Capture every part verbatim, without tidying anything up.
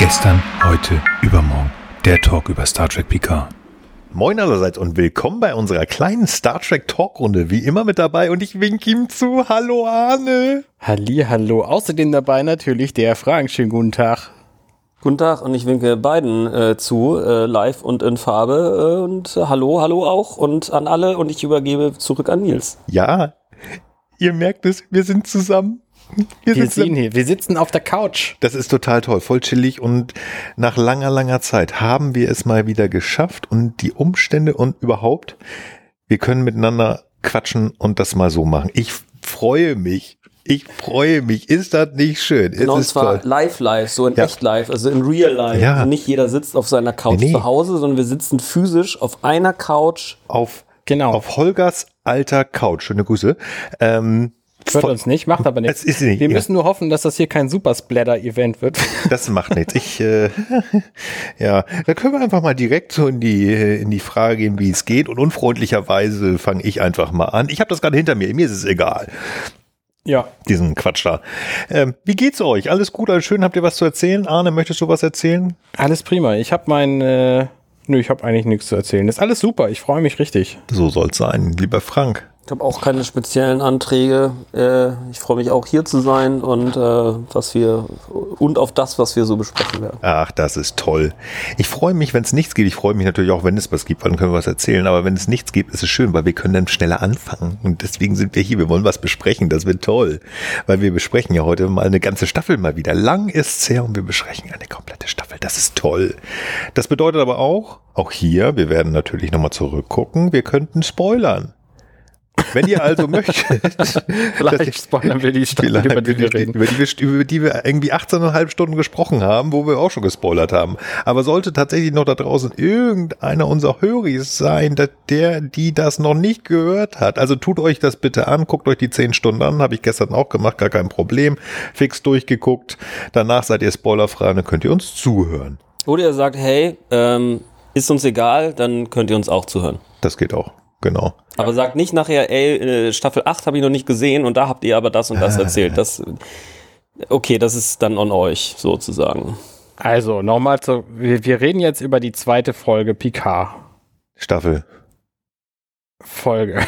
Gestern, heute, übermorgen. Der Talk über Star Trek Picard. Moin allerseits und willkommen bei unserer kleinen Star Trek Talkrunde. Wie immer mit dabei und ich wink ihm zu. Hallo Arne. Halli, hallo. Außerdem dabei natürlich der Frank. Schönen guten Tag. Guten Tag und ich winke beiden äh, zu, äh, live und in Farbe. Äh, und äh, hallo, hallo auch und an alle und ich übergebe zurück an Nils. Ja, ihr merkt es, wir sind zusammen. Wir, wir, sitzen, hier. wir sitzen auf der Couch. Das ist total toll, voll chillig und nach langer, langer Zeit haben wir es mal wieder geschafft und die Umstände und überhaupt, wir können miteinander quatschen und das mal so machen. Ich freue mich. Ich freue mich. Ist das nicht schön? Genau, es und ist zwar toll. live, live, so in ja. echt live, also in real life. Ja. Also nicht jeder sitzt auf seiner Couch nee. zu Hause, sondern wir sitzen physisch auf einer Couch. Auf, genau. auf Holgers alter Couch. Schöne Grüße. Ähm, Hört uns nicht, macht aber nichts. Ist nicht, wir ja. müssen nur hoffen, dass das hier kein Supersplatter-Event wird. Das macht nichts. Ich, äh, ja, da können wir einfach mal direkt so in die, in die Frage gehen, wie es geht. Und unfreundlicherweise fange ich einfach mal an. Ich habe das gerade hinter mir. Mir ist es egal. Ja. Diesen Quatsch da. Ähm, wie geht's euch? Alles gut, alles schön? Habt ihr was zu erzählen? Arne, möchtest du was erzählen? Alles prima. Ich habe mein, äh, nö, ich habe eigentlich nichts zu erzählen. Ist alles super. Ich freue mich richtig. So soll's sein, lieber Frank. Ich habe auch keine speziellen Anträge. Äh, ich freue mich auch hier zu sein und äh, was wir und auf das, was wir so besprechen werden. Ach, das ist toll. Ich freue mich, wenn es nichts gibt. Ich freue mich natürlich auch, wenn es was gibt, dann können wir was erzählen. Aber wenn es nichts gibt, ist es schön, weil wir können dann schneller anfangen. Und deswegen sind wir hier. Wir wollen was besprechen. Das wird toll. Weil wir besprechen ja heute mal eine ganze Staffel mal wieder. Lang ist's her und wir besprechen eine komplette Staffel. Das ist toll. Das bedeutet aber auch, auch hier, wir werden natürlich nochmal zurückgucken. Wir könnten spoilern. Wenn ihr also möchtet, vielleicht spoilern wir die Staffel, über die wir reden. Über die wir, über die wir irgendwie achtzehn Komma fünf Stunden gesprochen haben, wo wir auch schon gespoilert haben. Aber sollte tatsächlich noch da draußen irgendeiner unserer Höris sein, dass der, die das noch nicht gehört hat, also tut euch das bitte an, guckt euch die zehn Stunden an, habe ich gestern auch gemacht, gar kein Problem, fix durchgeguckt. Danach seid ihr spoilerfrei, dann könnt ihr uns zuhören. Oder ihr sagt, hey, ähm, ist uns egal, dann könnt ihr uns auch zuhören. Das geht auch. Genau. Aber sagt nicht nachher, ey, Staffel acht habe ich noch nicht gesehen und da habt ihr aber das und das erzählt. Das, okay, das ist dann on euch sozusagen. Also, nochmal zu, wir, wir reden jetzt über die zweite Folge Picard. Staffel. Folge.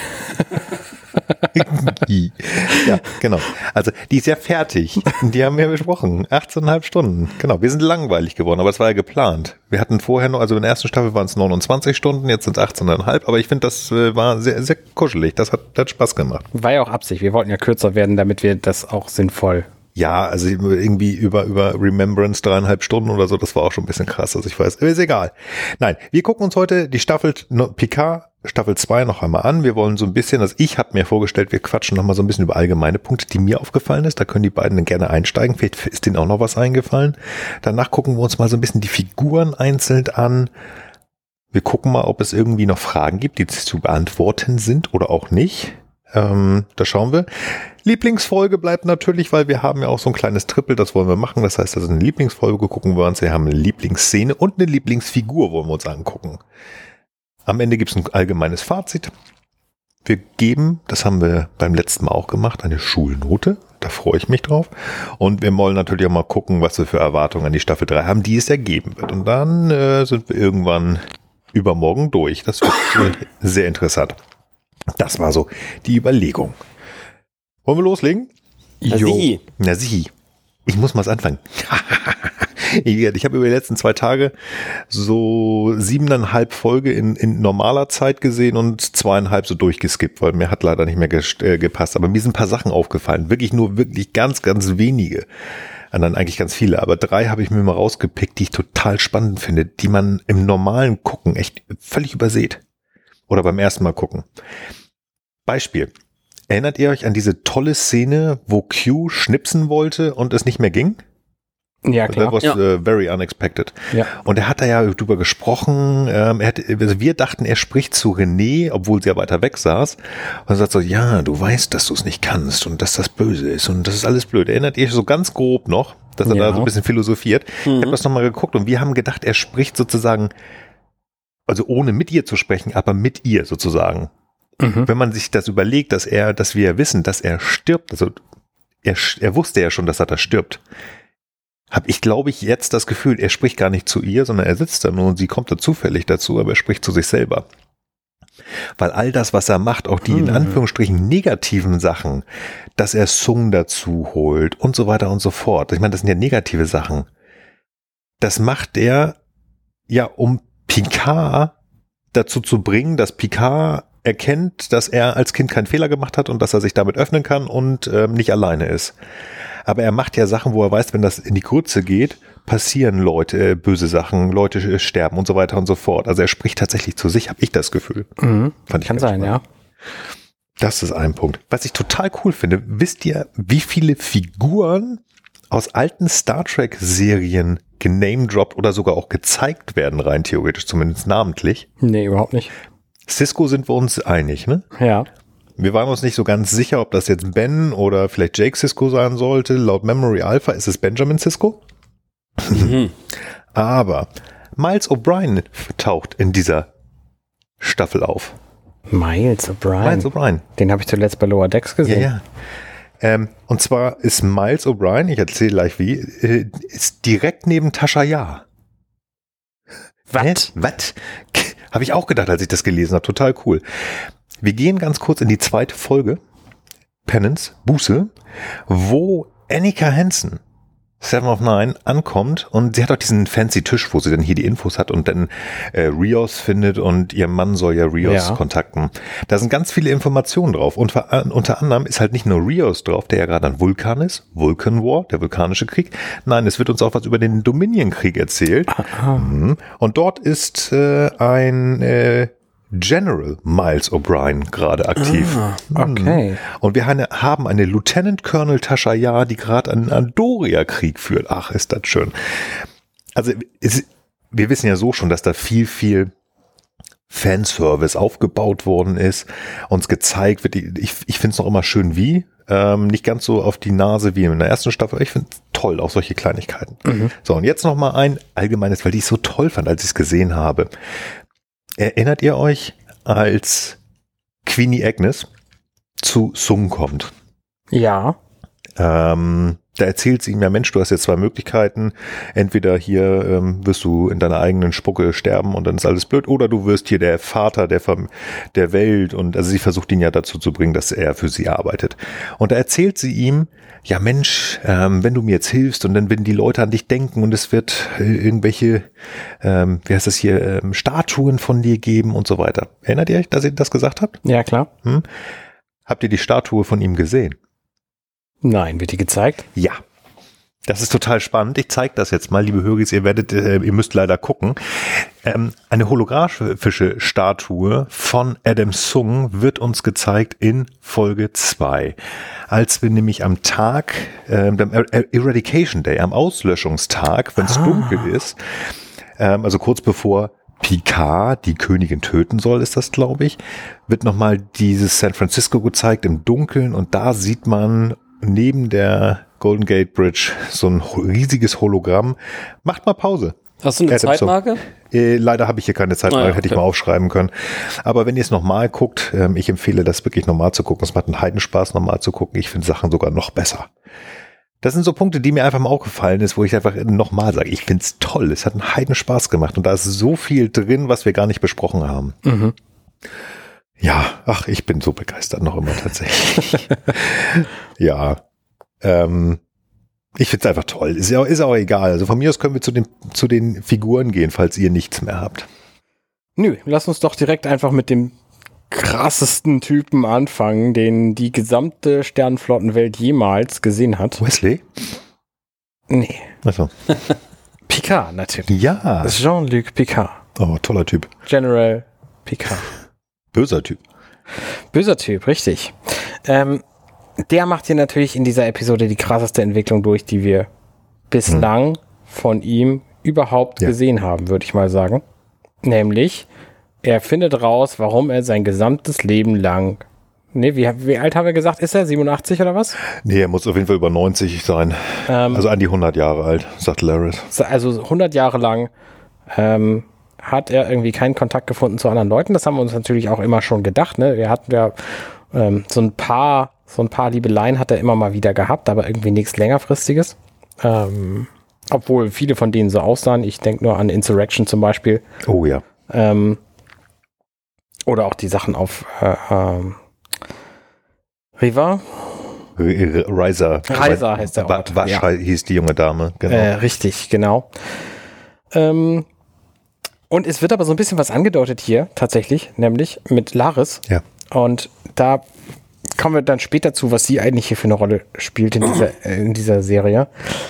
Ja, genau. Also, die ist ja fertig. Die haben wir besprochen. achtzehn Komma fünf Stunden. Genau. Wir sind langweilig geworden, aber es war ja geplant. Wir hatten vorher noch, also in der ersten Staffel waren es neunundzwanzig Stunden, jetzt sind es achtzehn Komma fünf, aber ich finde, das äh, war sehr, sehr kuschelig. Das hat, das hat Spaß gemacht. War ja auch Absicht. Wir wollten ja kürzer werden, damit wir das auch sinnvoll. Ja, also irgendwie über, über Remembrance dreieinhalb Stunden oder so, das war auch schon ein bisschen krass. Also ich weiß, ist egal. Nein, wir gucken uns heute die Staffel Picard Staffel zwei noch einmal an. Wir wollen so ein bisschen, also ich habe mir vorgestellt, wir quatschen noch mal so ein bisschen über allgemeine Punkte, die mir aufgefallen ist. Da können die beiden dann gerne einsteigen. Vielleicht ist denen auch noch was eingefallen. Danach gucken wir uns mal so ein bisschen die Figuren einzeln an. Wir gucken mal, ob es irgendwie noch Fragen gibt, die zu beantworten sind oder auch nicht. Ähm, da schauen wir. Lieblingsfolge bleibt natürlich, weil wir haben ja auch so ein kleines Triple, das wollen wir machen. Das heißt, das ist eine Lieblingsfolge, gucken wir uns. Wir haben eine Lieblingsszene und eine Lieblingsfigur wollen wir uns angucken. Am Ende gibt es ein allgemeines Fazit. Wir geben, das haben wir beim letzten Mal auch gemacht, eine Schulnote. Da freue ich mich drauf. Und wir wollen natürlich auch mal gucken, was wir für Erwartungen an die Staffel drei haben, die es ergeben wird. Und dann äh, sind wir irgendwann übermorgen durch. Das wird äh, sehr interessant. Das war so die Überlegung. Wollen wir loslegen? Na sieh. Na sieh. Ich muss mal anfangen. Ich habe über die letzten zwei Tage so siebeneinhalb Folge in, in normaler Zeit gesehen und zweieinhalb so durchgeskippt, weil mir hat leider nicht mehr gest- äh, gepasst. Aber mir sind ein paar Sachen aufgefallen. Wirklich nur wirklich ganz, ganz wenige. Und dann eigentlich ganz viele. Aber drei habe ich mir mal rausgepickt, die ich total spannend finde, die man im normalen Gucken echt völlig übersieht. Oder beim ersten Mal gucken. Beispiel. Erinnert ihr euch an diese tolle Szene, wo Q schnipsen wollte und es nicht mehr ging? Ja, klar. That was ja. uh, very unexpected. Ja. Und er hat da ja drüber gesprochen. Ähm, er hat, also wir dachten, er spricht zu René, obwohl sie ja weiter weg saß. Und er sagt so, ja, du weißt, dass du es nicht kannst und dass das böse ist und das ist alles blöd. Erinnert ihr euch so ganz grob noch, dass er ja. da so ein bisschen philosophiert? Mhm. Ich habe das nochmal geguckt und wir haben gedacht, er spricht sozusagen, also ohne mit ihr zu sprechen, aber mit ihr sozusagen. Mhm. Wenn man sich das überlegt, dass er, dass wir wissen, dass er stirbt, also er, er wusste ja schon, dass er da stirbt. habe ich, glaube ich, jetzt das Gefühl, er spricht gar nicht zu ihr, sondern er sitzt da nur und sie kommt da zufällig dazu, aber er spricht zu sich selber. Weil all das, was er macht, auch die in Anführungsstrichen negativen Sachen, dass er Sung dazu holt und so weiter und so fort. Ich meine, das sind ja negative Sachen. Das macht er ja, um Picard dazu zu bringen, dass Picard erkennt, dass er als Kind keinen Fehler gemacht hat und dass er sich damit öffnen kann und ähm, nicht alleine ist. Aber er macht ja Sachen, wo er weiß, wenn das in die Grütze geht, passieren Leute, äh, böse Sachen, Leute äh, sterben und so weiter und so fort. Also er spricht tatsächlich zu sich, habe ich das Gefühl. Mhm. Fand ich Kann sein, spannend. ja. Das ist ein Punkt. Was ich total cool finde, wisst ihr, wie viele Figuren aus alten Star Trek-Serien genamedroppt oder sogar auch gezeigt werden, rein theoretisch, zumindest namentlich? Nee, überhaupt nicht. Sisko sind wir uns einig, ne? Ja. Wir waren uns nicht so ganz sicher, ob das jetzt Ben oder vielleicht Jake Sisko sein sollte. Laut Memory Alpha ist es Benjamin Sisko. Mhm. Aber Miles O'Brien taucht in dieser Staffel auf. Miles O'Brien. Miles O'Brien. Den habe ich zuletzt bei Lower Decks gesehen. Ja, ja. Ähm, und zwar ist Miles O'Brien, ich erzähle gleich wie, äh, ist direkt neben Tasha Yar. Was? Was? Habe ich auch gedacht, als ich das gelesen habe. Total cool. Wir gehen ganz kurz in die zweite Folge, Penance, Buße, wo Annika Hansen, Seven of Nine, ankommt und sie hat auch diesen fancy Tisch, wo sie dann hier die Infos hat und dann äh, Rios findet und ihr Mann soll ja Rios Ja. kontakten. Da sind ganz viele Informationen drauf und ver- unter anderem ist halt nicht nur Rios drauf, der ja gerade ein Vulkan ist, Vulcan War, der vulkanische Krieg. Nein, es wird uns auch was über den Dominion-Krieg erzählt. Mhm. Und dort ist äh, ein äh, General Miles O'Brien gerade aktiv. Okay. Und wir eine, haben eine Lieutenant Colonel Tasha Yar, die gerade einen Andoria-Krieg führt. Ach, ist das schön. Also es, wir wissen ja so schon, dass da viel, viel Fanservice aufgebaut worden ist, uns gezeigt wird. Ich, ich finde es noch immer schön wie. Ähm, nicht ganz so auf die Nase wie in der ersten Staffel. Aber ich finde es toll, auch solche Kleinigkeiten. Mhm. So, und jetzt noch mal ein allgemeines, weil ich es so toll fand, als ich es gesehen habe. Erinnert ihr euch, als Queenie Agnes zu Sung kommt? Ja. Ähm, da erzählt sie ihm ja, Mensch, du hast jetzt zwei Möglichkeiten. Entweder hier ähm, wirst du in deiner eigenen Spucke sterben und dann ist alles blöd, oder du wirst hier der Vater der, der Welt. Und also sie versucht ihn ja dazu zu bringen, dass er für sie arbeitet. Und da erzählt sie ihm, ja Mensch, ähm, wenn du mir jetzt hilfst und dann werden die Leute an dich denken und es wird äh, irgendwelche, ähm, wie heißt das hier, ähm, Statuen von dir geben und so weiter. Erinnert ihr euch, dass ihr das gesagt habt? Ja, klar. Hm? Habt ihr die Statue von ihm gesehen? Nein, wird die gezeigt? Ja. Das ist total spannend. Ich zeige das jetzt mal, liebe Höris, ihr werdet, äh, ihr müsst leider gucken. Ähm, eine holographische Statue von Adam Sung wird uns gezeigt in Folge zwei. Als wir nämlich am Tag, äh, dem Eradication Day, am Auslöschungstag, wenn es ah. dunkel ist, ähm, also kurz bevor Picard die Königin töten soll, ist das, glaube ich, wird nochmal dieses San Francisco gezeigt im Dunkeln und da sieht man neben der Golden Gate Bridge so ein riesiges Hologramm. Macht mal Pause. Hast du eine Adam Zeitmarke? Sung. Äh, leider habe ich hier keine Zeitmarke, ah, ja, hätte okay. ich mal aufschreiben können. Aber wenn ihr es nochmal guckt, ähm, ich empfehle das wirklich nochmal zu gucken. Es macht einen Heidenspaß, nochmal zu gucken. Ich finde Sachen sogar noch besser. Das sind so Punkte, die mir einfach mal aufgefallen ist, wo ich einfach nochmal sage, ich finde es toll. Es hat einen Heidenspaß gemacht und da ist so viel drin, was wir gar nicht besprochen haben. Mhm. Ja, ach, ich bin so begeistert noch immer tatsächlich. Ja, ähm, ich finde es einfach toll. Ist ja ist auch egal. Also von mir aus können wir zu den, zu den Figuren gehen, falls ihr nichts mehr habt. Nö, lass uns doch direkt einfach mit dem krassesten Typen anfangen, den die gesamte Sternenflottenwelt jemals gesehen hat. Wesley? Nee. Achso. Picard natürlich. Ja. Jean-Luc Picard. Oh, toller Typ. General Picard. Böser Typ. Böser Typ, richtig. Ähm, der macht hier natürlich in dieser Episode die krasseste Entwicklung durch, die wir bislang hm. von ihm überhaupt ja. gesehen haben, würde ich mal sagen. Nämlich, er findet raus, warum er sein gesamtes Leben lang, ne, wie, wie alt haben wir gesagt, ist er? siebenundachtzig oder was? Nee, er muss auf jeden Fall über neunzig sein. Ähm, also an die hundert Jahre alt, sagt Laris. Also hundert Jahre lang ähm, hat er irgendwie keinen Kontakt gefunden zu anderen Leuten. Das haben wir uns natürlich auch immer schon gedacht. Ne? Wir hatten ja ähm, so ein paar, so ein paar Liebeleien hat er immer mal wieder gehabt, aber irgendwie nichts längerfristiges. Ähm, Obwohl viele von denen so aussahen. Ich denke nur an Insurrection zum Beispiel. Oh ja. Ähm, oder auch die Sachen auf äh, ähm, Riva. Riser. Riser heißt der Ort. Wasch ja. hieß die junge Dame. Genau. Äh, richtig, genau. Ähm, und es wird aber so ein bisschen was angedeutet hier, tatsächlich, nämlich mit Laris. Ja. Und da kommen wir dann später zu, was sie eigentlich hier für eine Rolle spielt in dieser, in dieser Serie.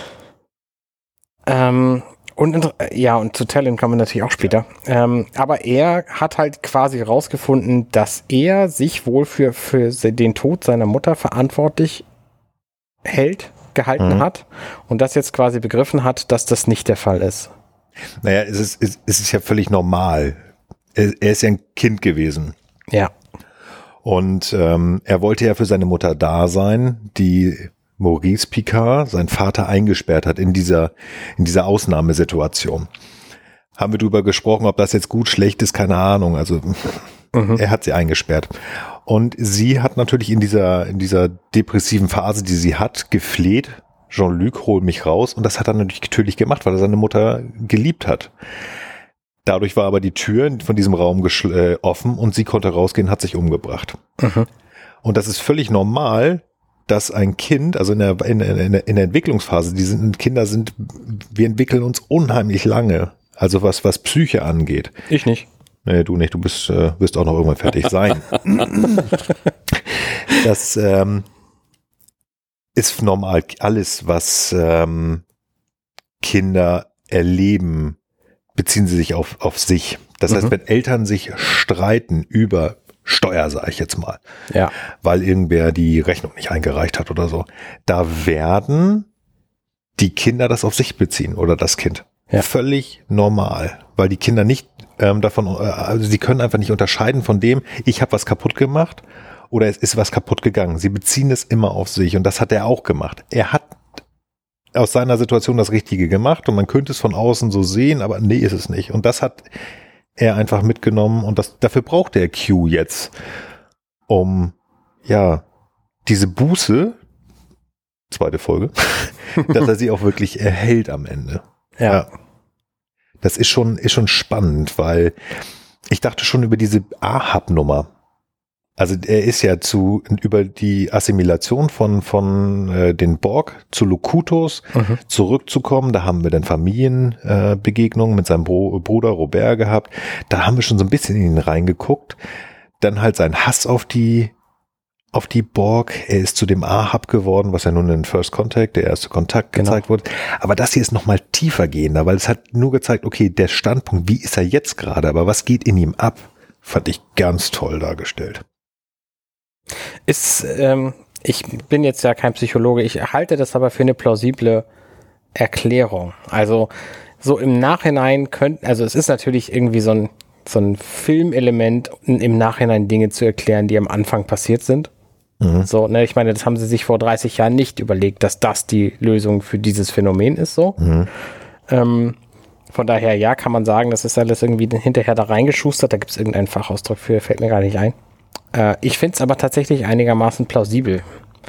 Ähm, und ja, und zu Talon kommen wir natürlich auch später. Ja. Ähm, aber er hat halt quasi rausgefunden, dass er sich wohl für, für den Tod seiner Mutter verantwortlich hält, gehalten mhm. hat und das jetzt quasi begriffen hat, dass das nicht der Fall ist. Naja, es ist, es ist ja völlig normal. Er, er ist ja ein Kind gewesen. Ja. Und ähm, er wollte ja für seine Mutter da sein, die Maurice Picard, sein Vater, eingesperrt hat in dieser, in dieser Ausnahmesituation. Haben wir drüber gesprochen, ob das jetzt gut, schlecht ist, keine Ahnung. Also mhm. er hat sie eingesperrt. Und sie hat natürlich in dieser, in dieser depressiven Phase, die sie hat, gefleht, Jean-Luc, hol mich raus. Und das hat er natürlich gemacht, weil er seine Mutter geliebt hat. Dadurch war aber die Tür von diesem Raum geschl- äh, offen und sie konnte rausgehen, hat sich umgebracht. Mhm. Und das ist völlig normal, dass ein Kind, also in der, in, in, in der Entwicklungsphase, die sind, Kinder sind, wir entwickeln uns unheimlich lange. Also was, was Psyche angeht. Ich nicht. Nee, du nicht, du bist, äh, wirst auch noch irgendwann fertig sein. Das ähm, ist normal. Alles, was ähm, Kinder erleben, beziehen sie sich auf, auf sich. Das mhm. heißt, wenn Eltern sich streiten über Steuer, sage ich jetzt mal, ja. weil irgendwer die Rechnung nicht eingereicht hat oder so, da werden die Kinder das auf sich beziehen oder das Kind. Ja. Völlig normal, weil die Kinder nicht ähm, davon, also sie können einfach nicht unterscheiden von dem, ich habe was kaputt gemacht oder es ist was kaputt gegangen. Sie beziehen es immer auf sich und das hat er auch gemacht. Er hat aus seiner Situation das Richtige gemacht und man könnte es von außen so sehen, aber nee, ist es nicht. Und das hat er einfach mitgenommen und das, dafür braucht er Q jetzt, um, ja, diese Buße, zweite Folge, dass er sie auch wirklich erhält am Ende. Ja. ja. Das ist schon, ist schon spannend, weil ich dachte schon über diese Ahab-Nummer. Also er ist ja zu, über die Assimilation von, von äh, den Borg zu Locutus mhm. zurückzukommen. Da haben wir dann Familienbegegnungen äh, mit seinem Bro- Bruder Robert gehabt. Da haben wir schon so ein bisschen in ihn reingeguckt. Dann halt sein Hass auf die, auf die Borg. Er ist zu dem Ahab geworden, was ja nun in First Contact, der erste Kontakt, genau. gezeigt wurde. Aber das hier ist nochmal tiefer gehender, weil es hat nur gezeigt, okay, der Standpunkt, wie ist er jetzt gerade, aber was geht in ihm ab, fand ich ganz toll dargestellt. Ist, ähm, ich bin jetzt ja kein Psychologe, ich halte das aber für eine plausible Erklärung. Also so im Nachhinein könnte, also es ist natürlich irgendwie so ein, so ein Filmelement, im Nachhinein Dinge zu erklären, die am Anfang passiert sind. Mhm. So, ne, ich meine, das haben sie sich vor dreißig Jahren nicht überlegt, dass das die Lösung für dieses Phänomen ist, so. Mhm. Ähm, von daher, ja, kann man sagen, das ist alles irgendwie hinterher da reingeschustert, da gibt es irgendeinen Fachausdruck für, fällt mir gar nicht ein. Äh, ich finde es aber tatsächlich einigermaßen plausibel.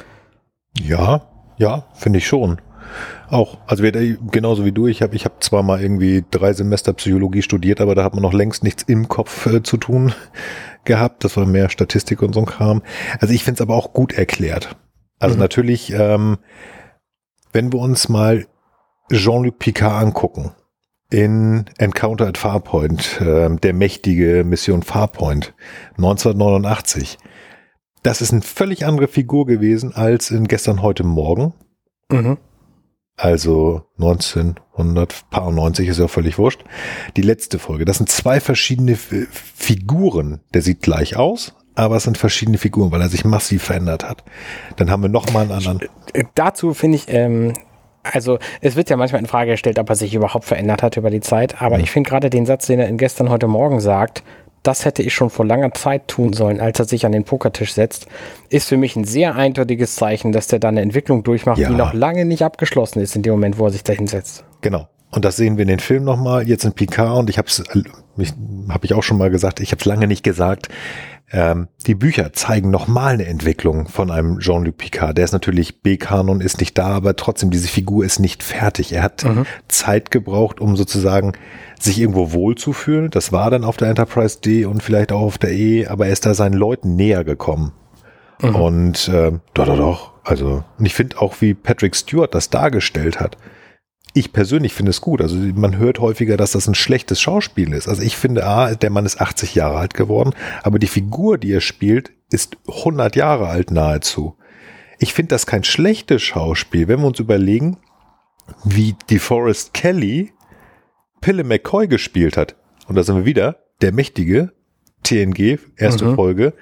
Ja, ja, finde ich schon. Auch, also wir, genauso wie du, ich habe ich hab zwar mal irgendwie drei Semester Psychologie studiert, aber da hat man noch längst nichts im Kopf äh, zu tun gehabt. Das war mehr Statistik und so ein Kram. Also ich finde es aber auch gut erklärt. Also mhm. natürlich, ähm, wenn wir uns mal Jean-Luc Picard angucken, in Encounter at Farpoint, äh, der mächtige Mission Farpoint, neunzehnhundertneunundachtzig. Das ist eine völlig andere Figur gewesen als in Gestern, heute, morgen. Mhm. Also neunzehnhundertneunzig ist ja völlig wurscht. Die letzte Folge. Das sind zwei verschiedene F- Figuren. Der sieht gleich aus, aber es sind verschiedene Figuren, weil er sich massiv verändert hat. Dann haben wir nochmal einen anderen. Dazu finde ich, ähm, also es wird ja manchmal in Frage gestellt, ob er sich überhaupt verändert hat über die Zeit, aber mhm. ich finde gerade den Satz, den er in Gestern, heute, morgen sagt, das hätte ich schon vor langer Zeit tun sollen, als er sich an den Pokertisch setzt, ist für mich ein sehr eindeutiges Zeichen, dass der da eine Entwicklung durchmacht, ja. die noch lange nicht abgeschlossen ist in dem Moment, wo er sich da hinsetzt. Genau. Und das sehen wir in den Filmen nochmal, jetzt in Picard, und ich habe es habe ich auch schon mal gesagt, ich habe es lange nicht gesagt, ähm, die Bücher zeigen nochmal eine Entwicklung von einem Jean-Luc Picard. Der ist natürlich B-Kanon, ist nicht da, aber trotzdem, diese Figur ist nicht fertig. Er hat mhm. Zeit gebraucht, um sozusagen sich irgendwo wohlzufühlen. Das war dann auf der Enterprise D und vielleicht auch auf der E, aber er ist da seinen Leuten näher gekommen. Mhm. Und äh, doch, doch, doch. Also, und ich finde auch, wie Patrick Stewart das dargestellt hat. Ich persönlich finde es gut. Also man hört häufiger, dass das ein schlechtes Schauspiel ist. Also ich finde, A, der Mann ist achtzig Jahre alt geworden, aber die Figur, die er spielt, ist hundert Jahre alt nahezu. Ich finde das kein schlechtes Schauspiel, wenn wir uns überlegen, wie DeForest Kelley Pille McCoy gespielt hat. Und da sind wir wieder, der mächtige T N G, erste mhm. Folge.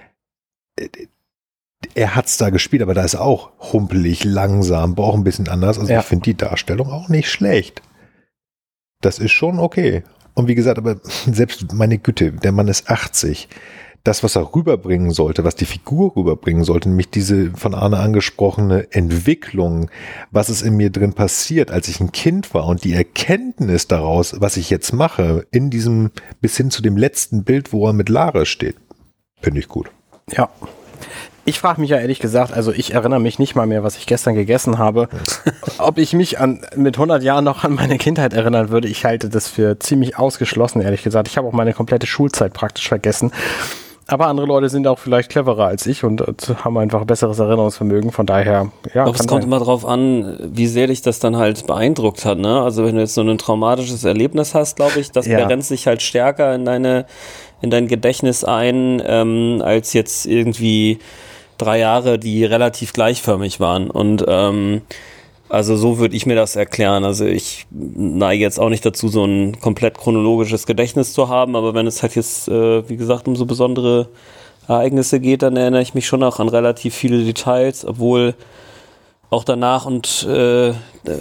Er hat's da gespielt, aber da ist auch humpelig, langsam, braucht ein bisschen anders. Also ja. ich finde die Darstellung auch nicht schlecht. Das ist schon okay. Und wie gesagt, aber selbst meine Güte, der Mann ist achtzig. Das, was er rüberbringen sollte, was die Figur rüberbringen sollte, nämlich diese von Arne angesprochene Entwicklung, was ist in mir drin passiert, als ich ein Kind war und die Erkenntnis daraus, was ich jetzt mache, in diesem, bis hin zu dem letzten Bild, wo er mit Lara steht, finde ich gut. Ja. Ich frage mich ja ehrlich gesagt, also ich erinnere mich nicht mal mehr, was ich gestern gegessen habe. Ob ich mich an mit hundert Jahren noch an meine Kindheit erinnern würde, ich halte das für ziemlich ausgeschlossen, ehrlich gesagt. Ich habe auch meine komplette Schulzeit praktisch vergessen. Aber andere Leute sind auch vielleicht cleverer als ich und haben einfach besseres Erinnerungsvermögen. Von daher, ja. Aber es kommt immer drauf an, wie sehr dich das dann halt beeindruckt hat, ne? Also wenn du jetzt so ein traumatisches Erlebnis hast, glaube ich, das ja. brennt sich halt stärker in deine, in dein Gedächtnis ein, ähm, als jetzt irgendwie drei Jahre, die relativ gleichförmig waren. Und ähm, also so würde ich mir das erklären. Also ich neige jetzt auch nicht dazu, so ein komplett chronologisches Gedächtnis zu haben, aber wenn es halt jetzt, äh, wie gesagt, um so besondere Ereignisse geht, dann erinnere ich mich schon auch an relativ viele Details, obwohl auch danach und äh,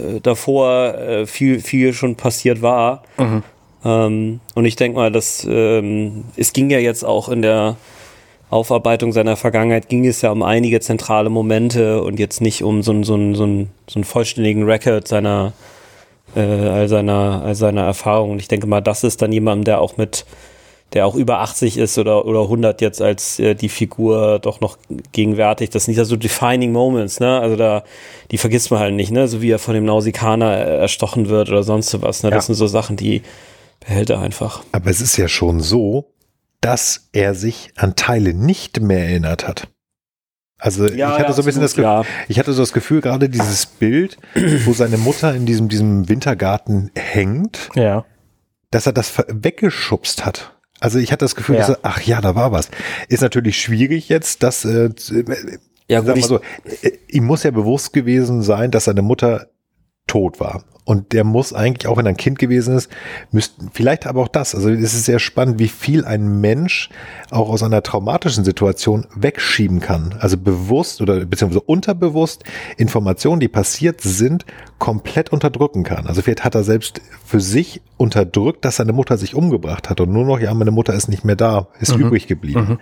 davor äh, viel, viel schon passiert war. Mhm. Ähm, und ich denke mal, dass ähm, es ging ja jetzt auch in der Aufarbeitung seiner Vergangenheit ging es ja um einige zentrale Momente und jetzt nicht um so einen so einen, so einen, so einen vollständigen Record seiner äh, all seiner all seiner Erfahrungen. Und ich denke mal, das ist dann jemand, der auch mit der auch über achtzig ist oder oder hundert jetzt als äh, die Figur doch noch gegenwärtig. Das sind nicht so defining Moments, ne? Also da die vergisst man halt nicht, ne? So wie er von dem Nausikaner erstochen wird oder sonst was. Ne? Das ja. sind so Sachen, die behält er einfach. Aber es ist ja schon so, dass er sich an Teile nicht mehr erinnert hat. Also ja, ich hatte ja, so ein bisschen das Gefühl, ja. ich hatte so das Gefühl, gerade dieses Bild, wo seine Mutter in diesem, diesem Wintergarten hängt, ja. dass er das weggeschubst hat. Also ich hatte das Gefühl, ja. dass er, ach ja, da war was. Ist natürlich schwierig jetzt, dass, äh, ja, sag mal so, äh, ihm muss ja bewusst gewesen sein, dass seine Mutter tot war. Und der muss eigentlich, auch wenn er ein Kind gewesen ist, müsste, vielleicht aber auch das, also es ist sehr spannend, wie viel ein Mensch auch aus einer traumatischen Situation wegschieben kann. Also bewusst oder beziehungsweise unterbewusst Informationen, die passiert sind, komplett unterdrücken kann. Also vielleicht hat er selbst für sich unterdrückt, dass seine Mutter sich umgebracht hat und nur noch, ja, meine Mutter ist nicht mehr da, ist mhm. übrig geblieben. Mhm.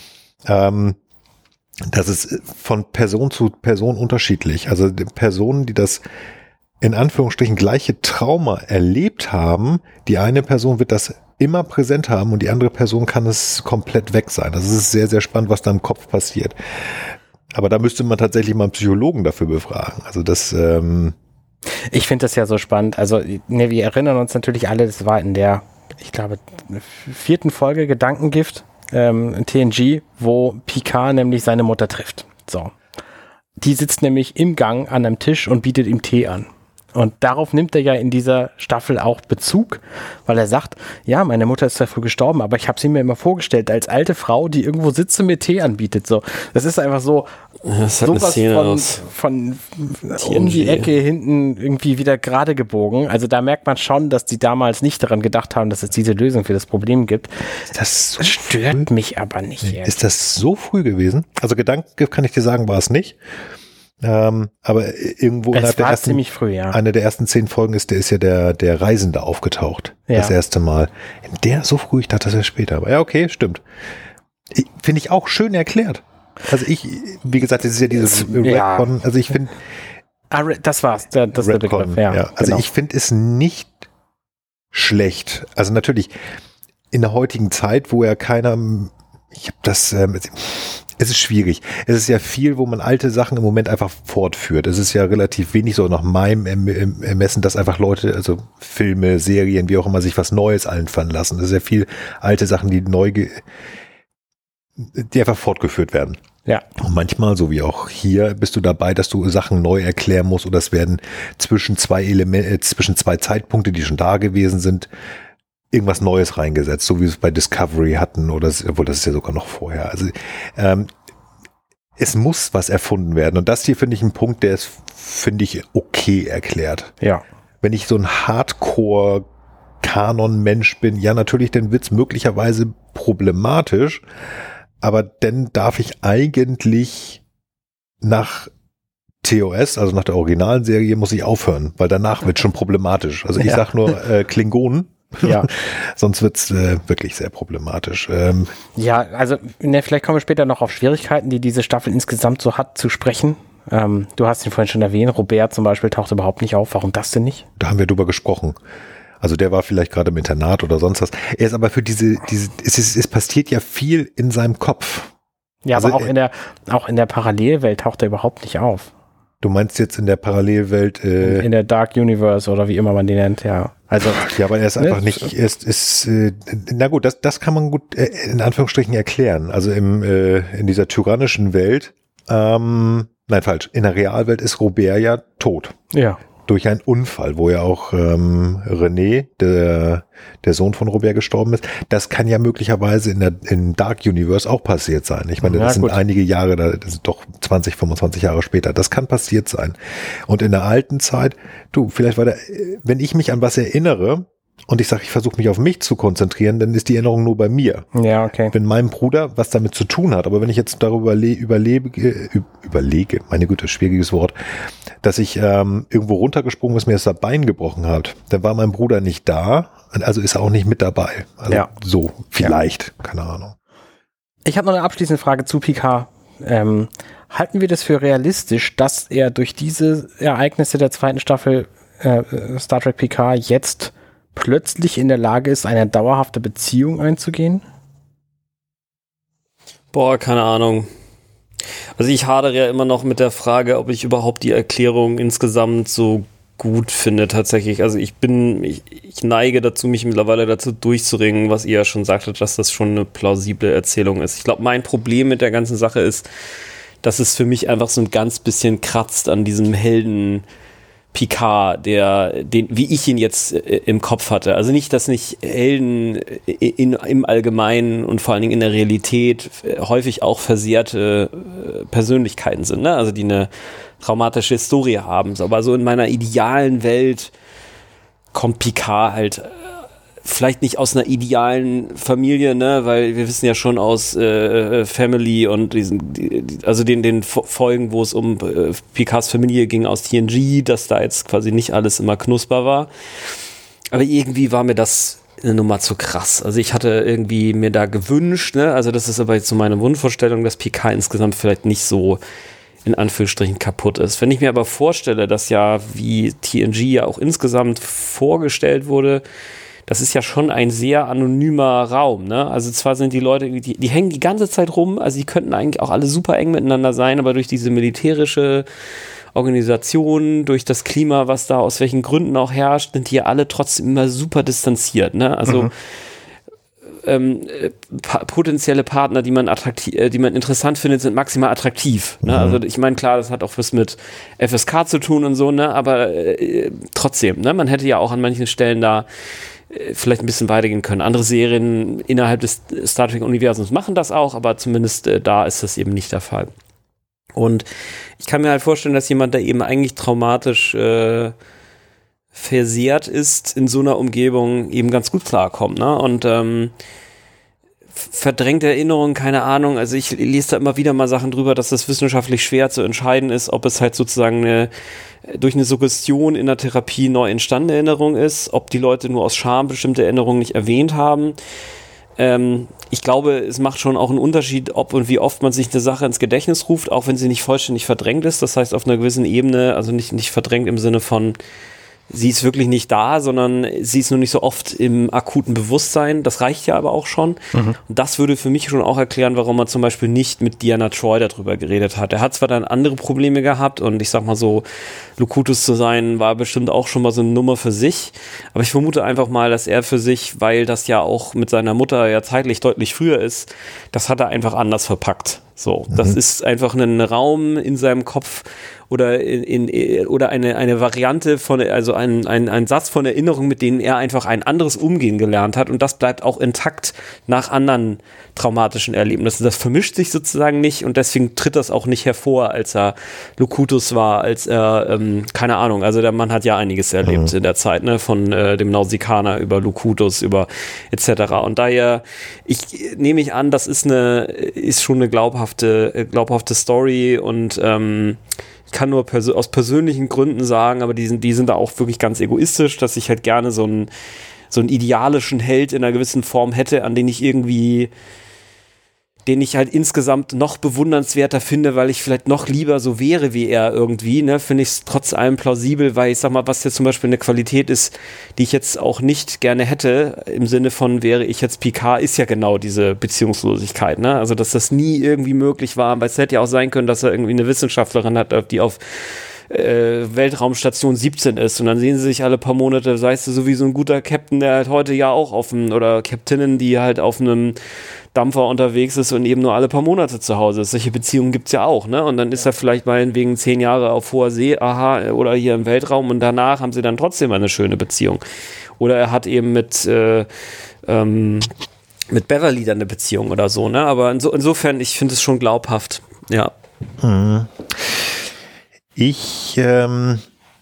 Ähm, das ist von Person zu Person unterschiedlich. Also Personen, die das in Anführungsstrichen gleiche Trauma erlebt haben, die eine Person wird das immer präsent haben und die andere Person kann es komplett weg sein. Das ist sehr, sehr spannend, was da im Kopf passiert. Aber da müsste man tatsächlich mal einen Psychologen dafür befragen. Also das ähm Ich finde das ja so spannend. Also ne, wir erinnern uns natürlich alle, das war in der, ich glaube, vierten Folge Gedankengift, ähm, T N G, wo Picard nämlich seine Mutter trifft. So. Die sitzt nämlich im Gang an einem Tisch und bietet ihm Tee an. Und darauf nimmt er ja in dieser Staffel auch Bezug, weil er sagt, ja, meine Mutter ist zwar früh gestorben, aber ich habe sie mir immer vorgestellt als alte Frau, die irgendwo sitzt und mir Tee anbietet. So, das ist einfach so sowas von, von um die Ecke hinten irgendwie wieder gerade gebogen. Also da merkt man schon, dass die damals nicht daran gedacht haben, dass es diese Lösung für das Problem gibt. Das so stört früh? mich aber nicht. Nee. Ist das so früh gewesen? Also Gedanken kann ich dir sagen, war es nicht. Ähm, aber irgendwo innerhalb der ersten, ziemlich früh, ja. eine der ersten zehn Folgen ist, der ist ja der, der Reisende aufgetaucht. Ja. Das erste Mal. Der so früh, ich dachte, das wäre später. Aber ja, okay, stimmt. Finde ich auch schön erklärt. Also ich, wie gesagt, das ist ja dieses ja. Redcon, also ich finde. Ah, das war's, das ist der Begriff, ja. ja. Also genau. Ich finde es nicht schlecht. Also natürlich, in der heutigen Zeit, wo ja keiner, ich habe das, ähm, es ist schwierig. Es ist ja viel, wo man alte Sachen im Moment einfach fortführt. Es ist ja relativ wenig so nach meinem Ermessen, dass einfach Leute, also Filme, Serien, wie auch immer, sich was Neues einfallen lassen. Es ist ja viel alte Sachen, die neu, ge- die einfach fortgeführt werden. Ja. Und manchmal, so wie auch hier, bist du dabei, dass du Sachen neu erklären musst oder es werden zwischen zwei Elemente, zwischen zwei Zeitpunkte, die schon da gewesen sind, irgendwas Neues reingesetzt, so wie wir es bei Discovery hatten oder, obwohl das ist ja sogar noch vorher. Also ähm, es muss was erfunden werden und das hier finde ich ein Punkt, der ist, finde ich, okay erklärt. Ja. Wenn ich so ein Hardcore-Kanon-Mensch bin, ja natürlich, dann wird's möglicherweise problematisch, aber dann darf ich eigentlich nach T O S, also nach der originalen Serie, muss ich aufhören, weil danach wird schon problematisch. Also ich Ja. sag nur äh, Klingonen, Ja. sonst wird's äh, wirklich sehr problematisch. Ähm, Ja, also ne, vielleicht kommen wir später noch auf Schwierigkeiten, die diese Staffel insgesamt so hat, zu sprechen. Ähm, du hast ihn vorhin schon erwähnt, Robert zum Beispiel taucht überhaupt nicht auf. Warum das denn nicht? da haben wir drüber gesprochen. Also der war vielleicht gerade im Internat oder sonst was. Er ist aber für diese, diese es, ist, es passiert ja viel in seinem Kopf. Ja, Also, aber auch äh, in der auch in der Parallelwelt taucht er überhaupt nicht auf. Du meinst jetzt in der Parallelwelt, äh, In der Dark Universe oder wie immer man die nennt, ja. Also ja, aber er ist einfach Ne? nicht, er ist, ist äh, na gut, das, das kann man gut äh, in Anführungsstrichen erklären. Also im, äh, in dieser tyrannischen Welt, ähm, nein, falsch, in der Realwelt ist Robert ja tot. ja. Durch einen Unfall, wo ja auch ähm, René, der, der Sohn von Robert, gestorben ist. Das kann ja möglicherweise in der in Dark Universe auch passiert sein. Ich meine, Ja, das sind gut. einige Jahre, das sind doch zwanzig, fünfundzwanzig Jahre später. Das kann passiert sein. Und in der alten Zeit, du, vielleicht war der, wenn ich mich an was erinnere und ich sage, ich versuche mich auf mich zu konzentrieren, dann ist die Erinnerung nur bei mir. Ja, okay. Wenn meinem Bruder was damit zu tun hat, aber wenn ich jetzt darüber le- überlebe, äh, überlege, meine Güte, schwieriges Wort, dass ich ähm, irgendwo runtergesprungen ist, mir das Bein gebrochen hat, dann war mein Bruder nicht da, also ist er auch nicht mit dabei. Also Ja. so, vielleicht, keine Ahnung. Ich habe noch eine abschließende Frage zu Picard. Ähm, halten wir das für realistisch, dass er durch diese Ereignisse der zweiten Staffel äh, Star Trek Picard jetzt plötzlich in der Lage ist, eine dauerhafte Beziehung einzugehen? Boah, keine Ahnung. Also ich hadere ja immer noch mit der Frage, ob ich überhaupt die Erklärung insgesamt so gut finde tatsächlich. Also ich bin, ich, ich neige dazu, mich mittlerweile dazu durchzuringen, was ihr ja schon sagtet, dass das schon eine plausible Erzählung ist. Ich glaube, mein Problem mit der ganzen Sache ist, dass es für mich einfach so ein ganz bisschen kratzt an diesem Helden Picard, der, den, wie ich ihn jetzt äh, im Kopf hatte. Also nicht, dass nicht Helden in, im Allgemeinen und vor allen Dingen in der Realität äh, häufig auch versehrte äh, Persönlichkeiten sind, ne? Also die eine traumatische Historie haben. Aber so in meiner idealen Welt kommt Picard halt äh, vielleicht nicht aus einer idealen Familie, ne, weil wir wissen ja schon aus äh, Family und diesen, die, also den, den Folgen, wo es um äh, Picards Familie ging aus T N G, dass da jetzt quasi nicht alles immer knusper war. Aber irgendwie war mir das eine Nummer zu krass. Also ich hatte irgendwie mir da gewünscht, ne, also das ist aber jetzt so meine Wunschvorstellung, dass Picard insgesamt vielleicht nicht so in Anführungsstrichen kaputt ist. Wenn ich mir aber vorstelle, dass ja, wie T N G ja auch insgesamt vorgestellt wurde, das ist ja schon ein sehr anonymer Raum, ne? Also zwar sind die Leute, die, die hängen die ganze Zeit rum, also die könnten eigentlich auch alle super eng miteinander sein, aber durch diese militärische Organisation, durch das Klima, was da aus welchen Gründen auch herrscht, sind die ja alle trotzdem immer super distanziert, ne? Also mhm. ähm, pa- potenzielle Partner, die man attraktiv, äh, die man interessant findet, sind maximal attraktiv, ne? Mhm. Also ich meine, klar, das hat auch was mit F S K zu tun und so, ne? Aber äh, trotzdem, ne? Man hätte ja auch an manchen Stellen da vielleicht ein bisschen weitergehen können. Andere Serien innerhalb des Star Trek-Universums machen das auch, aber zumindest äh, da ist das eben nicht der Fall. Und ich kann mir halt vorstellen, dass jemand, der eben eigentlich traumatisch äh, versehrt ist, in so einer Umgebung eben ganz gut klarkommt, ne? Und ähm, verdrängte Erinnerungen, keine Ahnung, also ich lese da immer wieder mal Sachen drüber, dass das wissenschaftlich schwer zu entscheiden ist, ob es halt sozusagen eine, durch eine Suggestion in der Therapie neu entstandene Erinnerung ist, ob die Leute nur aus Scham bestimmte Erinnerungen nicht erwähnt haben. Ähm, ich glaube, es macht schon auch einen Unterschied, ob und wie oft man sich eine Sache ins Gedächtnis ruft, auch wenn sie nicht vollständig verdrängt ist, das heißt auf einer gewissen Ebene, also nicht, nicht verdrängt im Sinne von sie ist wirklich nicht da, sondern sie ist nur nicht so oft im akuten Bewusstsein. Das reicht ja aber auch schon. Mhm. Und das würde für mich schon auch erklären, warum er zum Beispiel nicht mit Deanna Troi darüber geredet hat. Er hat zwar dann andere Probleme gehabt und ich sag mal so, Locutus zu sein war bestimmt auch schon mal so eine Nummer für sich. Aber ich vermute einfach mal, dass er für sich, weil das ja auch mit seiner Mutter ja zeitlich deutlich früher ist, das hat er einfach anders verpackt. So, mhm. Das ist einfach ein Raum in seinem Kopf oder in, in oder eine eine Variante von, also ein, ein ein Satz von Erinnerungen, mit denen er einfach ein anderes Umgehen gelernt hat, und das bleibt auch intakt nach anderen traumatischen Erlebnissen. Das vermischt sich sozusagen nicht, und deswegen tritt das auch nicht hervor, als er Locutus war, als er ähm, keine Ahnung, also der Mann hat ja einiges erlebt mhm. in der Zeit, ne, von äh, dem Nausikaner über Locutus über et cetera. Und daher, ich nehme ich an, das ist eine ist schon eine glaubhafte glaubhafte Story, und ähm, kann nur pers- aus persönlichen Gründen sagen, aber die sind, die sind da auch wirklich ganz egoistisch, dass ich halt gerne so einen, so einen idealischen Held in einer gewissen Form hätte, an den ich irgendwie, den ich halt insgesamt noch bewundernswerter finde, weil ich vielleicht noch lieber so wäre wie er irgendwie, ne, finde ich es trotz allem plausibel, weil ich sag mal, was jetzt zum Beispiel eine Qualität ist, die ich jetzt auch nicht gerne hätte, im Sinne von, wäre ich jetzt Picard, ist ja genau diese Beziehungslosigkeit, ne, also dass das nie irgendwie möglich war, weil es hätte ja auch sein können, dass er irgendwie eine Wissenschaftlerin hat, die auf Äh, Weltraumstation siebzehn ist, und dann sehen sie sich alle paar Monate, weißt du, so wie so ein guter Captain, der halt heute ja auch auf einem, oder Captainin, die halt auf einem Dampfer unterwegs ist und eben nur alle paar Monate zu Hause ist. Solche Beziehungen gibt's ja auch, ne? Und dann ist er vielleicht meinetwegen zehn Jahre auf hoher See, aha, oder hier im Weltraum, und danach haben sie dann trotzdem eine schöne Beziehung. Oder er hat eben mit äh, ähm, mit Beverly dann eine Beziehung oder so, ne? Aber inso, insofern, ich finde es schon glaubhaft, ja. Mhm. Ich, ähm,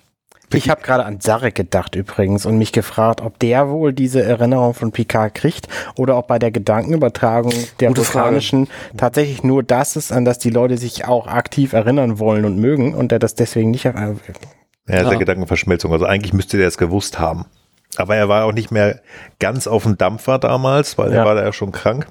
ich habe gerade an Sarek gedacht übrigens und mich gefragt, ob der wohl diese Erinnerung von Picard kriegt oder ob bei der Gedankenübertragung der Vulkanischen tatsächlich nur das ist, an das die Leute sich auch aktiv erinnern wollen und mögen, und der das deswegen nicht erinnert. Ja, ist ja Gedankenverschmelzung. Also eigentlich müsste der es gewusst haben. Aber er war auch nicht mehr ganz auf dem Dampfer damals, weil ja. er war da ja schon krank.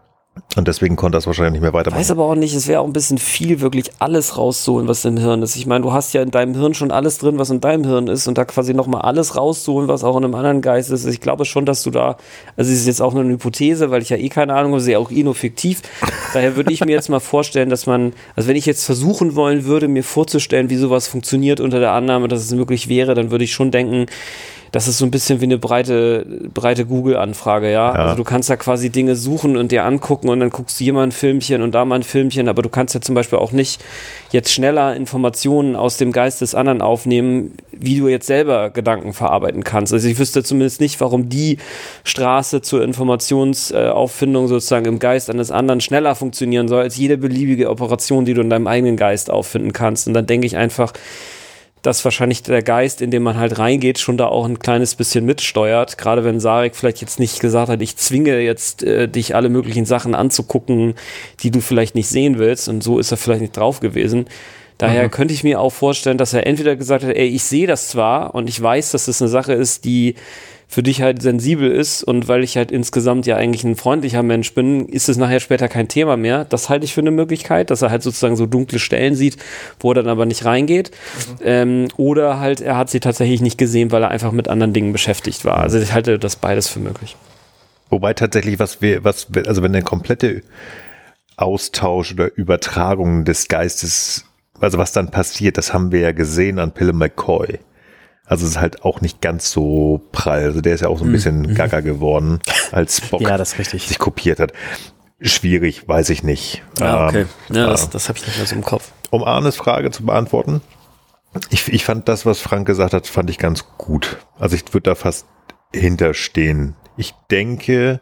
Und deswegen konnte das wahrscheinlich nicht mehr weitermachen. Ich weiß aber auch nicht, es wäre auch ein bisschen viel, wirklich alles rauszuholen, was im Hirn ist. Ich meine, du hast ja in deinem Hirn schon alles drin, was in deinem Hirn ist, und da quasi nochmal alles rauszuholen, was auch in einem anderen Geist ist. Ich glaube schon, dass du da, also es ist jetzt auch nur eine Hypothese, weil ich ja eh keine Ahnung habe, ist ja auch eh nur fiktiv. Daher würde ich mir jetzt mal vorstellen, dass man, also wenn ich jetzt versuchen wollen würde, mir vorzustellen, wie sowas funktioniert unter der Annahme, dass es möglich wäre, dann würde ich schon denken, das ist so ein bisschen wie eine breite, breite Google-Anfrage, ja? ja. Also du kannst da quasi Dinge suchen und dir angucken, und dann guckst du hier mal ein Filmchen und da mal ein Filmchen, aber du kannst ja zum Beispiel auch nicht jetzt schneller Informationen aus dem Geist des anderen aufnehmen, wie du jetzt selber Gedanken verarbeiten kannst. Also ich wüsste zumindest nicht, warum die Straße zur Informationsauffindung sozusagen im Geist eines anderen schneller funktionieren soll, als jede beliebige Operation, die du in deinem eigenen Geist auffinden kannst. Und dann denke ich einfach, dass wahrscheinlich der Geist, in den man halt reingeht, schon da auch ein kleines bisschen mitsteuert. Gerade wenn Sarek vielleicht jetzt nicht gesagt hat, ich zwinge jetzt äh, dich alle möglichen Sachen anzugucken, die du vielleicht nicht sehen willst. Und so ist er vielleicht nicht drauf gewesen. Daher mhm. könnte ich mir auch vorstellen, dass er entweder gesagt hat, ey, ich sehe das zwar und ich weiß, dass das eine Sache ist, die für dich halt sensibel ist, und weil ich halt insgesamt ja eigentlich ein freundlicher Mensch bin, ist es nachher später kein Thema mehr. Das halte ich für eine Möglichkeit, dass er halt sozusagen so dunkle Stellen sieht, wo er dann aber nicht reingeht. Mhm. Ähm, oder halt, er hat sie tatsächlich nicht gesehen, weil er einfach mit anderen Dingen beschäftigt war. Also ich halte das beides für möglich. Wobei tatsächlich, was wir, was, also wenn der komplette Austausch oder Übertragung des Geistes, also was dann passiert, das haben wir ja gesehen an Pille McCoy. Also es ist halt auch nicht ganz so prall. Also der ist ja auch so ein bisschen mhm. gaga geworden, als Spock ja, das ist richtig. sich kopiert hat. Schwierig, weiß ich nicht. Ja, okay. Ja, das, das habe ich nicht mehr so im Kopf. Um Arnes Frage zu beantworten, ich, ich fand das, was Frank gesagt hat, fand ich ganz gut. Also ich würde da fast hinterstehen. Ich denke,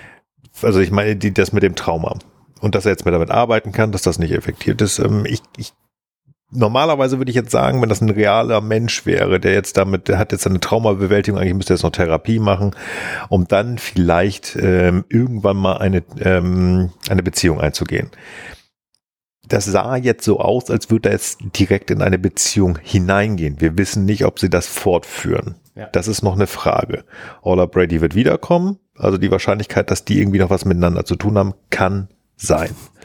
also ich meine, die, das mit dem Trauma und dass er jetzt mehr damit arbeiten kann, dass das nicht effektiv ist. Ich, ich Normalerweise würde ich jetzt sagen, wenn das ein realer Mensch wäre, der jetzt damit, der hat jetzt eine Traumabewältigung, eigentlich müsste er jetzt noch Therapie machen, um dann vielleicht ähm, irgendwann mal eine, ähm, eine Beziehung einzugehen. Das sah jetzt so aus, als würde er jetzt direkt in eine Beziehung hineingehen. Wir wissen nicht, ob sie das fortführen. Ja. Das ist noch eine Frage. Orla Brady wird wiederkommen, also die Wahrscheinlichkeit, dass die irgendwie noch was miteinander zu tun haben, kann sein.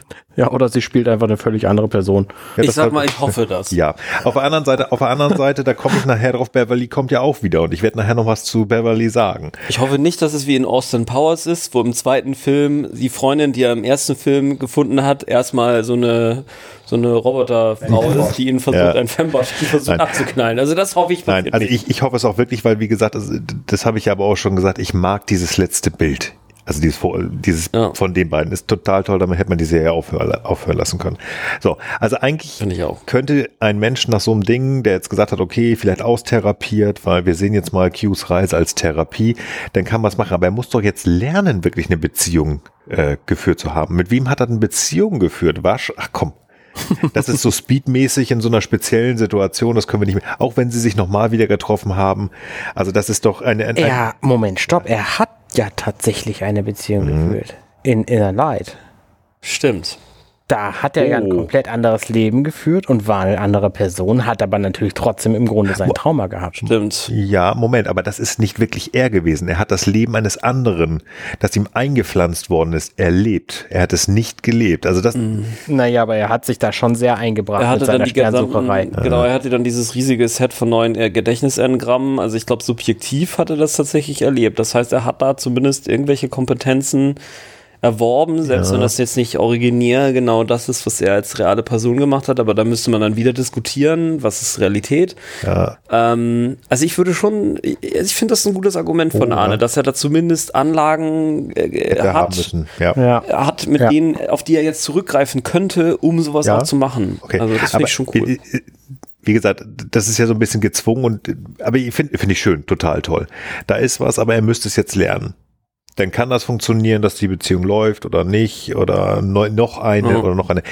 Ja, oder sie spielt einfach eine völlig andere Person. Ja, ich sag halt, mal, ich hoffe das. Ja, auf der anderen Seite, auf der anderen Seite, da komme ich nachher drauf, Beverly kommt ja auch wieder und ich werde nachher noch was zu Beverly sagen. Ich hoffe nicht, dass es wie in Austin Powers ist, wo im zweiten Film die Freundin, die er im ersten Film gefunden hat, erstmal so eine so eine Roboterfrau ist, die ihn versucht, ja. ein Fembot versucht Nein. abzuknallen. Also das hoffe ich. Nein, also ich, ich hoffe es auch wirklich, weil wie gesagt, das, das habe ich ja aber auch schon gesagt, ich mag dieses letzte Bild. Also dieses, dieses ja. von den beiden ist total toll, damit hätte man die Serie aufhören, aufhören lassen können. So, also eigentlich könnte ein Mensch nach so einem Ding, der jetzt gesagt hat, okay, vielleicht austherapiert, weil wir sehen jetzt mal Q's Reise als Therapie, dann kann man es machen. Aber er muss doch jetzt lernen, wirklich eine Beziehung äh, geführt zu haben. Mit wem hat er eine Beziehung geführt? Wasch? Ach komm. Das ist so speedmäßig in so einer speziellen Situation, das können wir nicht mehr, auch wenn sie sich nochmal wieder getroffen haben. Also das ist doch eine... eine ja, Moment, stopp, er hat ja tatsächlich eine Beziehung mhm. geführt. In Inner Light. Stimmt. Da hat er oh. ja ein komplett anderes Leben geführt und war eine andere Person, hat aber natürlich trotzdem im Grunde sein Trauma gehabt. Stimmt. Ja, Moment, aber das ist nicht wirklich er gewesen. Er hat das Leben eines anderen, das ihm eingepflanzt worden ist, erlebt. Er hat es nicht gelebt. Also das. Mhm. Naja, aber er hat sich da schon sehr eingebracht er hatte mit seiner dann die Sternsucherei. Gesamten, genau, er hatte dann dieses riesige Set von neuen äh, Gedächtnisengrammen. Also ich glaube, subjektiv hat er das tatsächlich erlebt. Das heißt, er hat da zumindest irgendwelche Kompetenzen erworben, selbst ja. wenn das jetzt nicht originär genau das ist, was er als reale Person gemacht hat, aber da müsste man dann wieder diskutieren, was ist Realität. Ja. Ähm, also ich würde schon, ich, ich finde das ein gutes Argument von oh, Arne, ja. dass er da zumindest Anlagen äh, hat, ja. Ja. hat, mit ja. denen, auf die er jetzt zurückgreifen könnte, um sowas ja. auch zu machen. Okay. Also das finde ich schon cool. Wie, wie gesagt, das ist ja so ein bisschen gezwungen und, aber ich finde, finde ich schön, total toll. Da ist was, aber er müsste es jetzt lernen. Dann kann das funktionieren, dass die Beziehung läuft oder nicht oder no, noch eine mhm. oder noch eine.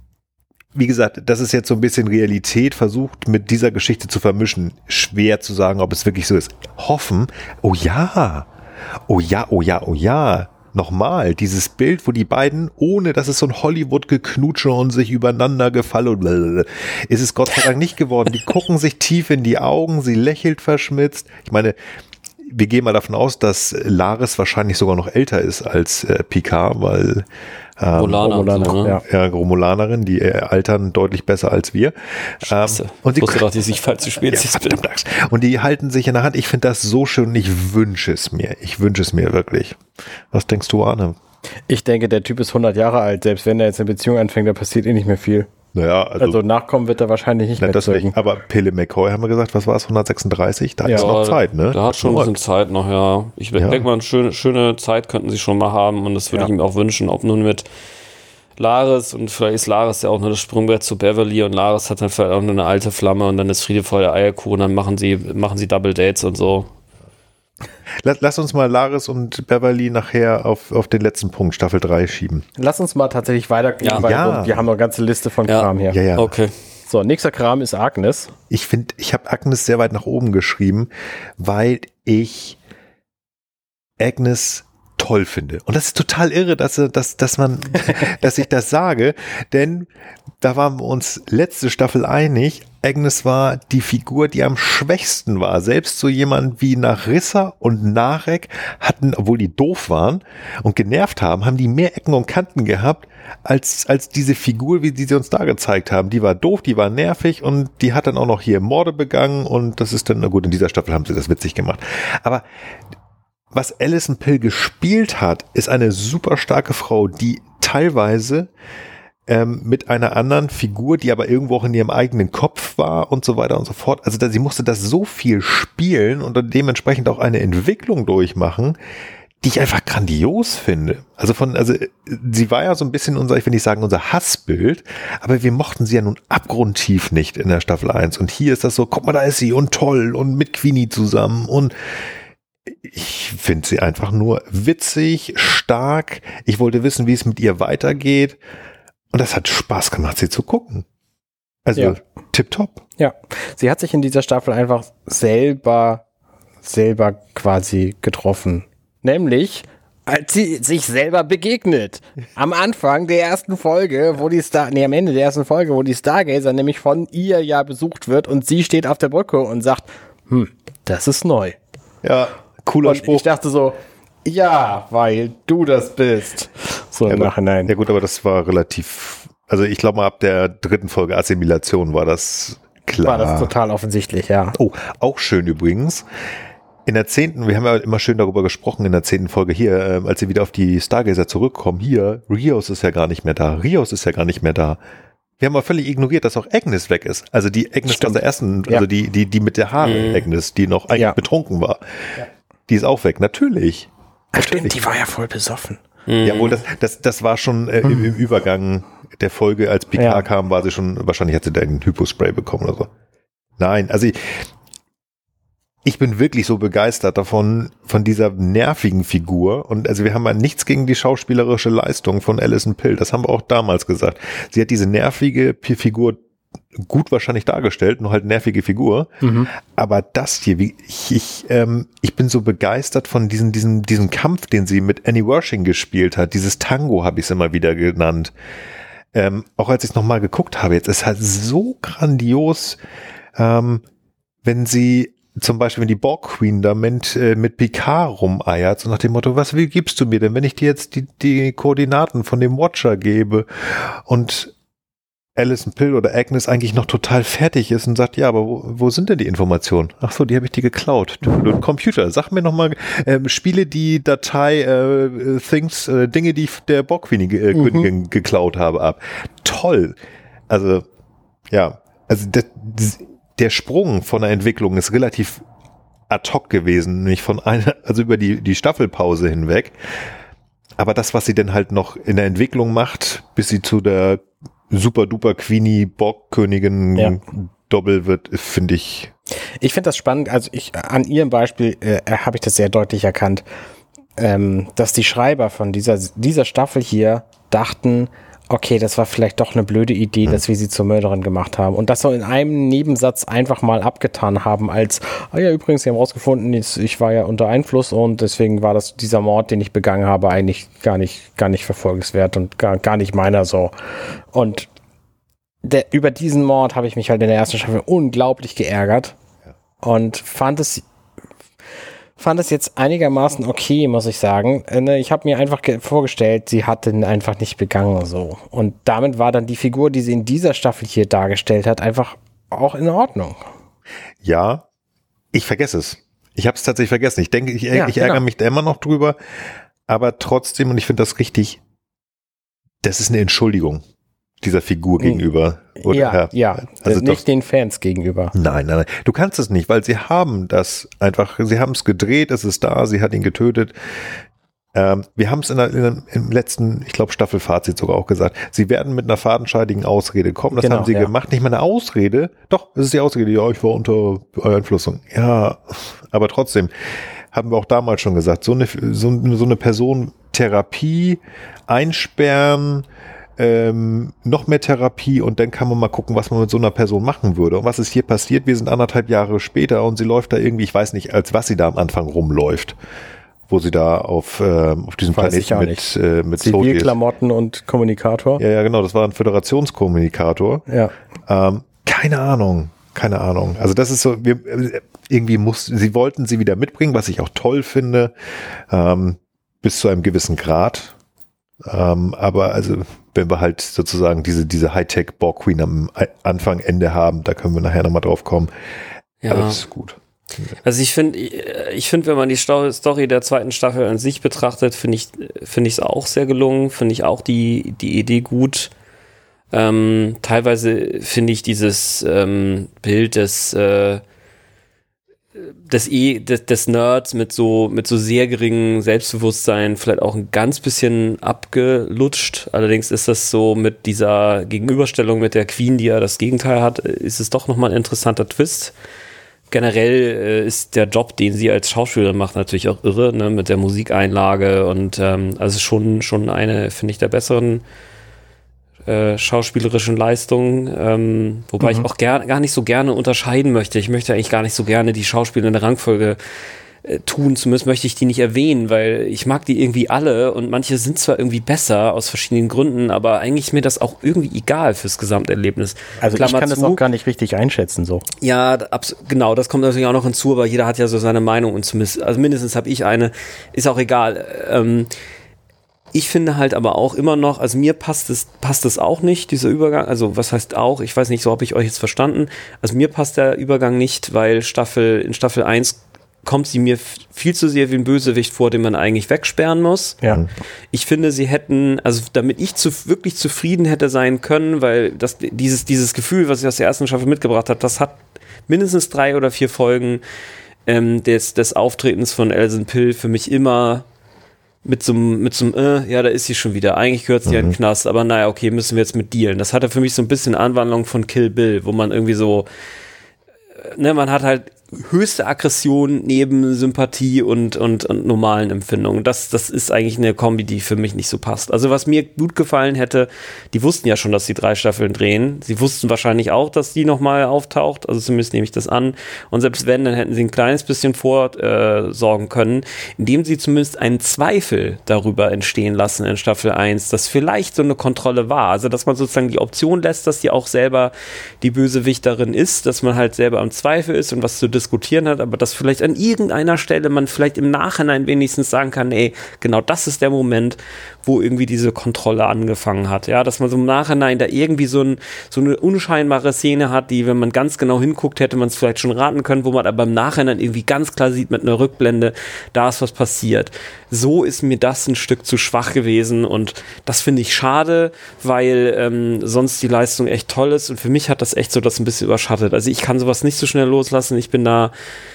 Wie gesagt, das ist jetzt so ein bisschen Realität versucht mit dieser Geschichte zu vermischen. Schwer zu sagen, ob es wirklich so ist. Hoffen, oh ja, oh ja, oh ja, oh ja. Nochmal, dieses Bild, wo die beiden, ohne dass es so ein Hollywood-Geknutsche und sich übereinander gefallen und blablabla, ist es Gott sei Dank nicht geworden. Die gucken sich tief in die Augen, sie lächelt verschmitzt. Ich meine, wir gehen mal davon aus, dass Laris wahrscheinlich sogar noch älter ist als äh, Picard, weil ähm, Romulaner, so, ne? ja, ja, Romulanerin, die äh, altern deutlich besser als wir. Scheiße. Ähm, und ich wusste doch, die sich falsche Spezies ja, bin. Und die halten sich in der Hand. Ich finde das so schön und ich wünsche es mir. Ich wünsche es mir wirklich. Was denkst du, Arne? Ich denke, der Typ ist hundert Jahre alt. Selbst wenn er jetzt eine Beziehung anfängt, da passiert eh nicht mehr viel. Naja, also, also nachkommen wird er wahrscheinlich nicht ne, mehr das zeugen. Nicht. Aber Pele McCoy haben wir gesagt, was war es, hundertsechsunddreißig? Da ja, ist noch Zeit, ne? Da hat schon ein bisschen Zeit noch, ja. Ich ja. denke mal, eine schöne, schöne Zeit könnten sie schon mal haben und das würde ja. ich ihm auch wünschen, ob nun mit Laris und vielleicht ist Laris ja auch nur das Sprungbrett zu Beverly und Laris hat dann vielleicht auch nur eine alte Flamme und dann ist Friede vor der Eierkuh und dann machen sie, machen sie Double Dates und so. Lass, lass uns mal Laris und Beverly nachher auf, auf den letzten Punkt, Staffel drei, schieben. Lass uns mal tatsächlich weitergehen, ja. weil ja. wir haben noch eine ganze Liste von ja. Kram hier. Ja, ja. Okay. So, nächster Kram ist Agnes. Ich finde, ich habe Agnes sehr weit nach oben geschrieben, weil ich Agnes toll finde. Und das ist total irre, dass, dass, dass man, dass ich das sage, denn da waren wir uns letzte Staffel einig, Agnes war die Figur, die am schwächsten war. Selbst so jemand wie Narissa und Narek hatten, obwohl die doof waren und genervt haben, haben die mehr Ecken und Kanten gehabt, als, als diese Figur, wie die sie uns da gezeigt haben. Die war doof, die war nervig und die hat dann auch noch hier Morde begangen und das ist dann, na gut, in dieser Staffel haben sie das witzig gemacht. Aber was Alison Pill gespielt hat, ist eine super starke Frau, die teilweise ähm, mit einer anderen Figur, die aber irgendwo auch in ihrem eigenen Kopf war und so weiter und so fort. Also da, sie musste das so viel spielen und dann dementsprechend auch eine Entwicklung durchmachen, die ich einfach grandios finde. Also von, also sie war ja so ein bisschen unser, ich will nicht sagen unser Hassbild, aber wir mochten sie ja nun abgrundtief nicht in der Staffel eins. Und hier ist das so, guck mal, da ist sie und toll und mit Queenie zusammen und ich finde sie einfach nur witzig, stark. Ich wollte wissen, wie es mit ihr weitergeht. Und das hat Spaß gemacht, sie zu gucken. Also ja. tipptopp. Ja, sie hat sich in dieser Staffel einfach selber, selber quasi getroffen. Nämlich, als sie sich selber begegnet. Am Anfang der ersten Folge, wo die Star, nee, am Ende der ersten Folge, wo die Stargazer nämlich von ihr ja besucht wird und sie steht auf der Brücke und sagt, hm, das ist neu. Ja. Cooler und Spruch. Ich dachte so, ja, weil du das bist. So im ja, Nachhinein. Ja gut, aber das war relativ, also ich glaube mal ab der dritten Folge Assimilation war das klar. War das total offensichtlich, ja. Oh, auch schön übrigens. In der zehnten, wir haben ja immer schön darüber gesprochen in der zehnten Folge hier, äh, als sie wieder auf die Stargazer zurückkommen, hier, Rios ist ja gar nicht mehr da, Rios ist ja gar nicht mehr da. Wir haben mal völlig ignoriert, dass auch Agnes weg ist. Also die Agnes Stimmt. von der ersten, Ja. also die, die, die mit der Haare Mhm. Agnes, die noch eigentlich Ja. betrunken war. Ja. Die ist auch weg, natürlich. Ach, stimmt, die war ja voll besoffen. Ja, wohl, das, das, das war schon äh, im, im Übergang der Folge, als Picard Ja. kam, war sie schon, wahrscheinlich hat sie da einen Hypospray bekommen oder so. Nein, also ich, ich bin wirklich so begeistert davon, von dieser nervigen Figur. Und also wir haben ja nichts gegen die schauspielerische Leistung von Alison Pill. Das haben wir auch damals gesagt. Sie hat diese nervige P- Figur gut wahrscheinlich dargestellt, nur halt nervige Figur. Mhm. Aber das hier, wie ich, ich, ähm, ich bin so begeistert von diesem, diesem, diesem Kampf, den sie mit Annie Wershing gespielt hat. Dieses Tango habe ich es immer wieder genannt. Ähm, auch als ich es nochmal geguckt habe, jetzt ist halt so grandios, ähm, wenn sie zum Beispiel, wenn die Borg Queen da mit, äh, mit Picard rumeiert, so nach dem Motto, was wie gibst du mir denn, wenn ich dir jetzt die, die Koordinaten von dem Watcher gebe und Alison Pill oder Agnes eigentlich noch total fertig ist und sagt, ja, aber wo, wo sind denn die Informationen? Ach so, die habe ich dir geklaut. Du, du Computer, sag mir nochmal, ähm, spiele die Datei äh, Things, äh, Dinge, die ich der Borg Queen äh, Königin Mhm. geklaut habe, ab. Toll. Also, ja, also das, das, der Sprung von der Entwicklung ist relativ ad hoc gewesen, nämlich von einer, also über die, die Staffelpause hinweg. Aber das, was sie denn halt noch in der Entwicklung macht, bis sie zu der super duper Queenie Borg-Königin Ja. Doppel wird, finde ich. Ich finde das spannend, also ich, an ihrem Beispiel äh, habe ich das sehr deutlich erkannt, ähm, dass die Schreiber von dieser, dieser Staffel hier dachten, okay, das war vielleicht doch eine blöde Idee, hm. dass wir sie zur Mörderin gemacht haben. Und das so in einem Nebensatz einfach mal abgetan haben als, ah ja, übrigens, sie haben rausgefunden, ich war ja unter Einfluss und deswegen war das dieser Mord, den ich begangen habe, eigentlich gar nicht, gar nicht verfolgenswert und gar, gar nicht meiner so. Und der, über diesen Mord habe ich mich halt in der ersten Staffel unglaublich geärgert ja. und fand es fand es jetzt einigermaßen okay, muss ich sagen. Ich habe mir einfach vorgestellt, sie hat den einfach nicht begangen so. Und damit war dann die Figur, die sie in dieser Staffel hier dargestellt hat, einfach auch in Ordnung. Ja, ich vergesse es. Ich habe es tatsächlich vergessen. Ich denke, ich, ja, ich genau. ärgere mich da immer noch drüber. Aber trotzdem, und ich finde das richtig, das ist eine Entschuldigung dieser Figur gegenüber. Oder, ja, ja, ja. Also nicht doch, den Fans gegenüber. Nein, nein, nein. Du kannst es nicht, weil sie haben das einfach, sie haben es gedreht, es ist da, sie hat ihn getötet. Ähm, wir haben es in der, in der, im letzten, ich glaube, Staffelfazit sogar auch gesagt, sie werden mit einer fadenscheidigen Ausrede kommen. Das genau, haben sie ja. gemacht. Nicht mal eine Ausrede. Doch, es ist die Ausrede. Ja, ich war unter Beeinflussung. Ja, aber trotzdem haben wir auch damals schon gesagt, so eine, so, so eine Person Therapie einsperren, Ähm, noch mehr Therapie und dann kann man mal gucken, was man mit so einer Person machen würde. Und was ist hier passiert? Wir sind anderthalb Jahre später und sie läuft da irgendwie, ich weiß nicht, als was sie da am Anfang rumläuft, wo sie da auf, ähm, auf diesem weiß Planeten mit, äh, mit Zivilklamotten und Kommunikator. Ja, ja, genau, das war ein Föderationskommunikator. Ja. Ähm, keine Ahnung, keine Ahnung. Also das ist so, wir, irgendwie muss, sie wollten sie wieder mitbringen, was ich auch toll finde, ähm, bis zu einem gewissen Grad. Ähm, aber also, wenn wir halt sozusagen diese, diese Hightech Borg Queen am Anfang, Ende haben, da können wir nachher nochmal drauf kommen. Ja. Aber das ist gut. Also ich finde, ich finde, wenn man die Story der zweiten Staffel an sich betrachtet, finde ich, finde ich es auch sehr gelungen, finde ich auch die, die Idee gut. Ähm, teilweise finde ich dieses ähm, Bild des, äh, des, e, des, des Nerds mit so, mit so sehr geringem Selbstbewusstsein vielleicht auch ein ganz bisschen abgelutscht. Allerdings ist das so mit dieser Gegenüberstellung mit der Queen, die ja das Gegenteil hat, ist es doch nochmal ein interessanter Twist. Generell äh, ist der Job, den sie als Schauspielerin macht, natürlich auch irre, ne, mit der Musikeinlage und ähm, also schon, schon eine, finde ich, der besseren äh, schauspielerischen Leistungen, ähm, wobei mhm. ich auch gar, gar nicht so gerne unterscheiden möchte. Ich möchte eigentlich gar nicht so gerne die Schauspieler in der Rangfolge äh, tun, zumindest möchte ich die nicht erwähnen, weil ich mag die irgendwie alle und manche sind zwar irgendwie besser aus verschiedenen Gründen, aber eigentlich ist mir das auch irgendwie egal fürs Gesamterlebnis. Also Klammer ich kann zu, das auch gar nicht richtig einschätzen so. Ja, abs- genau, das kommt natürlich auch noch hinzu, aber jeder hat ja so seine Meinung und zumindest, also mindestens habe ich eine, ist auch egal. Ähm, Ich finde halt aber auch immer noch, also mir passt es, passt es auch nicht, dieser Übergang, also was heißt auch, ich weiß nicht, so habe ich euch jetzt verstanden, also mir passt der Übergang nicht, weil Staffel, in Staffel eins kommt sie mir viel zu sehr wie ein Bösewicht vor, den man eigentlich wegsperren muss. Ja. Ich finde, sie hätten, also damit ich zu, wirklich zufrieden hätte sein können, weil das, dieses, dieses Gefühl, was ich aus der ersten Staffel mitgebracht habe, das hat mindestens drei oder vier Folgen ähm, des, des Auftretens von Alison Pill für mich immer mit so einem, mit so einem, äh, ja, da ist sie schon wieder. Eigentlich gehört sie mhm. ja in den Knast, aber naja, okay, müssen wir jetzt mit dealen. Das hatte für mich so ein bisschen Anwandlung von Kill Bill, wo man irgendwie so, ne, man hat halt höchste Aggression neben Sympathie und, und, und normalen Empfindungen. Das, das ist eigentlich eine Kombi, die für mich nicht so passt. Also was mir gut gefallen hätte, die wussten ja schon, dass sie drei Staffeln drehen. Sie wussten wahrscheinlich auch, dass die nochmal auftaucht. Also zumindest nehme ich das an. Und selbst wenn, dann hätten sie ein kleines bisschen vorsorgen äh, können, indem sie zumindest einen Zweifel darüber entstehen lassen in Staffel eins, dass vielleicht so eine Kontrolle war. Also dass man sozusagen die Option lässt, dass die auch selber die Bösewichterin ist, dass man halt selber am Zweifel ist und was zu diskutieren hat, aber dass vielleicht an irgendeiner Stelle man vielleicht im Nachhinein wenigstens sagen kann, ey, genau das ist der Moment, wo irgendwie diese Kontrolle angefangen hat, ja, dass man so im Nachhinein da irgendwie so, ein, so eine unscheinbare Szene hat, die, wenn man ganz genau hinguckt, hätte man es vielleicht schon raten können, wo man aber im Nachhinein irgendwie ganz klar sieht mit einer Rückblende, da ist was passiert. So ist mir das ein Stück zu schwach gewesen und das finde ich schade, weil ähm, sonst die Leistung echt toll ist und für mich hat das echt so das ein bisschen überschattet. Also ich kann sowas nicht so schnell loslassen, ich bin da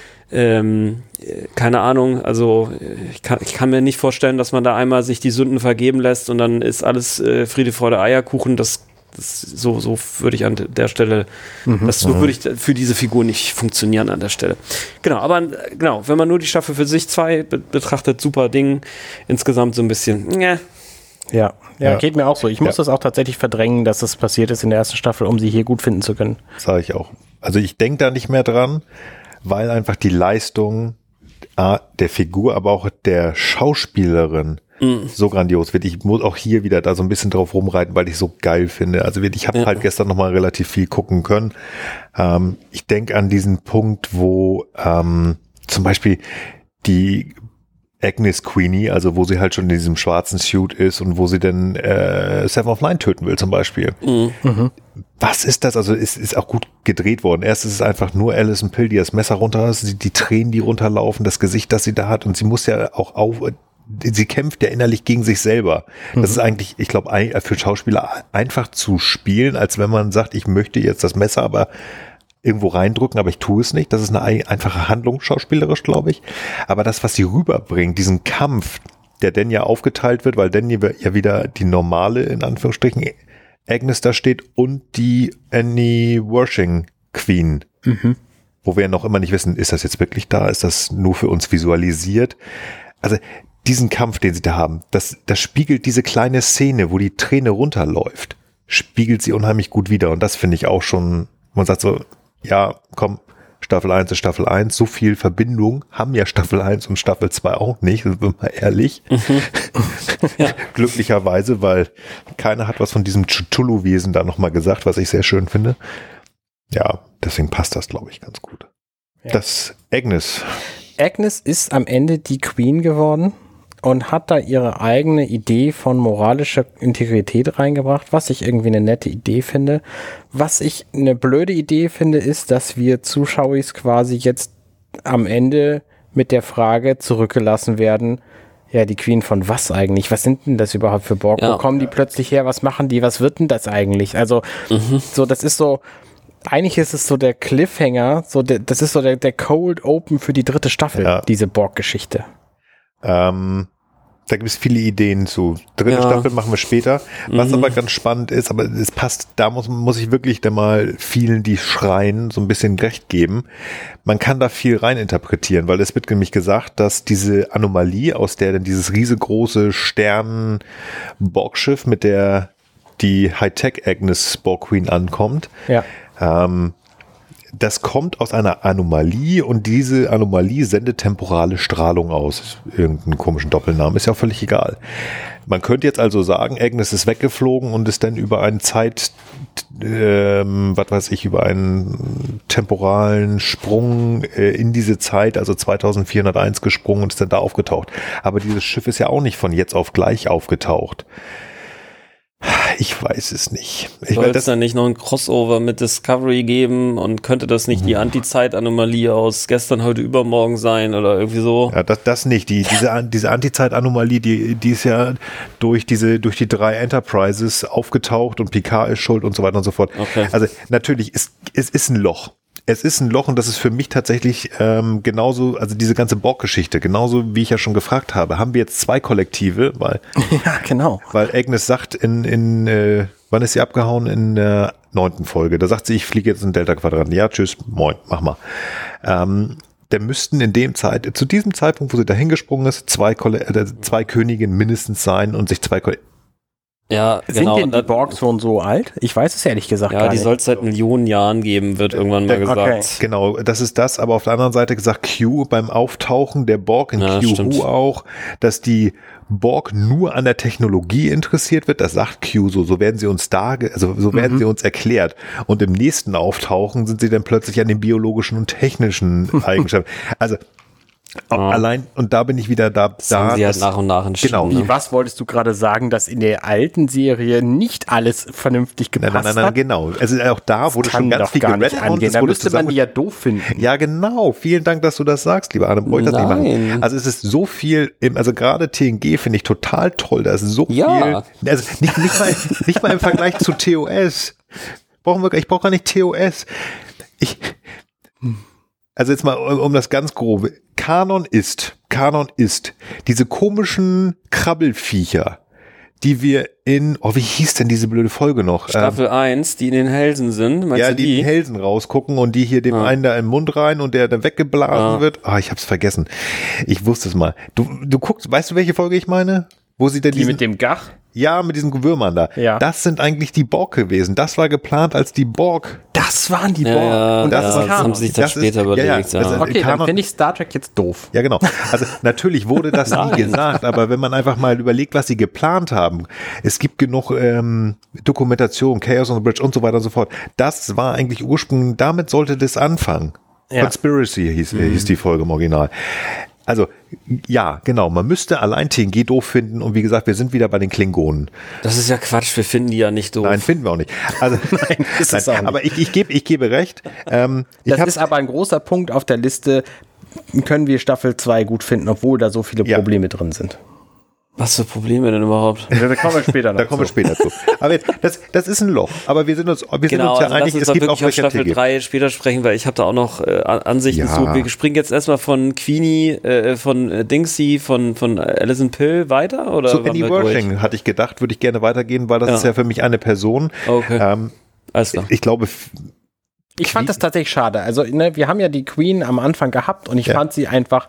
Ähm, keine Ahnung, also ich kann, ich kann mir nicht vorstellen, dass man da einmal sich die Sünden vergeben lässt und dann ist alles äh, Friede, Freude, Eierkuchen, das, das so, so würde ich an der Stelle, mhm, das so würde ich für diese Figur nicht funktionieren an der Stelle. Genau, aber genau, wenn man nur die Staffel für sich zwei be- betrachtet, super Ding, insgesamt so ein bisschen, ja. Ja, ja, geht mir auch so. Ich muss ja. das auch tatsächlich verdrängen, dass das passiert ist in der ersten Staffel, um sie hier gut finden zu können. Sage ich auch. Also ich denke da nicht mehr dran, weil einfach die Leistung äh, der Figur, aber auch der Schauspielerin mm. so grandios wird. Ich muss auch hier wieder da so ein bisschen drauf rumreiten, weil ich so geil finde. Also ich habe ja. halt gestern nochmal relativ viel gucken können. Ähm, ich denke an diesen Punkt, wo ähm, zum Beispiel die Agnes Queenie, also wo sie halt schon in diesem schwarzen Suit ist und wo sie dann äh, Seven of Nine töten will zum Beispiel. Mhm. Was ist das? Also es ist auch gut gedreht worden. Erst ist es einfach nur Alison Pill, die das Messer runter hat, die, die Tränen, die runterlaufen, das Gesicht, das sie da hat und sie muss ja auch auf, sie kämpft ja innerlich gegen sich selber. Das mhm. ist eigentlich, ich glaube, für Schauspieler einfach zu spielen, als wenn man sagt, ich möchte jetzt das Messer aber irgendwo reindrücken, aber ich tue es nicht. Das ist eine einfache Handlung, schauspielerisch, glaube ich. Aber das, was sie rüberbringt, diesen Kampf, der denn ja aufgeteilt wird, weil denn ja wieder die normale, in Anführungsstrichen, Agnes da steht und die Annie Wershing Queen. Mhm. Wo wir ja noch immer nicht wissen, ist das jetzt wirklich da? Ist das nur für uns visualisiert? Also diesen Kampf, den sie da haben, das, das spiegelt diese kleine Szene, wo die Träne runterläuft, spiegelt sie unheimlich gut wider. Und das finde ich auch schon, man sagt so, ja, komm, Staffel eins ist Staffel eins, so viel Verbindung haben ja Staffel eins und Staffel zwei auch nicht, sind wir mal ehrlich. Mhm. Ja. Glücklicherweise, weil keiner hat was von diesem Cthulhu-Wesen da nochmal gesagt, was ich sehr schön finde. Ja, deswegen passt das, glaube ich, ganz gut. Ja. Das Agnes. Agnes ist am Ende die Queen geworden und hat da ihre eigene Idee von moralischer Integrität reingebracht, was ich irgendwie eine nette Idee finde. Was ich eine blöde Idee finde, ist, dass wir Zuschauer quasi jetzt am Ende mit der Frage zurückgelassen werden, ja, die Queen von was eigentlich? Was sind denn das überhaupt für Borg? Ja. Wo kommen die plötzlich her? Was machen die? Was wird denn das eigentlich? Also, mhm. so, das ist so, eigentlich ist es so der Cliffhanger, so der, das ist so der, der Cold Open für die dritte Staffel, ja. diese Borg-Geschichte. Ähm, da gibt es viele Ideen zu. Dritte ja. Staffel machen wir später. Was mhm. aber ganz spannend ist, aber es passt, da muss, muss ich wirklich dann mal vielen, die schreien, so ein bisschen recht geben. Man kann da viel reininterpretieren, weil es wird nämlich gesagt, dass diese Anomalie, aus der dann dieses riesengroße Stern-Borgschiff, mit der die Hightech Agnes Borg Queen ankommt, ja. ähm, das kommt aus einer Anomalie und diese Anomalie sendet temporale Strahlung aus. Irgendeinen komischen Doppelnamen, ist ja auch völlig egal. Man könnte jetzt also sagen, Agnes ist weggeflogen und ist dann über einen Zeit, ähm, was weiß ich, über einen temporalen Sprung äh, in diese Zeit, also zweitausendvierhunderteins gesprungen und ist dann da aufgetaucht. Aber dieses Schiff ist ja auch nicht von jetzt auf gleich aufgetaucht. Ich weiß es nicht. Soll es dann nicht noch ein Crossover mit Discovery geben und könnte das nicht die Anti-Zeit-Anomalie aus gestern, heute, übermorgen sein oder irgendwie so? Ja, das, das nicht. Die, diese, diese Anti-Zeit-Anomalie, die, die ist ja durch diese, durch die drei Enterprises aufgetaucht und Picard ist schuld und so weiter und so fort. Okay. Also natürlich, es, es ist ein Loch. Es ist ein Loch und das ist für mich tatsächlich ähm, genauso, also diese ganze Borg-Geschichte, genauso wie ich ja schon gefragt habe, haben wir jetzt zwei Kollektive, weil ja, genau. Weil Agnes sagt in, in äh, wann ist sie abgehauen? In der neunten Folge. Da sagt sie, ich fliege jetzt in Delta-Quadranten. Ja, tschüss, moin, mach mal. Ähm, der müssten in dem Zeit, zu diesem Zeitpunkt, wo sie da hingesprungen ist, zwei, Kolle- äh, zwei Königinnen mindestens sein und sich zwei Kolle- Ja, Sind genau. denn die Borg schon so alt? Ich weiß es ehrlich gesagt ja, gar die nicht. soll es seit Millionen Jahren geben, wird irgendwann mal gesagt. Okay. Genau, das ist das, aber auf der anderen Seite gesagt Q beim Auftauchen der Borg in Ja, Q stimmt. auch, dass die Borg nur an der Technologie interessiert wird, das sagt Q so, so werden sie uns da, also so werden Mhm. sie uns erklärt und im nächsten Auftauchen sind sie dann plötzlich an den biologischen und technischen Eigenschaften. Also Ja. allein, und da bin ich wieder da. Das da haben sie halt das- nach und nach entschieden. Genau. Wie, was wolltest du gerade sagen, dass in der alten Serie nicht alles vernünftig Nein, gepasst nein, nein, nein, hat? genau. Also auch da wurde Kann schon ganz doch viel gar nicht gerettet und angehen. es Da wurde müsste man zusammen- die ja doof finden. Ja, genau. Vielen Dank, dass du das sagst, lieber Arne. Bräuchte das nicht Nein. machen. Also es ist so viel, im, also gerade T N G finde ich total toll. Da ist so Ja. viel. Also nicht, nicht, mal, nicht mal im Vergleich zu T O S. Brauchen wir, ich brauche gar nicht T O S. Ich, also jetzt mal um, um das ganz grobe. Kanon ist, Kanon ist diese komischen Krabbelfiecher, die wir in, oh, wie hieß denn diese blöde Folge noch? Staffel eins, die in den Hälsen sind, meinst Ja, du die, die? die Hälsen rausgucken und die hier dem Ja. einen da im Mund rein und der dann weggeblasen Ja. wird. Ah, ich hab's vergessen. Ich wusste es mal. Du, du guckst, weißt du, welche Folge ich meine? Wo sie denn Die diesen, mit dem Gach? ja, mit diesen Würmern da. Ja. Das sind eigentlich die Borg gewesen. Das war geplant als die Borg. Das waren die Ja, Borg. ja, Und das ja, ist das Kanon. haben sie sich dann Das ist- später ja, ja, überlegt. Ja, also- Okay, dann Kanon- finde ich Star Trek jetzt doof. Ja, genau. Also natürlich wurde das nie gesagt, aber wenn man einfach mal überlegt, was sie geplant haben, es gibt genug ähm, Dokumentation, Chaos on the Bridge und so weiter und so fort. Das war eigentlich ursprünglich, damit sollte das anfangen. Ja. Conspiracy hieß, äh, hieß die Folge im Original. Also, ja, genau, man müsste allein T N G doof finden und wie gesagt, wir sind wieder bei den Klingonen. Das ist ja Quatsch, wir finden die ja nicht doof. Nein, finden wir auch nicht. Also, nein, ist es auch nicht. aber ich, ich, gebe, ich gebe recht. Ähm, ich Das hab, ist aber ein großer Punkt auf der Liste. Können wir Staffel zwei gut finden, obwohl da so viele Ja. Probleme drin sind. Was für Probleme denn überhaupt? Da kommen wir später noch da kommen wir zu. später zu. Aber jetzt, das, das ist ein Loch. Aber wir sind uns, wir sind Genau, uns ja also einig, lass uns es doch gibt auch wirklich auf welche Staffel Artikel. drei später sprechen, weil ich habe da auch noch äh, Ansichten Ja. zu. Wir springen jetzt erstmal von Queenie, äh, von äh, Dingsy, von, von Alison Pill weiter? Oder Zu waren Annie wir durch? Worthing hatte ich gedacht, würde ich gerne weitergehen, weil das Ja. ist ja für mich eine Person. Okay, Ähm, alles klar. ich glaube, f- Ich fand das tatsächlich schade. Also, ne, wir haben ja die Queen am Anfang gehabt und ich Ja. fand sie einfach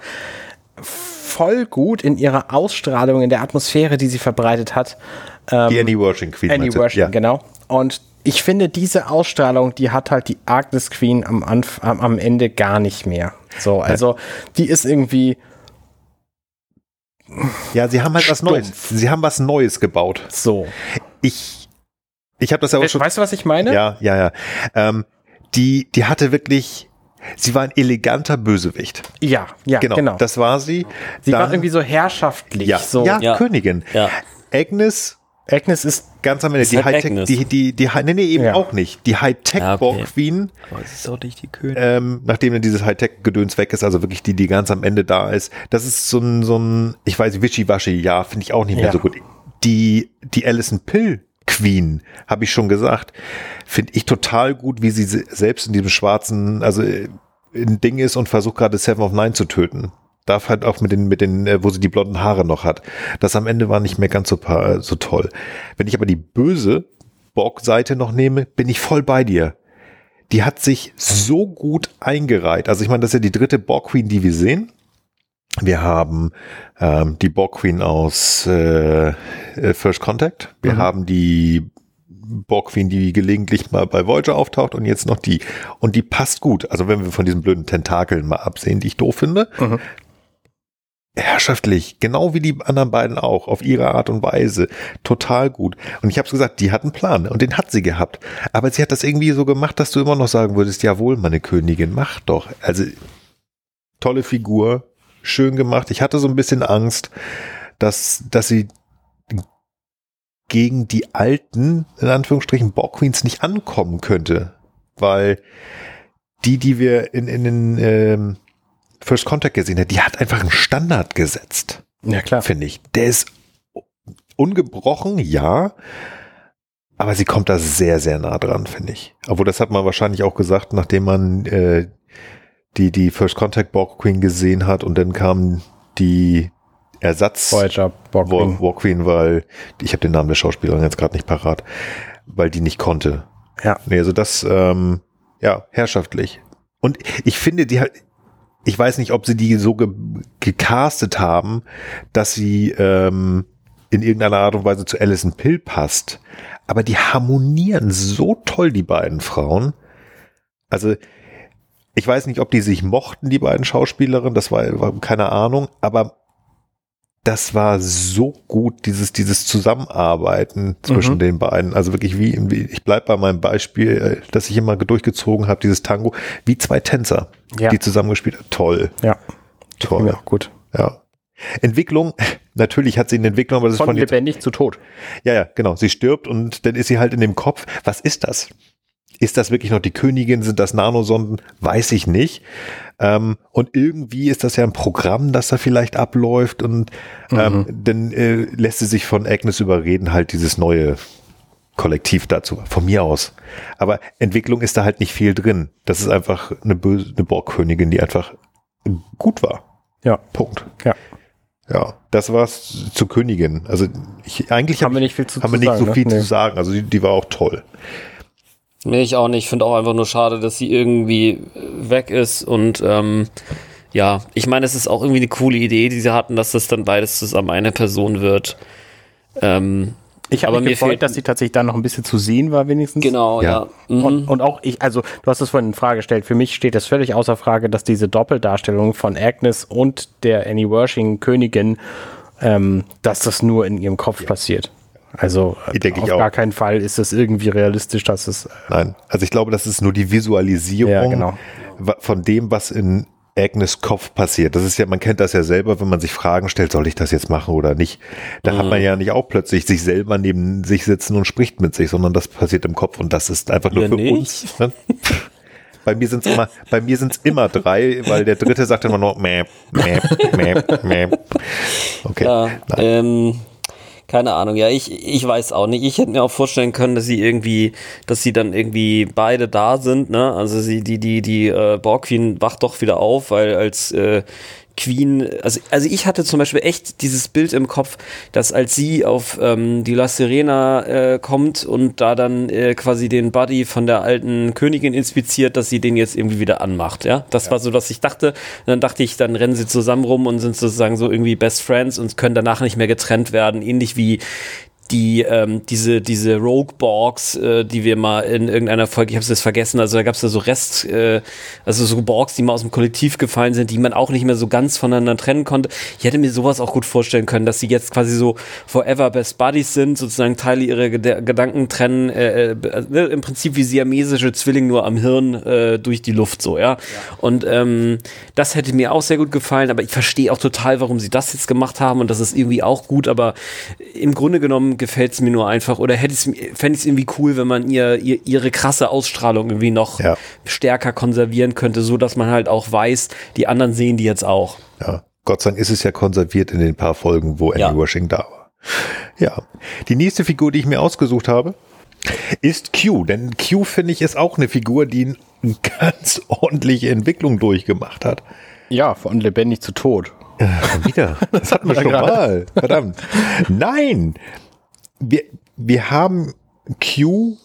voll gut in ihrer Ausstrahlung, in der Atmosphäre, die sie verbreitet hat. Ähm, die Annie Worthing Queen. Annie meinst du? Worthing, ja. genau. Und ich finde, diese Ausstrahlung, die hat halt die Agnes Queen am, Anf am, am Ende gar nicht mehr. So, also die ist irgendwie Ja, sie haben halt was Stumpf. Neues. Sie haben was Neues gebaut. so. Ich, ich habe das ja auch We schon. weißt du, was ich meine? Ja, ja, ja. Ähm, die, die hatte wirklich. Sie war ein eleganter Bösewicht. Ja, ja, Genau, genau. das war sie. sie Dann- war irgendwie so herrschaftlich. ja, so. ja, Ja. Königin. Ja. Agnes, Agnes ist ganz am Ende, Ist die halt Hightech, Agnes. die, die, die, nee, nee, eben Ja. auch nicht. Die Hightech Ja, okay. Borg Queen, Aber es ist auch nicht die Königin. ähm, nachdem dann dieses Hightech-Gedöns weg ist, also wirklich die, die ganz am Ende da ist. Das ist so ein, so ein, ich weiß, Wischiwaschi, ja, finde ich auch nicht mehr Ja. so gut. Die, die Alison Pill Queen, habe ich schon gesagt, finde ich total gut, wie sie se- selbst in diesem schwarzen, also äh, ein Ding ist und versucht gerade Seven of Nine zu töten. Darf halt auch mit den, mit den, äh, wo sie die blonden Haare noch hat. Das am Ende war nicht mehr ganz so, pa- so toll. Wenn ich aber die böse Borg-Seite noch nehme, bin ich voll bei dir. Die hat sich so gut eingereiht. Also ich meine, das ist ja die dritte Borg Queen, die wir sehen. Wir haben ähm, die Borg Queen aus äh, äh, First Contact. Wir Mhm. haben die Borg Queen, die gelegentlich mal bei Voyager auftaucht und jetzt noch die. Und die passt gut. Also wenn wir von diesen blöden Tentakeln mal absehen, die ich doof finde. Mhm. Herrschaftlich, genau wie die anderen beiden auch, auf ihre Art und Weise, total gut. Und ich habe es gesagt, die hat einen Plan und den hat sie gehabt. Aber sie hat das irgendwie so gemacht, dass du immer noch sagen würdest, jawohl, meine Königin, mach doch. Also tolle Figur, schön gemacht. Ich hatte so ein bisschen Angst, dass, dass sie gegen die alten, in Anführungsstrichen, Borg Queens nicht ankommen könnte. Weil die, die wir in, in den ähm, First Contact gesehen hat, die hat einfach einen Standard gesetzt. Ja, klar. Finde ich. Der ist ungebrochen, ja, aber sie kommt da sehr, sehr nah dran, finde ich. Obwohl, das hat man wahrscheinlich auch gesagt, nachdem man äh, die, die First Contact Borg Queen gesehen hat und dann kam die Ersatz Voyager Borg Queen. Borg Queen, weil ich habe den Namen der Schauspielerin jetzt gerade nicht parat, weil die nicht konnte. Ja. Nee, also das, ähm, ja, herrschaftlich. Und ich finde, die hat ich weiß nicht, ob sie die so ge- gecastet haben, dass sie ähm, in irgendeiner Art und Weise zu Alison Pill passt. Aber die harmonieren so toll, die beiden Frauen. Also ich weiß nicht, ob die sich mochten, die beiden Schauspielerinnen. Das war, war keine Ahnung. Aber das war so gut, dieses, dieses Zusammenarbeiten zwischen mhm. den beiden. Also wirklich wie, wie ich bleib bei meinem Beispiel, das ich immer durchgezogen habe, dieses Tango, wie zwei Tänzer, ja. die zusammengespielt haben. Toll. Ja. Toll. Ja, gut. Ja. Entwicklung, natürlich hat sie eine Entwicklung, aber das von ist von lebendig zu tot. Ja, ja, genau. Sie stirbt und dann ist sie halt in dem Kopf. Was ist das? Ist das wirklich noch die Königin? Sind das Nanosonden? Weiß ich nicht. Ähm, und irgendwie ist das ja ein Programm, das da vielleicht abläuft und ähm, mhm. dann äh, lässt sie sich von Agnes überreden, halt dieses neue Kollektiv dazu, von mir aus. Aber Entwicklung ist da halt nicht viel drin. Das ist einfach eine böse, eine Borgkönigin, die einfach gut war. Ja. Punkt. Ja. Ja, das war's zur Königin. Also ich, eigentlich haben hab wir nicht viel zu, haben wir zu nicht sagen, so viel ne? zu nee. sagen. Also die, die war auch toll. Nee, ich auch nicht. Ich finde auch einfach nur schade, dass sie irgendwie weg ist und ähm, ja, ich meine, es ist auch irgendwie eine coole Idee, die sie hatten, dass das dann beides zusammen eine Person wird. Ähm, ich habe mich gefreut, dass sie tatsächlich da noch ein bisschen zu sehen war, wenigstens. Genau, ja. ja. Mhm. Und, und auch ich, also du hast es vorhin in Frage gestellt, für mich steht das völlig außer Frage, dass diese Doppeldarstellung von Agnes und der Annie Wershing Königin, ähm, dass das nur in ihrem Kopf ja. passiert. Also ich auf ich gar keinen Fall ist es irgendwie realistisch, dass es... Nein, also ich glaube, das ist nur die Visualisierung ja, genau. von dem, was in Agnes Kopf passiert. Das ist ja, man kennt das ja selber, wenn man sich Fragen stellt, soll ich das jetzt machen oder nicht? Da mhm. hat man ja nicht auch plötzlich sich selber neben sich sitzen und spricht mit sich, sondern das passiert im Kopf und das ist einfach nur ja, für nicht. uns. Ne? Bei mir sind es immer, bei mir sind es immer drei, weil der dritte sagt immer noch mäh, mäh, mäh, mäh. Okay. Ja, ähm, keine Ahnung, ja, ich, ich weiß auch nicht. Ich hätte mir auch vorstellen können, dass sie irgendwie, dass sie dann irgendwie beide da sind, ne? Also sie, die, die, die äh, Borg Queen wacht doch wieder auf, weil als äh, Queen, also, also ich hatte zum Beispiel echt dieses Bild im Kopf, dass als sie auf ähm, die La Sirena äh, kommt und da dann äh, quasi den Buddy von der alten Königin inspiziert, dass sie den jetzt irgendwie wieder anmacht, ja. Das ja. war so, was ich dachte. Und dann dachte ich, dann rennen sie zusammen rum und sind sozusagen so irgendwie Best Friends und können danach nicht mehr getrennt werden, ähnlich wie die ähm, diese diese Rogue Borgs, äh, die wir mal in irgendeiner Folge, ich habe es jetzt vergessen, also da gab es da so Rest, äh, also so Borgs, die mal aus dem Kollektiv gefallen sind, die man auch nicht mehr so ganz voneinander trennen konnte. Ich hätte mir sowas auch gut vorstellen können, dass sie jetzt quasi so forever Best Buddies sind, sozusagen Teile ihrer Ged- Gedanken trennen, äh, äh, im Prinzip wie siamesische Zwillinge nur am Hirn äh, durch die Luft so, ja. ja. Und ähm, das hätte mir auch sehr gut gefallen, aber ich verstehe auch total, warum sie das jetzt gemacht haben und das ist irgendwie auch gut, aber im Grunde genommen gefällt es mir nur einfach oder hätte es, fände ich es irgendwie cool, wenn man ihr, ihr ihre krasse Ausstrahlung irgendwie noch ja. stärker konservieren könnte, so dass man halt auch weiß, die anderen sehen die jetzt auch. Ja, Gott sei Dank ist es ja konserviert in den paar Folgen, wo Annie ja. Wershing da war. Ja, die nächste Figur, die ich mir ausgesucht habe, ist Q, denn Q, finde ich, ist auch eine Figur, die eine ganz ordentliche Entwicklung durchgemacht hat. Ja, von lebendig zu tot. Ja, wieder. Das hatten wir schon mal. Verdammt. Nein! Wir, wir haben Q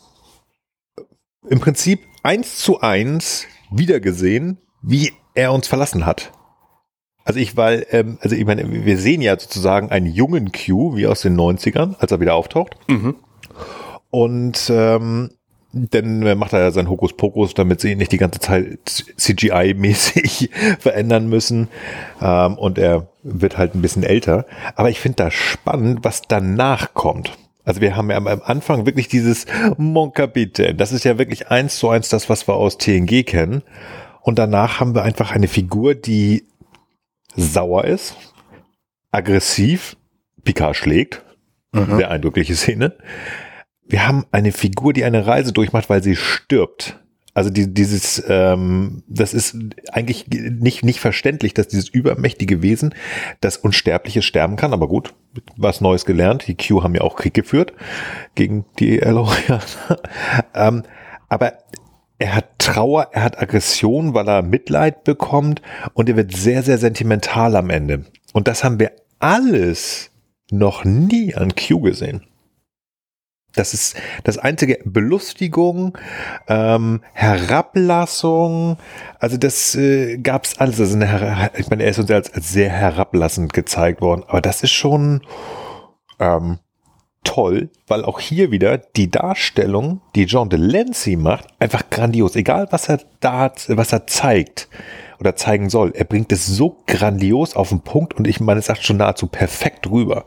im Prinzip eins zu eins wiedergesehen, wie er uns verlassen hat. Also ich, weil, ähm, also ich meine, wir sehen ja sozusagen einen jungen Q, wie aus den neunzigern, als er wieder auftaucht. Mhm. und ähm, dann macht er ja sein Hokuspokus, damit sie ihn nicht die ganze Zeit C G I-mäßig verändern müssen. Ähm, und er wird halt ein bisschen älter. Aber ich finde das spannend, was danach kommt. Also wir haben ja am Anfang wirklich dieses Mon Capitaine. Das ist ja wirklich eins zu eins das, was wir aus T N G kennen. Und danach haben wir einfach eine Figur, die sauer ist, aggressiv, Picard schlägt. Mhm. Sehr eindrückliche Szene. Wir haben eine Figur, die eine Reise durchmacht, weil sie stirbt. Also die, dieses, ähm, das ist eigentlich nicht, nicht verständlich, dass dieses übermächtige Wesen, das Unsterbliches sterben kann. Aber gut, was Neues gelernt. Die Q haben ja auch Krieg geführt gegen die Elorianer. ähm, aber er hat Trauer, er hat Aggression, weil er Mitleid bekommt und er wird sehr, sehr sentimental am Ende. Und das haben wir alles noch nie an Q gesehen. Das ist das einzige, Belustigung, ähm, Herablassung, also das äh, gab's alles. Also eine, ich meine, er ist uns als, als sehr herablassend gezeigt worden, aber das ist schon ähm, toll, weil auch hier wieder die Darstellung, die John de Lancie macht, einfach grandios. Egal, was er da, was er zeigt oder zeigen soll, er bringt es so grandios auf den Punkt und ich meine, es sagt schon nahezu perfekt rüber.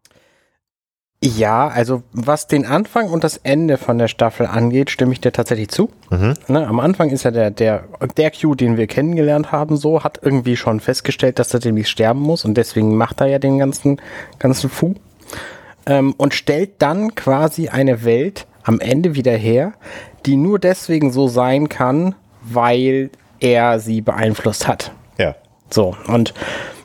Ja, also was den Anfang und das Ende von der Staffel angeht, stimme ich dir tatsächlich zu. Mhm. Ne, am Anfang ist ja der, der, der Q, den wir kennengelernt haben, so, hat irgendwie schon festgestellt, dass er demnächst sterben muss und deswegen macht er ja den ganzen, ganzen Fu. Ähm, und stellt dann quasi eine Welt am Ende wieder her, die nur deswegen so sein kann, weil er sie beeinflusst hat. Ja. So, und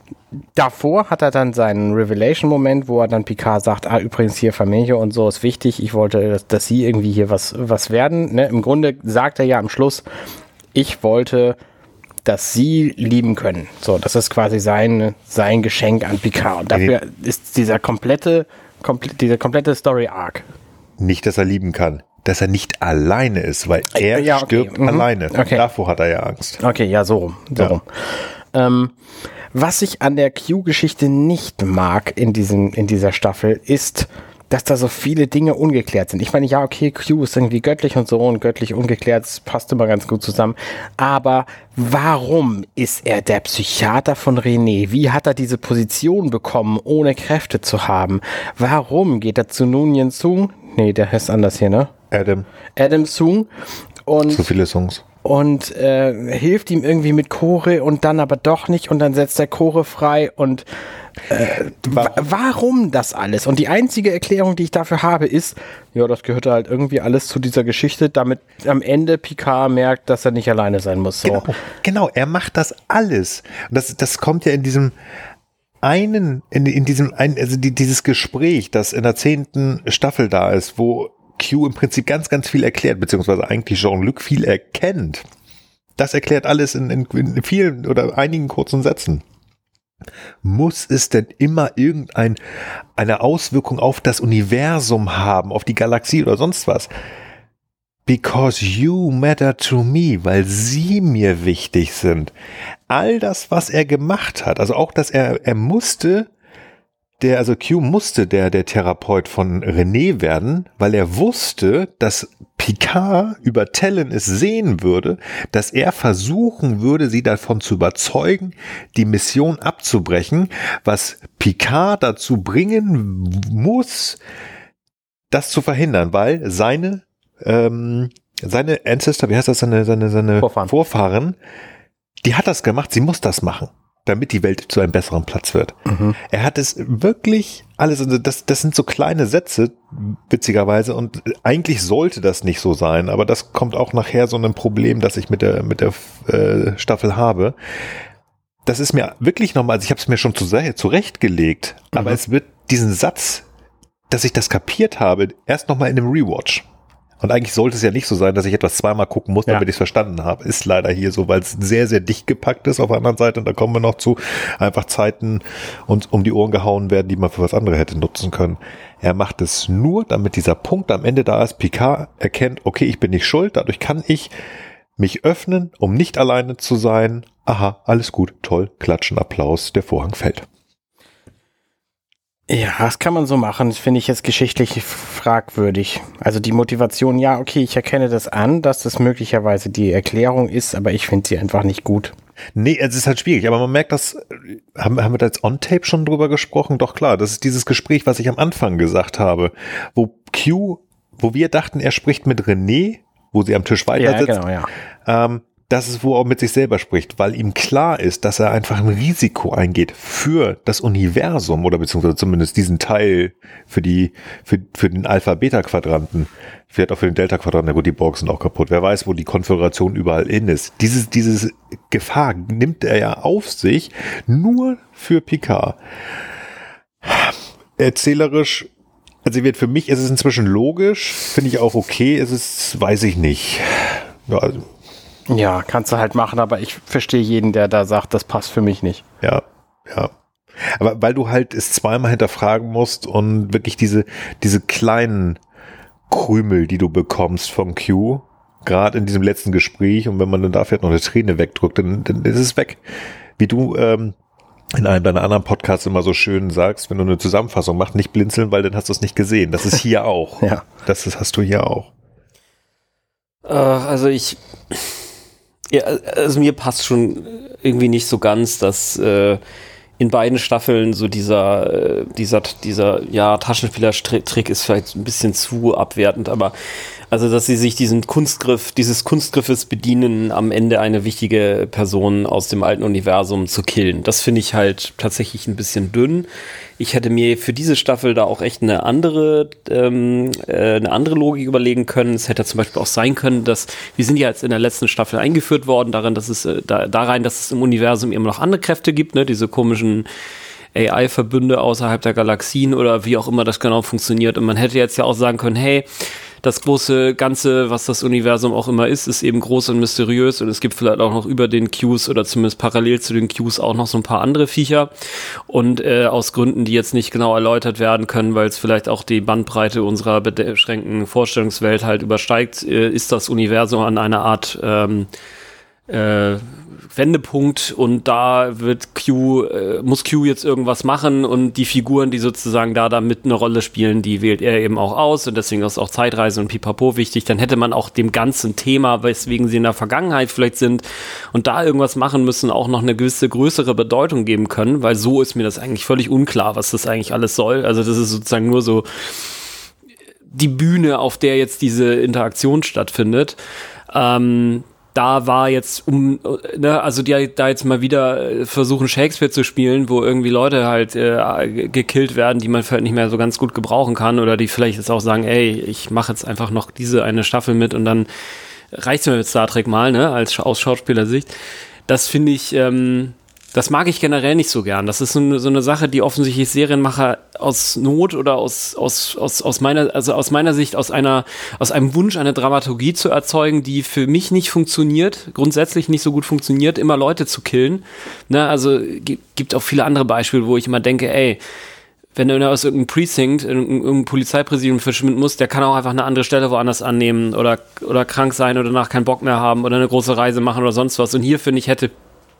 davor hat er dann seinen Revelation-Moment, wo er dann Picard sagt, ah, übrigens hier Familie und so ist wichtig, ich wollte, dass, dass sie irgendwie hier was, was werden. Ne? Im Grunde sagt er ja am Schluss, ich wollte, dass sie lieben können. So, das ist quasi sein, sein Geschenk an Picard. Und dafür nee. ist dieser komplette, komple- dieser komplette Story-Arc. Nicht, dass er lieben kann, dass er nicht alleine ist, weil er ja, okay. stirbt mhm. alleine. Okay. Davor hat er ja Angst. Okay, ja, so rum. So ja. rum. Ähm, Was ich an der Q-Geschichte nicht mag in diesem, in dieser Staffel ist, dass da so viele Dinge ungeklärt sind. Ich meine, ja, okay, Q ist irgendwie göttlich und so und göttlich ungeklärt, das passt immer ganz gut zusammen. Aber warum ist er der Psychiater von René? Wie hat er diese Position bekommen, ohne Kräfte zu haben? Warum geht er zu Noonien Soong? Nee, der heißt anders hier, ne? Adam. Adam Soong. Und so viele Songs. Und äh, hilft ihm irgendwie mit Kore und dann aber doch nicht und dann setzt er Kore frei und äh, wa- warum das alles? Und die einzige Erklärung, die ich dafür habe, ist, ja, das gehört halt irgendwie alles zu dieser Geschichte, damit am Ende Picard merkt, dass er nicht alleine sein muss. So. Genau, genau, er macht das alles. Und das, das kommt ja in diesem einen, in, in diesem, ein, also die, dieses Gespräch, das in der zehnten Staffel da ist, wo Q im Prinzip ganz, ganz viel erklärt, beziehungsweise eigentlich Jean-Luc viel erkennt. Das erklärt alles in, in, in vielen oder einigen kurzen Sätzen. Muss es denn immer irgendeine eine Auswirkung auf das Universum haben, auf die Galaxie oder sonst was? Because you matter to me, weil sie mir wichtig sind. All das, was er gemacht hat, also auch, dass er, er musste Der, also Q musste der, der Therapeut von René werden, weil er wusste, dass Picard über Talon es sehen würde, dass er versuchen würde, sie davon zu überzeugen, die Mission abzubrechen, was Picard dazu bringen muss, das zu verhindern, weil seine, ähm, seine Ancestor, wie heißt das, seine, seine, seine Vorfahren. Vorfahren, die hat das gemacht, sie muss das machen, damit die Welt zu einem besseren Platz wird. Mhm. Er hat es wirklich alles, also das, das sind so kleine Sätze, witzigerweise, und eigentlich sollte das nicht so sein, aber das kommt auch nachher so ein Problem, das ich mit der, mit der äh, Staffel habe. Das ist mir wirklich nochmal, also ich habe es mir schon zu, zurechtgelegt, mhm. aber es wird diesen Satz, dass ich das kapiert habe, erst nochmal in einem Rewatch. Und eigentlich sollte es ja nicht so sein, dass ich etwas zweimal gucken muss, damit ja. ich es verstanden habe. Ist leider hier so, weil es sehr, sehr dicht gepackt ist auf der anderen Seite. Und da kommen wir noch zu, einfach Zeiten uns um die Ohren gehauen werden, die man für was anderes hätte nutzen können. Er macht es nur, damit dieser Punkt am Ende da ist. Picard erkennt, okay, ich bin nicht schuld, dadurch kann ich mich öffnen, um nicht alleine zu sein. Aha, alles gut, toll, Klatschen, Applaus, der Vorhang fällt. Ja, das kann man so machen. Das finde ich jetzt geschichtlich fragwürdig. Also die Motivation, ja, okay, ich erkenne das an, dass das möglicherweise die Erklärung ist, aber ich finde sie einfach nicht gut. Nee, es ist halt schwierig, aber man merkt, dass, haben, haben wir da jetzt on-tape schon drüber gesprochen? Doch klar, das ist dieses Gespräch, was ich am Anfang gesagt habe, wo Q, wo wir dachten, er spricht mit René, wo sie am Tisch weiter sitzt. Ja, genau, ja. Ähm, das ist, wo er mit sich selber spricht, weil ihm klar ist, dass er einfach ein Risiko eingeht für das Universum oder beziehungsweise zumindest diesen Teil für die, für, für den Alpha-Beta-Quadranten, vielleicht auch für den Delta-Quadranten, ja gut, die Borgs sind auch kaputt, wer weiß, wo die Konfiguration überall in ist. Dieses, dieses Gefahr nimmt er ja auf sich, nur für Picard. Erzählerisch, also wird für mich, ist es inzwischen logisch, finde ich auch okay, ist es, weiß ich nicht. Ja, also, Ja, kannst du halt machen, aber ich verstehe jeden, der da sagt, das passt für mich nicht. Ja, ja. Aber weil du halt es zweimal hinterfragen musst und wirklich diese, diese kleinen Krümel, die du bekommst vom Q, gerade in diesem letzten Gespräch, und wenn man dann dafür noch eine Träne wegdrückt, dann, dann ist es weg. Wie du ähm, in einem deiner anderen Podcasts immer so schön sagst, wenn du eine Zusammenfassung machst, nicht blinzeln, weil dann hast du es nicht gesehen. Das ist hier auch. Ja. Das ist, hast du hier auch. Äh, also ich... Ja, also mir passt schon irgendwie nicht so ganz, dass äh, in beiden Staffeln so dieser, äh, dieser, dieser, ja, Taschenspieler-Trick ist vielleicht ein bisschen zu abwertend, aber also, dass sie sich diesen Kunstgriff, dieses Kunstgriffes bedienen, am Ende eine wichtige Person aus dem alten Universum zu killen. Das finde ich halt tatsächlich ein bisschen dünn. Ich hätte mir für diese Staffel da auch echt eine andere, ähm, äh, eine andere Logik überlegen können. Es hätte zum Beispiel auch sein können, dass wir sind ja jetzt in der letzten Staffel eingeführt worden, darin, dass es äh, da, da rein, dass es im Universum immer noch andere Kräfte gibt, ne, diese komischen A I-Verbünde außerhalb der Galaxien oder wie auch immer das genau funktioniert. Und man hätte jetzt ja auch sagen können, hey, das große Ganze, was das Universum auch immer ist, ist eben groß und mysteriös und es gibt vielleicht auch noch über den Qs oder zumindest parallel zu den Qs auch noch so ein paar andere Viecher und äh, aus Gründen, die jetzt nicht genau erläutert werden können, weil es vielleicht auch die Bandbreite unserer beschränkten Vorstellungswelt halt übersteigt, äh, ist das Universum an einer Art ähm, äh, Wendepunkt und da wird Q, äh, muss Q jetzt irgendwas machen und die Figuren, die sozusagen da damit eine Rolle spielen, die wählt er eben auch aus und deswegen ist auch Zeitreise und Pipapo wichtig. Dann hätte man auch dem ganzen Thema, weswegen sie in der Vergangenheit vielleicht sind und da irgendwas machen müssen, auch noch eine gewisse größere Bedeutung geben können, weil so ist mir das eigentlich völlig unklar, was das eigentlich alles soll. Also das ist sozusagen nur so die Bühne, auf der jetzt diese Interaktion stattfindet. Ähm, Da war jetzt, um, ne, also die da jetzt mal wieder versuchen, Shakespeare zu spielen, wo irgendwie Leute halt äh, gekillt werden, die man vielleicht nicht mehr so ganz gut gebrauchen kann oder die vielleicht jetzt auch sagen, ey, ich mache jetzt einfach noch diese eine Staffel mit und dann reicht's mir mit Star Trek mal, ne, als aus Schauspielersicht. Das finde ich, ähm, das mag ich generell nicht so gern. Das ist so eine, so eine Sache, die offensichtlich Serienmacher aus Not oder aus, aus, aus, aus meiner, also aus meiner Sicht aus einer, aus einem Wunsch, eine Dramaturgie zu erzeugen, die für mich nicht funktioniert, grundsätzlich nicht so gut funktioniert, immer Leute zu killen. Ne, also gibt, gibt auch viele andere Beispiele, wo ich immer denke, ey, wenn du aus irgendeinem Precinct, irgendeinem Polizeipräsidium verschwinden musst, der kann auch einfach eine andere Stelle woanders annehmen oder, oder krank sein oder danach keinen Bock mehr haben oder eine große Reise machen oder sonst was. Und hier, finde ich, hätte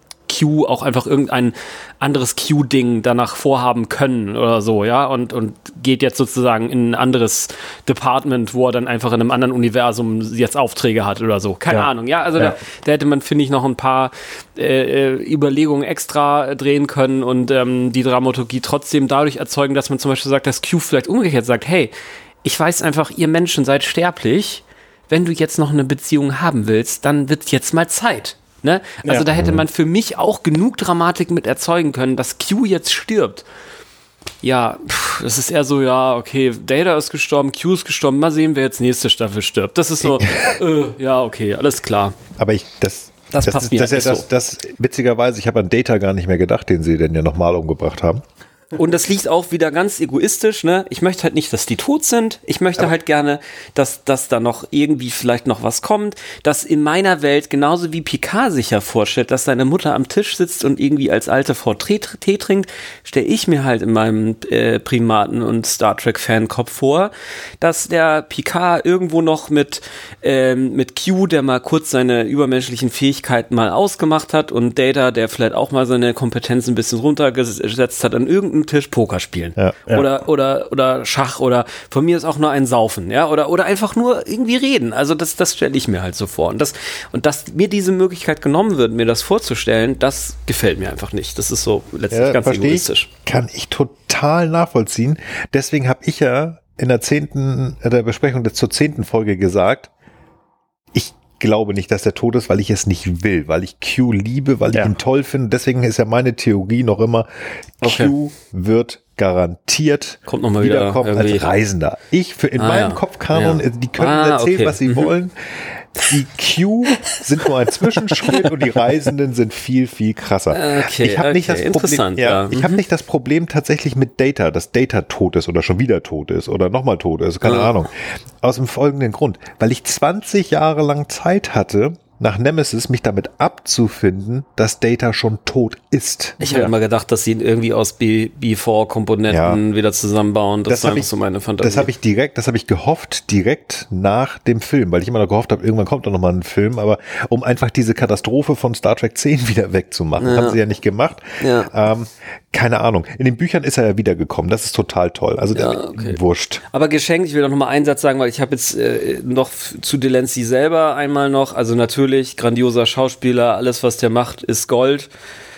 Q auch einfach irgendein anderes Q-Ding danach vorhaben können oder so, ja, und, und geht jetzt sozusagen in ein anderes Department, wo er dann einfach in einem anderen Universum jetzt Aufträge hat oder so. Keine ja. Ahnung, ja, also ja. Da, da hätte man, finde ich, noch ein paar äh, Überlegungen extra drehen können und ähm, die Dramaturgie trotzdem dadurch erzeugen, dass man zum Beispiel sagt, dass Q vielleicht umgekehrt sagt, hey, ich weiß einfach, ihr Menschen seid sterblich, wenn du jetzt noch eine Beziehung haben willst, dann wird jetzt mal Zeit. Ne? Also ja. Da hätte man für mich auch genug Dramatik mit erzeugen können, dass Q jetzt stirbt. Ja, pff, das ist eher so, ja, okay, Data ist gestorben, Q ist gestorben, mal sehen, wer jetzt nächste Staffel stirbt. Das ist so, äh, ja, okay, alles klar. Aber ich, das, das, das passt ist, mir das, nicht das, so. Das, das, witzigerweise, ich habe an Data gar nicht mehr gedacht, den sie denn ja nochmal umgebracht haben. Und das liegt auch wieder ganz egoistisch, ne? Ich möchte halt nicht, dass die tot sind. Ich möchte ja. halt gerne, dass, dass da noch irgendwie vielleicht noch was kommt. Dass in meiner Welt, genauso wie Picard sich ja vorstellt, dass seine Mutter am Tisch sitzt und irgendwie als alte Frau Tee, Tee trinkt, stelle ich mir halt in meinem äh, Primaten- und Star Trek-Fankopf vor, dass der Picard irgendwo noch mit, ähm, mit Q, der mal kurz seine übermenschlichen Fähigkeiten mal ausgemacht hat und Data, der vielleicht auch mal seine Kompetenzen ein bisschen runtergesetzt hat, an irgendeinem guten Tisch Poker spielen. Ja. Oder, oder, oder Schach oder von mir ist auch nur ein Saufen, ja, oder, oder einfach nur irgendwie reden. Also das, das stelle ich mir halt so vor. Und das, und dass mir diese Möglichkeit genommen wird, mir das vorzustellen, das gefällt mir einfach nicht. Das ist so letztlich Ja, ganz Ich, egoistisch. kann ich total nachvollziehen. Deswegen habe ich ja in der zehnten, der Besprechung der zur zehnten Folge gesagt, ich glaube nicht, dass er tot ist, weil ich es nicht will, weil ich Q liebe, weil Ja. ich ihn toll finde. Deswegen ist ja meine Theorie noch immer, Okay. Q wird garantiert Kommt noch mal wieder wiederkommen irgendwie. als Reisender. Ich, für in Ah, meinem ja. Kopfkanon, Ja. die können Ah, erzählen, okay. was sie Mhm. wollen. Die Q sind nur ein Zwischenschritt und die Reisenden sind viel, viel krasser. Okay, ich habe nicht okay, das Problem, interessant, ja, ja. ich habe nicht das Problem tatsächlich mit Data, dass Data tot ist oder schon wieder tot ist oder nochmal tot ist, keine Ja. Ahnung. Aus dem folgenden Grund, weil ich zwanzig Jahre lang Zeit hatte, nach Nemesis mich damit abzufinden, dass Data schon tot ist. Ich habe immer gedacht, dass sie ihn irgendwie aus B vier Komponenten Ja. wieder zusammenbauen. Das, Das war hab einfach ich- so meine Fantasie. Das habe ich direkt, das habe ich gehofft, direkt nach dem Film, weil ich immer noch gehofft habe, irgendwann kommt doch noch mal ein Film, aber um einfach diese Katastrophe von Star Trek zehn wieder wegzumachen, Ja. haben sie ja nicht gemacht. Ja. Ähm, keine Ahnung. In den Büchern ist er ja wiedergekommen. Das ist total toll. Also Ja, der, okay. wurscht. Aber geschenkt, ich will noch mal einen Satz sagen, weil ich habe jetzt äh, noch f- zu Delancey selber einmal noch, also natürlich grandioser Schauspieler, alles was der macht ist Gold.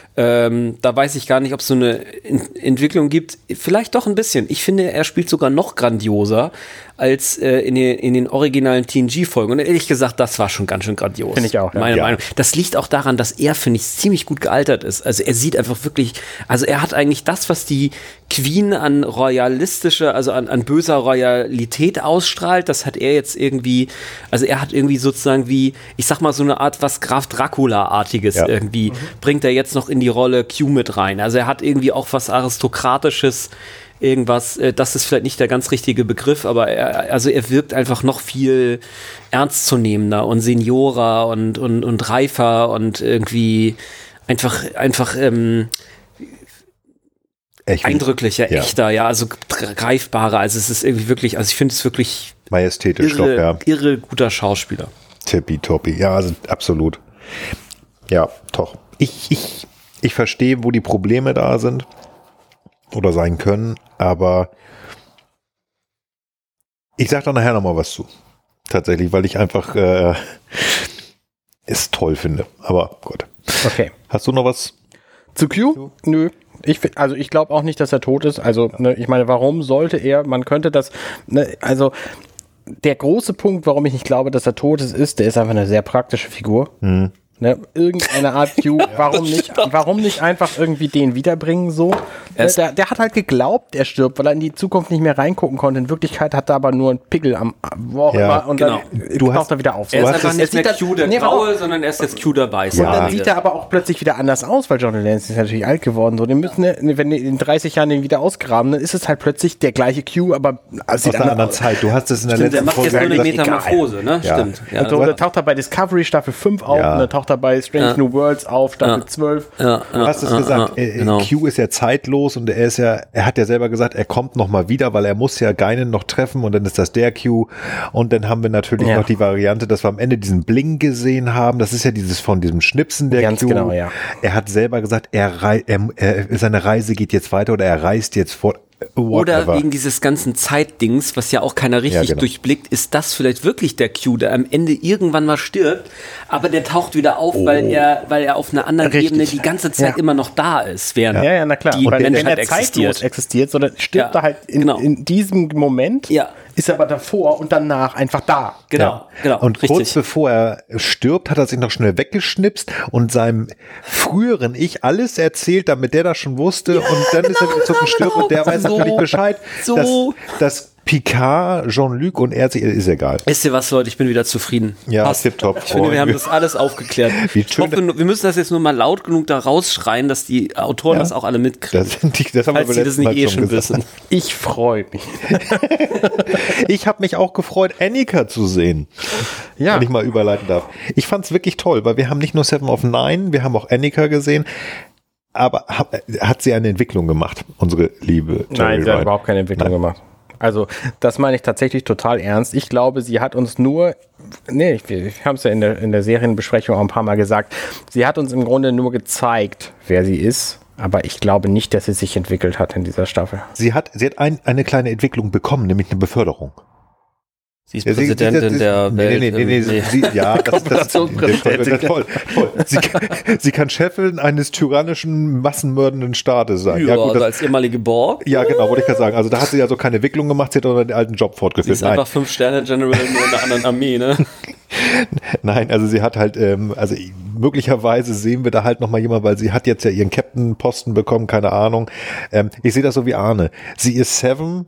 Ähm, da weiß ich gar nicht, ob es so eine In- Entwicklung gibt. Vielleicht doch ein bisschen. Ich finde, er spielt sogar noch grandioser als äh, in, den, in den originalen T N G-Folgen. Und ehrlich gesagt, das war schon ganz schön grandios. Finde ich auch, ja. Meine Ja. Meinung. Das liegt auch daran, dass er, finde ich, ziemlich gut gealtert ist. Also er sieht einfach wirklich, also er hat eigentlich das, was die Queen an royalistische, also an, an böser Royalität ausstrahlt, das hat er jetzt irgendwie, also er hat irgendwie sozusagen wie, ich sag mal so eine Art was Graf Dracula-artiges Ja. irgendwie, bringt er jetzt noch in die Rolle Q mit rein. Also er hat irgendwie auch was Aristokratisches, irgendwas, äh, das ist vielleicht nicht der ganz richtige Begriff, aber er, also er wirkt einfach noch viel ernstzunehmender und seniorer und, und, und reifer und irgendwie einfach, einfach ähm, Echt eindrücklicher, Ja. echter, ja, also greifbarer. Also es ist irgendwie wirklich, also ich finde es wirklich majestätisch, doch, irre, ja. irre guter Schauspieler. Tippitoppi. Ja, also absolut. Ja, doch. Ich, ich, ich verstehe, wo die Probleme da sind oder sein können, aber ich sage da nachher nochmal was zu. Tatsächlich, weil ich einfach äh, es toll finde. Aber gut. Okay. Hast du noch was? Zu Q? Nö. Ich, fi- also ich glaube auch nicht, dass er tot ist. Also, ne, ich meine, warum sollte er? Man könnte das, ne, also der große Punkt, warum ich nicht glaube, dass er tot ist, ist, der ist einfach eine sehr praktische Figur. Hm. Ne, irgendeine Art Q, warum nicht, warum nicht einfach irgendwie den wiederbringen so? Er Ne, ist- der, der hat halt geglaubt, er stirbt, weil er in die Zukunft nicht mehr reingucken konnte. In Wirklichkeit hat er aber nur einen Pickel am, wo auch Ja, immer und genau. dann Du taucht hast- er wieder auf. Er So. ist hast einfach es- nicht er mehr sieht Q der nee, Graue, sondern er ist jetzt Q der Weiße. Ja. Und dann sieht er aber auch plötzlich wieder anders aus, weil John Delancey ist natürlich alt geworden. So, den müssen, ne, wenn die in dreißig Jahren den wieder ausgraben, dann ist es halt plötzlich der gleiche Q, aber Aus einer anderen Zeit. Du hast es in der Stimmt, der letzten macht jetzt Folge nur eine gesagt. Metamorphose, ne? Ja. Stimmt. Ja, und so, dann taucht er bei Discovery Staffel fünf auf, Ja. und dann taucht er bei Strange Ja. New Worlds auf, Staffel Ja. zwölf. ja, Du hast es ja, gesagt, ja, äh, genau. Q ist ja zeitlos und er ist ja, er hat ja selber gesagt, er kommt noch mal wieder, weil er muss ja Guinan noch treffen und dann ist das der Q und dann haben wir natürlich Ja. noch die Variante, dass wir am Ende diesen Bling gesehen haben, das ist ja dieses von diesem Schnipsen der Ganz Q. genau, ja. Er hat selber gesagt, er, rei er, er seine Reise geht jetzt weiter oder er reist jetzt fort. Oder Whatever. wegen dieses ganzen Zeitdings, was ja auch keiner richtig Ja, genau. durchblickt, ist das vielleicht wirklich der Q, der am Ende irgendwann mal stirbt, aber der taucht wieder auf, weil er, weil er auf einer anderen Richtig. Ebene die ganze Zeit Ja. immer noch da ist, während Ja, ja, na klar. die Und wenn, wenn Menschheit er zeitlos existiert. existiert, sondern stirbt Ja, er halt in, genau. in diesem Moment, Ja. ist er aber davor und danach einfach da. Genau, Ja. genau, Und richtig. kurz bevor er stirbt, hat er sich noch schnell weggeschnipst und seinem früheren Ich alles erzählt, damit der das schon wusste. und dann ist er wieder zurückgestirbt genau. und der weiß So. natürlich Bescheid, So. dass, dass Picard, Jean-Luc und er sich, ist egal. Wisst ihr was, Leute, ich bin wieder zufrieden. Ja, Passt. tipptopp. Ich finde, wir haben Oh, das alles aufgeklärt. Wie Ich schön, hoffe, nur- wir müssen das jetzt nur mal laut genug da rausschreien, dass die Autoren Ja. das auch alle mitkriegen. Das, sind die, das haben falls wir sie das letztes nicht Mal eh schon gesagt. wissen. Ich freue mich. Ich habe mich auch gefreut, Annika zu sehen. Ja. Wenn ich mal überleiten darf. Ich fand es wirklich toll, weil wir haben nicht nur Seven of Nine, wir haben auch Annika gesehen. Aber hab, hat sie eine Entwicklung gemacht, unsere liebe Jerry Nein, sie hat Wright? überhaupt keine Entwicklung Nein. gemacht. Also, das meine ich tatsächlich total ernst. Ich glaube, sie hat uns nur, nee, wir, wir haben es ja in der, in der Serienbesprechung auch ein paar Mal gesagt, sie hat uns im Grunde nur gezeigt, wer sie ist Aber ich glaube nicht, dass sie sich entwickelt hat in dieser Staffel. Sie hat, sie hat ein, eine kleine Entwicklung bekommen, nämlich eine Beförderung. Sie ist ja, Präsidentin sie, sie, der nee, Welt. Nee, nee, nee, nee. Sie, ja, das, das, das, das toll, toll. Sie, sie kann Chefin eines tyrannischen, massenmördenden Staates sein. Ja, ja gut, also das, als ehemalige Borg. Ja, genau, wollte ich gerade sagen. Also da hat sie ja so keine Entwicklung gemacht, sie hat auch den alten Job fortgeführt. Sie ist Nein. einfach Fünf-Sterne-General in einer anderen Armee, ne? Nein, also sie hat halt, ähm, also möglicherweise sehen wir da halt nochmal jemand, weil sie hat jetzt ja ihren Captain-Posten bekommen, keine Ahnung. Ähm, ich sehe das so wie Arne. Sie ist Seven,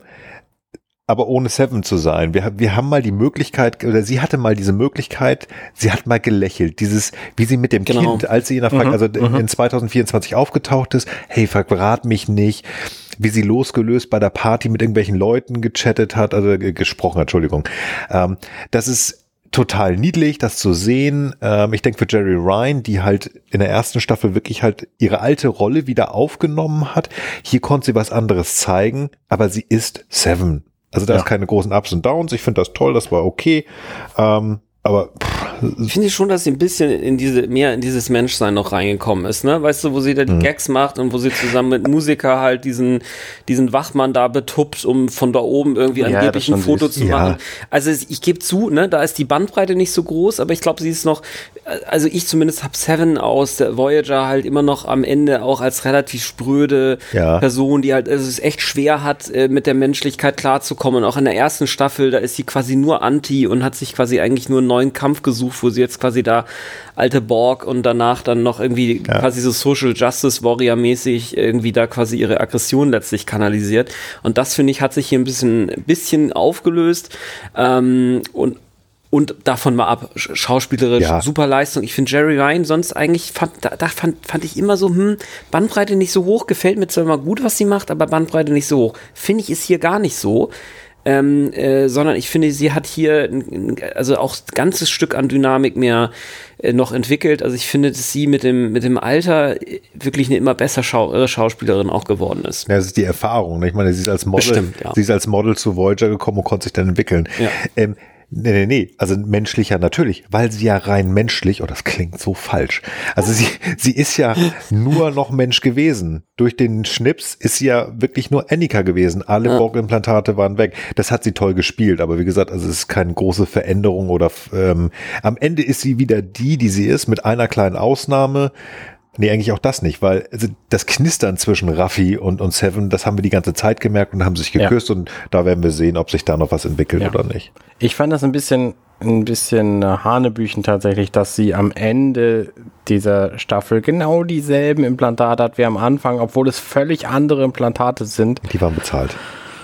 aber ohne Seven zu sein. Wir, wir haben mal die Möglichkeit, oder sie hatte mal diese Möglichkeit, sie hat mal gelächelt, dieses, wie sie mit dem genau. Kind, als sie in der Frage, mhm, also in, in zwanzig vierundzwanzig aufgetaucht ist, hey, verrat mich nicht, wie sie losgelöst bei der Party mit irgendwelchen Leuten gechattet hat, also äh, gesprochen hat, Entschuldigung. Ähm, das ist total niedlich, das zu sehen. Ähm, ich denke für Jeri Ryan, die halt in der ersten Staffel wirklich halt ihre alte Rolle wieder aufgenommen hat. Hier konnte sie was anderes zeigen, aber sie ist Seven. Also da ja. ist keine großen Ups und Downs. Ich finde das toll, das war okay. Ähm, aber ich finde schon, dass sie ein bisschen in diese, mehr in dieses Menschsein noch reingekommen ist, ne? Weißt du, wo sie da die mhm. Gags macht und wo sie zusammen mit Musiker halt diesen, diesen Wachmann da betuppt, um von da oben irgendwie ja, angeblich ein Foto süß. zu machen. Ja. Also ich gebe zu, ne, da ist die Bandbreite nicht so groß, aber ich glaube, sie ist noch, also ich zumindest habe Seven aus der Voyager halt immer noch am Ende auch als relativ spröde ja. Person, die halt, also es echt schwer hat, mit der Menschlichkeit klarzukommen. Und auch in der ersten Staffel, da ist sie quasi nur Anti und hat sich quasi eigentlich nur einen neuen Kampf gesucht, wo sie jetzt quasi da alte Borg und danach dann noch irgendwie ja. quasi so Social Justice Warrior mäßig irgendwie da quasi ihre Aggression letztlich kanalisiert. Und das, finde ich, hat sich hier ein bisschen, ein bisschen aufgelöst. Ähm, und Und davon mal ab, schauspielerisch, ja. super Leistung. Ich finde Jeri Ryan sonst eigentlich, fand, da, da fand, fand ich immer so, hm, Bandbreite nicht so hoch, gefällt mir zwar immer gut, was sie macht, aber Bandbreite nicht so hoch. Finde ich, ist hier gar nicht so. Ähm, äh, sondern ich finde, sie hat hier ein, also auch ein ganzes Stück an Dynamik mehr äh, noch entwickelt. Also ich finde, dass sie mit dem, mit dem Alter wirklich eine immer bessere Schau- Schauspielerin auch geworden ist. Ja, das ist die Erfahrung. Ne? Ich meine, sie ist als Model, Bestimmt, ja. sie ist als Model zu Voyager gekommen und konnte sich dann entwickeln. Ja. Ähm, Nee, nee, nee, also menschlicher natürlich, weil sie ja rein menschlich, oh, das klingt so falsch. Also sie, sie ist ja nur noch Mensch gewesen. Durch den Schnips ist sie ja wirklich nur Annika gewesen. Alle ja. Borg-Implantate waren weg. Das hat sie toll gespielt, aber wie gesagt, also es ist keine große Veränderung oder ähm, am Ende ist sie wieder die, die sie ist, mit einer kleinen Ausnahme. Nee, eigentlich auch das nicht, weil also das Knistern zwischen Raffi und, und Seven, das haben wir die ganze Zeit gemerkt und haben sich geküsst ja. und da werden wir sehen, ob sich da noch was entwickelt ja. oder nicht. Ich fand das ein bisschen, ein bisschen Hanebüchen tatsächlich, dass sie am Ende dieser Staffel genau dieselben Implantate hat wie am Anfang, obwohl es völlig andere Implantate sind. Die waren bezahlt.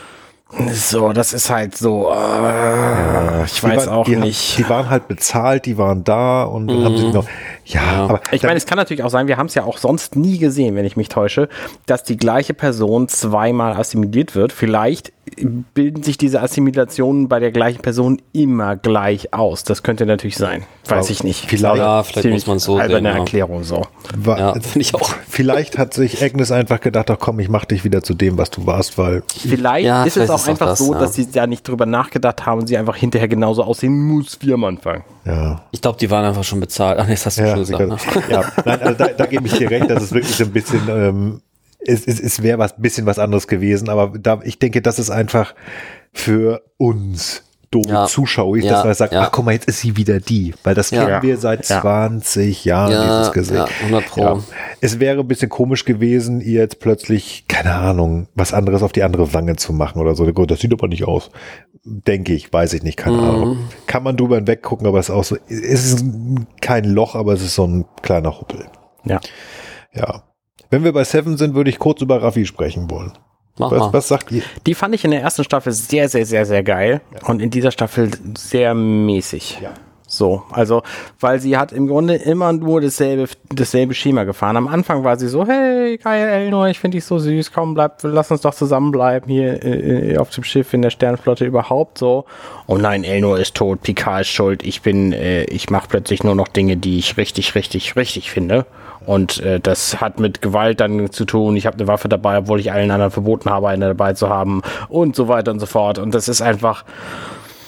So, das ist halt so, äh, ja, ich weiß waren, auch die nicht. Haben, die waren halt bezahlt, die waren da und dann mhm. haben sie noch, ja, ja. aber. Ich meine, es kann natürlich auch sein, wir haben es ja auch sonst nie gesehen, wenn ich mich täusche, dass die gleiche Person zweimal assimiliert wird. Vielleicht bilden sich diese Assimilationen bei der gleichen Person immer gleich aus. Das könnte natürlich sein. Weiß aber ich nicht. Vielleicht, ja, vielleicht muss man so sehen. Eine ja. Erklärung so. War, ja, finde ich auch. Vielleicht hat sich Agnes einfach gedacht, ach komm, ich mach dich wieder zu dem, was du warst, weil. Vielleicht ja, ist vielleicht es auch ist einfach auch das, so, ja. dass sie da nicht drüber nachgedacht haben und sie einfach hinterher genauso aussehen muss wie am Anfang. Ja. Ich glaube, die waren einfach schon bezahlt. Ach nee, das hast du ja, schon gesagt. Ne? Ja, nein, also da, da gebe ich dir recht, dass es wirklich so ein bisschen, ähm, es, es, es wäre was bisschen was anderes gewesen, aber da, ich denke, das ist einfach für uns doofe ja. Zuschauer, ich ja. das mal sage, ja. ach guck mal, jetzt ist sie wieder die, weil das kennen ja. wir seit ja. zwanzig Jahren, ja, dieses Gesicht. Ja, hundert Pro. Ja. Es wäre ein bisschen komisch gewesen, ihr jetzt plötzlich, keine Ahnung, was anderes auf die andere Wange zu machen oder so. Gut, das sieht aber nicht aus. Denke ich, weiß ich nicht, keine mhm. Ahnung. Kann man drüber hinweggucken, aber es ist auch so, es ist kein Loch, aber es ist so ein kleiner Huppel. Ja. Ja. Wenn wir bei Seven sind, würde ich kurz über Raffi sprechen wollen. Was, was sagt ihr? Die fand ich in der ersten Staffel sehr, sehr, sehr, sehr geil ja. und in dieser Staffel sehr mäßig. Ja. So, also, weil sie hat im Grunde immer nur dasselbe, dasselbe Schema gefahren. Am Anfang war sie so, hey, geil, Elnor, ich finde dich so süß, komm, bleib, lass uns doch zusammenbleiben hier äh, auf dem Schiff in der Sternenflotte überhaupt so. Oh nein, Elnor ist tot, Picard ist schuld, ich bin, äh, ich mache plötzlich nur noch Dinge, die ich richtig, richtig, richtig finde. Und äh, das hat mit Gewalt dann zu tun. Ich habe eine Waffe dabei, obwohl ich allen anderen verboten habe, eine dabei zu haben und so weiter und so fort. Und das ist einfach,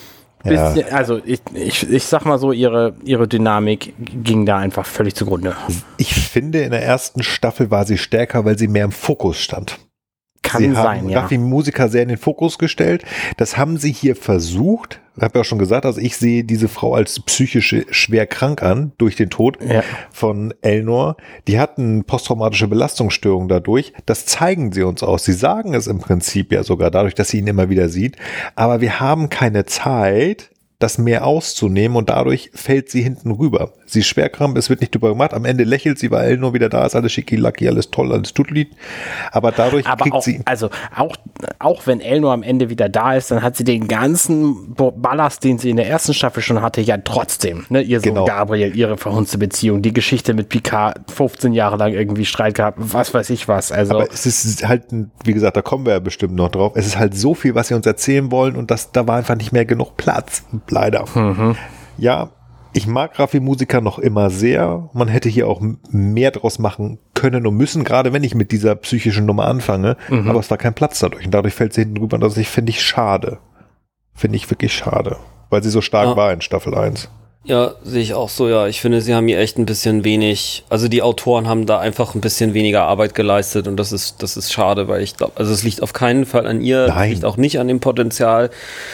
bisschen, ja. Also ich, ich, ich sag mal so, ihre, ihre Dynamik ging da einfach völlig zugrunde. Ich finde, in der ersten Staffel war sie stärker, weil sie mehr im Fokus stand. Kann sie sein, haben ja. Raffi Musiker sehr in den Fokus gestellt. Das haben sie hier versucht. Ich habe ja auch schon gesagt, also ich sehe diese Frau als psychisch schwer krank an durch den Tod ja. von Elnor. Die hatten posttraumatische Belastungsstörungen dadurch. Das zeigen sie uns aus. Sie sagen es im Prinzip ja sogar dadurch, dass sie ihn immer wieder sieht. Aber wir haben keine Zeit, das mehr auszunehmen und dadurch fällt sie hinten rüber. Sie ist schwerkrank, es wird nicht drüber gemacht. Am Ende lächelt sie, weil Elnor wieder da ist, alles schicki-lacki, alles toll, alles tutli. Aber dadurch Aber kriegt auch, sie... Also auch, auch wenn Elnor am Ende wieder da ist, dann hat sie den ganzen Ballast, den sie in der ersten Staffel schon hatte, ja trotzdem. Ne? Ihr Sohn genau. Gabriel, ihre verhunzte Beziehung, die Geschichte mit Picard, fünfzehn Jahre lang irgendwie Streit gehabt, was weiß ich was. Also Aber es ist halt, wie gesagt, da kommen wir ja bestimmt noch drauf, es ist halt so viel, was sie uns erzählen wollen und das, da war einfach nicht mehr genug Platz. Leider. Mhm. Ja, ich mag Raffi Musiker noch immer sehr. Man hätte hier auch mehr draus machen können und müssen, gerade wenn ich mit dieser psychischen Nummer anfange. Mhm. Aber es war kein Platz dadurch. Und dadurch fällt sie hinten rüber. Und das finde ich schade. Finde ich wirklich schade. Weil sie so stark ja. war in Staffel eins. Ja, sehe ich auch so, ja. Ich finde, sie haben hier echt ein bisschen wenig, also die Autoren haben da einfach ein bisschen weniger Arbeit geleistet und das ist, das ist schade, weil ich glaube, also es liegt auf keinen Fall an ihr, es liegt auch nicht an dem Potenzial,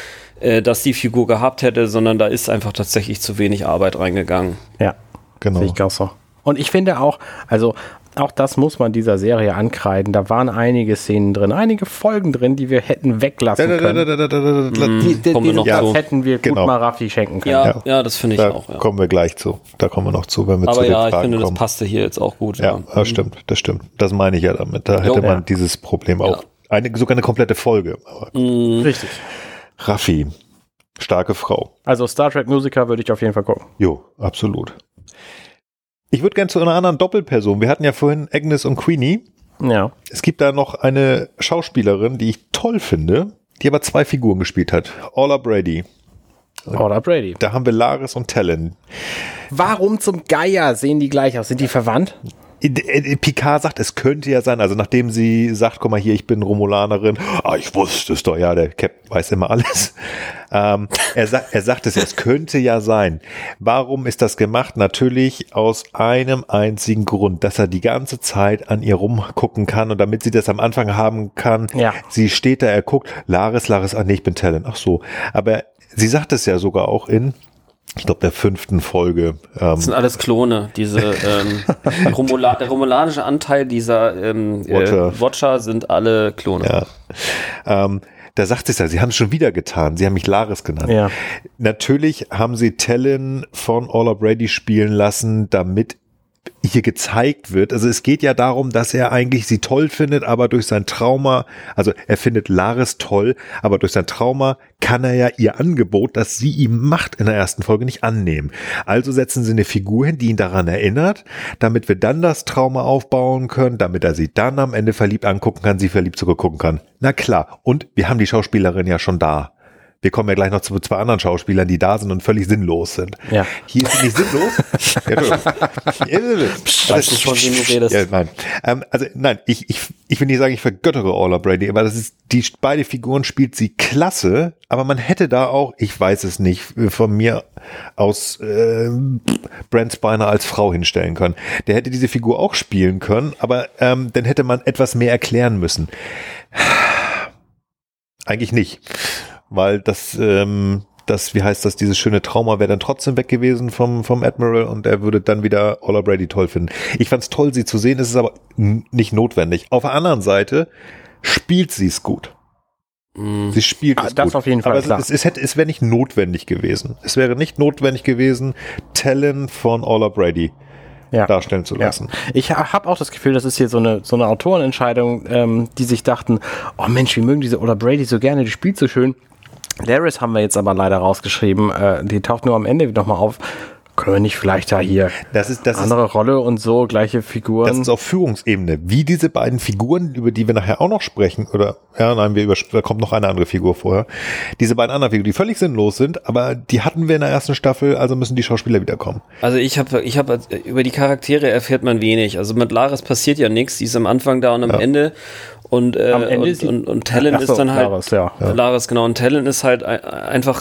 dass die Figur gehabt hätte, sondern da ist einfach tatsächlich zu wenig Arbeit reingegangen. Ja, genau. Sehe ich auch so. Und ich finde auch, also auch das muss man dieser Serie ankreiden, da waren einige Szenen drin, einige Folgen drin, die wir hätten weglassen können. Die, die, die, noch das hätten wir genau. gut mal Raffi schenken können. Ja, ja. ja das finde ich da auch. Ja. kommen wir gleich zu. Da kommen wir noch zu, wenn wir Aber zu den ja, Fragen ich finde, kommen. das passte hier jetzt auch gut. Ja, ja. Das stimmt, das stimmt. Das meine ich ja damit. Da hätte jo, man ja. dieses Problem auch. Ja. Eine, sogar eine komplette Folge. Mhm. Richtig. Raffi. Starke Frau. Also Star Trek Musiker würde ich auf jeden Fall gucken. Jo, absolut. Ich würde gerne zu einer anderen Doppelperson. Wir hatten ja vorhin Agnes und Queenie. Ja. Es gibt da noch eine Schauspielerin, die ich toll finde, die aber zwei Figuren gespielt hat. Orla Brady. Orla Brady. Da haben wir Laris und Talon. Warum zum Geier sehen die gleich aus? Sind die verwandt? Picard sagt, es könnte ja sein, also nachdem sie sagt, guck mal hier, ich bin Romulanerin, ah, ich wusste es doch, ja, der Cap weiß immer alles. Ähm, er, sagt, er sagt es ja, es könnte ja sein. Warum ist das gemacht? Natürlich aus einem einzigen Grund, dass er die ganze Zeit an ihr rumgucken kann und damit sie das am Anfang haben kann, ja. Sie steht da, er guckt, Laris, Laris, ah nee, ich bin Talon, ach so. Aber sie sagt es ja sogar auch in ich glaube, der fünften Folge. Ähm das sind alles Klone. Diese ähm, Romula- der romulanische Anteil dieser ähm, Watcher. Äh, Watcher sind alle Klone. Ja. Ähm, da sagt es ja, sie haben es schon wieder getan. Sie haben mich Laris genannt. Ja. Natürlich haben sie Talon von Orla Brady spielen lassen, damit hier gezeigt wird. Also es geht ja darum, dass er eigentlich sie toll findet, aber durch sein Trauma, also er findet Laris toll, aber durch sein Trauma kann er ja ihr Angebot, das sie ihm macht in der ersten Folge, nicht annehmen. Also setzen sie eine Figur hin, die ihn daran erinnert, damit wir dann das Trauma aufbauen können, damit er sie dann am Ende verliebt angucken kann, sie verliebt zurückgucken kann. Na klar. Und wir haben die Schauspielerin ja schon da. Wir kommen ja gleich noch zu zwei anderen Schauspielern, die da sind und völlig sinnlos sind. Ja. Hier ist sie nicht sinnlos. Ich weiß nicht, von wem du redest. Ja, nein. Ähm, also nein, ich, ich, ich will nicht sagen, ich vergöttere Orla Brady, aber das ist, die beide Figuren spielt sie klasse, aber man hätte da auch, ich weiß es nicht, von mir aus äh, Brent Spiner als Frau hinstellen können. Der hätte diese Figur auch spielen können, aber ähm, dann hätte man etwas mehr erklären müssen. Eigentlich nicht. Weil das, ähm, das, wie heißt das, dieses schöne Trauma wäre dann trotzdem weg gewesen vom, vom Admiral und er würde dann wieder Orla Brady toll finden. Ich fand's toll, sie zu sehen, es ist aber n- nicht notwendig. Auf der anderen Seite spielt sie es gut. Mm. Sie spielt ah, es das gut. Auf jeden Fall, aber klar. es, es, hätte, es wäre nicht notwendig gewesen. Es wäre nicht notwendig gewesen, Talon von Orla Brady ja. darstellen zu lassen. Ja. Ich habe auch das Gefühl, das ist hier so eine, so eine Autorenentscheidung, ähm, die sich dachten, oh Mensch, wir mögen diese Orla Brady so gerne, die spielt so schön. Laris haben wir jetzt aber leider rausgeschrieben, äh, die taucht nur am Ende nochmal auf. Können wir nicht vielleicht da hier das ist, das andere ist, Rolle und so, gleiche Figuren? Das ist auf Führungsebene. Wie diese beiden Figuren, über die wir nachher auch noch sprechen, oder, ja, nein, wir über, da kommt noch eine andere Figur vorher. Diese beiden anderen Figuren, die völlig sinnlos sind, aber die hatten wir in der ersten Staffel, also müssen die Schauspieler wiederkommen. Also ich habe, ich habe, über die Charaktere erfährt man wenig. Also mit Laris passiert ja nichts, die ist am Anfang da und am ja. Ende. Und, äh, am Ende und, und, und Talon Ach so, ist dann halt, Laris, ja. Laris, genau, und Talon ist halt einfach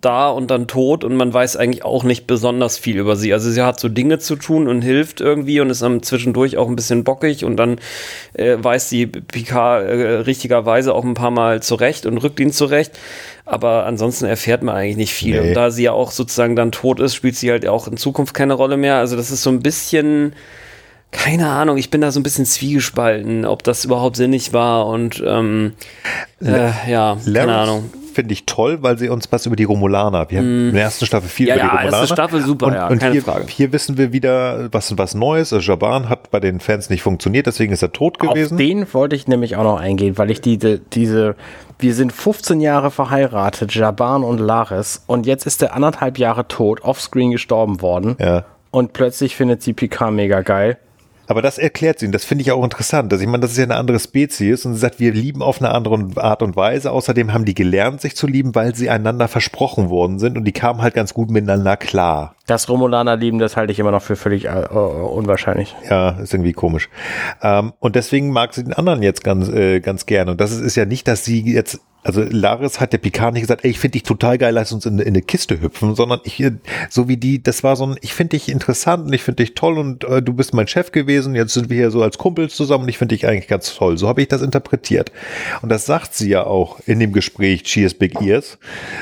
da und dann tot und man weiß eigentlich auch nicht besonders viel über sie. Also sie hat so Dinge zu tun und hilft irgendwie und ist am zwischendurch auch ein bisschen bockig und dann äh, weist sie Picard äh, richtigerweise auch ein paar Mal zurecht und rückt ihn zurecht. Aber ansonsten erfährt man eigentlich nicht viel. Nee. Und da sie ja auch sozusagen dann tot ist, spielt sie halt auch in Zukunft keine Rolle mehr. Also das ist so ein bisschen... Keine Ahnung, ich bin da so ein bisschen zwiegespalten, ob das überhaupt sinnig war und ähm, äh, ja, Laris keine Ahnung. Finde ich toll, weil sie uns was über die Romulaner. Wir mm. haben in der ersten Staffel viel ja, über die ja, Romulaner. Erste Staffel super, und, ja, und keine hier, Frage. Hier wissen wir wieder, was was Neues. Also Jaban hat bei den Fans nicht funktioniert, deswegen ist er tot gewesen. Auf den wollte ich nämlich auch noch eingehen, weil ich diese, diese, wir sind fünfzehn Jahre verheiratet, Jaban und Laris, und jetzt ist er anderthalb Jahre tot, offscreen gestorben worden. Ja. Und plötzlich findet sie Picard mega geil. Aber das erklärt sie, und das finde ich auch interessant. Also ich meine, das ist ja eine andere Spezies und sie sagt, wir lieben auf eine andere Art und Weise. Außerdem haben die gelernt, sich zu lieben, weil sie einander versprochen worden sind und die kamen halt ganz gut miteinander klar. Das Romulaner lieben, das halte ich immer noch für völlig äh, unwahrscheinlich. Ja, ist irgendwie komisch. Ähm, und deswegen mag sie den anderen jetzt ganz, äh, ganz gerne. Und das ist, ist ja nicht, dass sie jetzt, also Laris hat der Picard nicht gesagt, ey, ich finde dich total geil, lass uns in, in eine Kiste hüpfen, sondern ich, so wie die, das war so ein, ich finde dich interessant und ich finde dich toll und äh, du bist mein Chef gewesen, jetzt sind wir hier so als Kumpels zusammen und ich finde dich eigentlich ganz toll. So habe ich das interpretiert. Und das sagt sie ja auch in dem Gespräch Cheers Big Ears,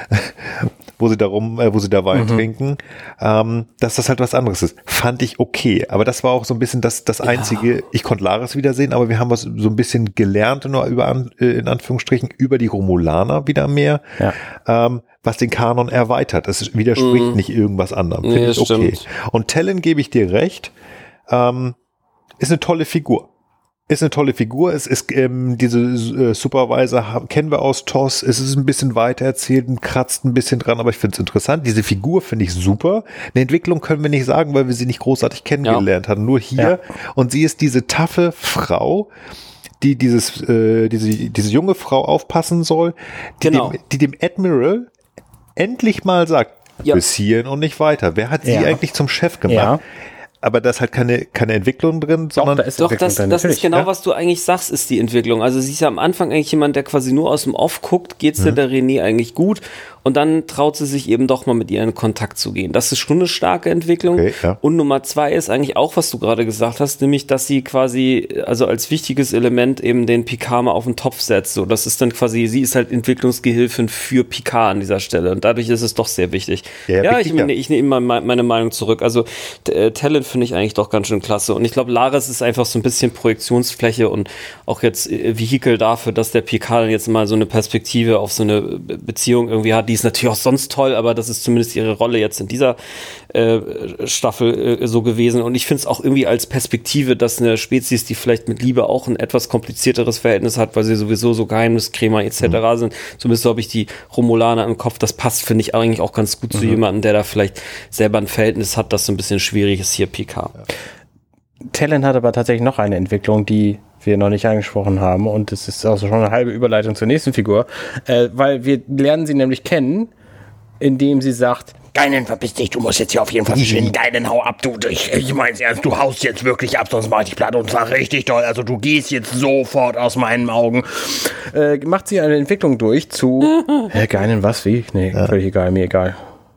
wo sie darum, äh, wo sie da Wein mhm. trinken, ähm, dass das halt was anderes ist. Fand ich okay. Aber das war auch so ein bisschen das, das Einzige, ja. Ich konnte Laris wiedersehen, aber wir haben was so ein bisschen gelernt, nur über, in Anführungsstrichen, über die Romulaner wieder mehr, ja. ähm, was den Kanon erweitert. Es widerspricht mm. nicht irgendwas anderem. Finde nee, ich okay. Stimmt. Und Talon, gebe ich dir recht, ähm, ist eine tolle Figur. Ist eine tolle Figur. Es ist ähm, diese äh, Supervisor kennen wir aus T O S. Es ist ein bisschen weiter erzählt, kratzt ein bisschen dran, aber ich finde es interessant. Diese Figur finde ich super. Eine Entwicklung können wir nicht sagen, weil wir sie nicht großartig kennengelernt ja. haben. Nur hier. Ja. Und sie ist diese taffe Frau, die dieses äh, diese diese junge Frau aufpassen soll, die, genau. dem, die dem Admiral endlich mal sagt, ja. bis hierhin und nicht weiter. Wer hat ja. sie eigentlich zum Chef gemacht? Ja. Aber da ist halt keine, keine Entwicklung drin, sondern doch, da ist doch das, das ist genau, ja? was du eigentlich sagst, ist die Entwicklung. Also sie ist ja am Anfang eigentlich jemand, der quasi nur aus dem Off guckt, geht's mhm. der René eigentlich gut und dann traut sie sich eben doch mal mit ihr in Kontakt zu gehen. Das ist schon eine starke Entwicklung. Okay, ja. Und Nummer zwei ist eigentlich auch, was du gerade gesagt hast, nämlich, dass sie quasi, also als wichtiges Element eben den Picard mal auf den Topf setzt. So, das ist dann quasi, sie ist halt Entwicklungsgehilfin für Picard an dieser Stelle und dadurch ist es doch sehr wichtig. Ja, ja ich, ich, ich nehme mal meine Meinung zurück. Also äh, Talent finde ich eigentlich doch ganz schön klasse. Und ich glaube, Laris ist einfach so ein bisschen Projektionsfläche und auch jetzt äh, Vehikel dafür, dass der Picard jetzt mal so eine Perspektive auf so eine Beziehung irgendwie hat. Die ist natürlich auch sonst toll, aber das ist zumindest ihre Rolle jetzt in dieser äh, Staffel äh, so gewesen. Und ich finde es auch irgendwie als Perspektive, dass eine Spezies, die vielleicht mit Liebe auch ein etwas komplizierteres Verhältnis hat, weil sie sowieso so Geheimniskrämer et cetera mhm. sind. Zumindest so habe ich die Romulaner im Kopf. Das passt, finde ich, eigentlich auch ganz gut mhm. zu jemandem, der da vielleicht selber ein Verhältnis hat, das so ein bisschen schwierig ist hier, Picard. Ja. Talon hat aber tatsächlich noch eine Entwicklung, die wir noch nicht angesprochen haben und das ist auch schon eine halbe Überleitung zur nächsten Figur, äh, weil wir lernen sie nämlich kennen, indem sie sagt, Geinen, verpiss dich, du musst jetzt hier auf jeden Fall verschwinden. Geinen, hau ab, du. Ich, ich mein's ernst, du haust jetzt wirklich ab, sonst mach ich dich platt und zwar richtig toll. Also du gehst jetzt sofort aus meinen Augen. Äh, macht sie eine Entwicklung durch zu, Hä, Geinen, was, wie? Nee, ja. völlig egal, mir egal.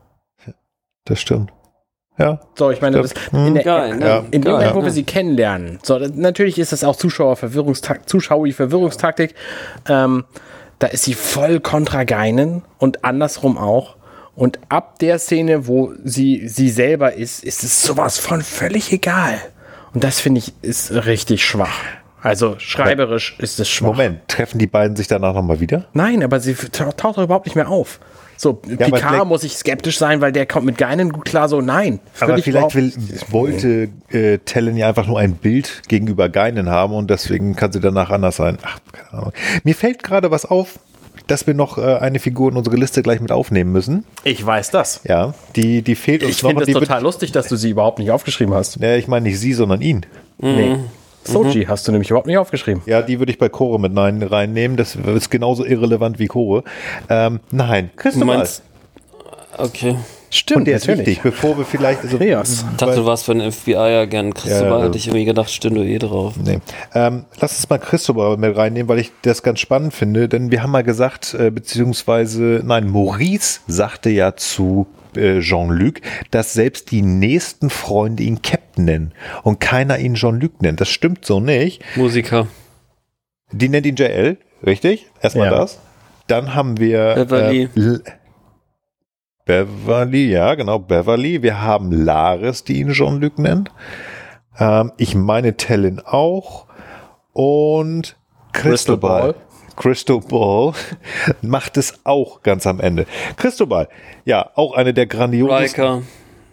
Das stimmt. Ja. So, ich meine, das, in, der, Geil, ne? ja. in dem Moment, wo wir sie kennenlernen, so, das, natürlich ist das auch Zuschauerverwirrungstaktik, Zuschauer Verwirrungstaktik, ähm, da ist sie voll kontra Geinen und andersrum auch. Und ab der Szene, wo sie sie selber ist, ist es sowas von völlig egal. Und das finde ich ist richtig schwach. Also schreiberisch aber ist es schwach. Moment, treffen die beiden sich danach nochmal wieder? Nein, aber sie taucht doch überhaupt nicht mehr auf. So, ja, Picard muss ich skeptisch sein, weil der kommt mit Geinen gut klar, so nein. Aber vielleicht will, wollte äh, Talon ja einfach nur ein Bild gegenüber Geinen haben und deswegen kann sie danach anders sein. Ach, keine Ahnung. Mir fällt gerade was auf, dass wir noch äh, eine Figur in unsere Liste gleich mit aufnehmen müssen. Ich weiß das. Ja, die, die fehlt uns ich noch. Ich finde es total lustig, dass du sie überhaupt nicht aufgeschrieben hast. Ja, ich meine nicht sie, sondern ihn. Mhm. Nee. Soji mhm. hast du nämlich überhaupt nicht aufgeschrieben. Ja, die würde ich bei Kore mit rein, reinnehmen. Das ist genauso irrelevant wie Kore. Ähm, nein, kriegst du, du meinst, mal. Okay. Stimmt, und der ist natürlich. wichtig, bevor wir vielleicht... Also, Rios. Ich dachte, du warst für den F B I ja gern Cristobal, Ja, hätte ich irgendwie gedacht, stünde eh drauf. Nee. Ähm, lass uns mal Cristobal mit reinnehmen, weil ich das ganz spannend finde, denn wir haben mal gesagt, äh, beziehungsweise, nein, Maurice sagte ja zu äh, Jean-Luc, dass selbst die nächsten Freunde ihn Captain nennen und keiner ihn Jean-Luc nennt. Das stimmt so nicht. Musiker. Die nennt ihn J L, richtig? Erstmal Ja. das. Dann haben wir Beverly. Äh, L- Beverly, ja, genau, Beverly. Wir haben Laris, die ihn Jean-Luc nennt. Ähm, ich meine Tellin auch. Und Cristobal. Cristobal macht es auch ganz am Ende. Cristobal, ja, auch eine der grandiosen. Riker.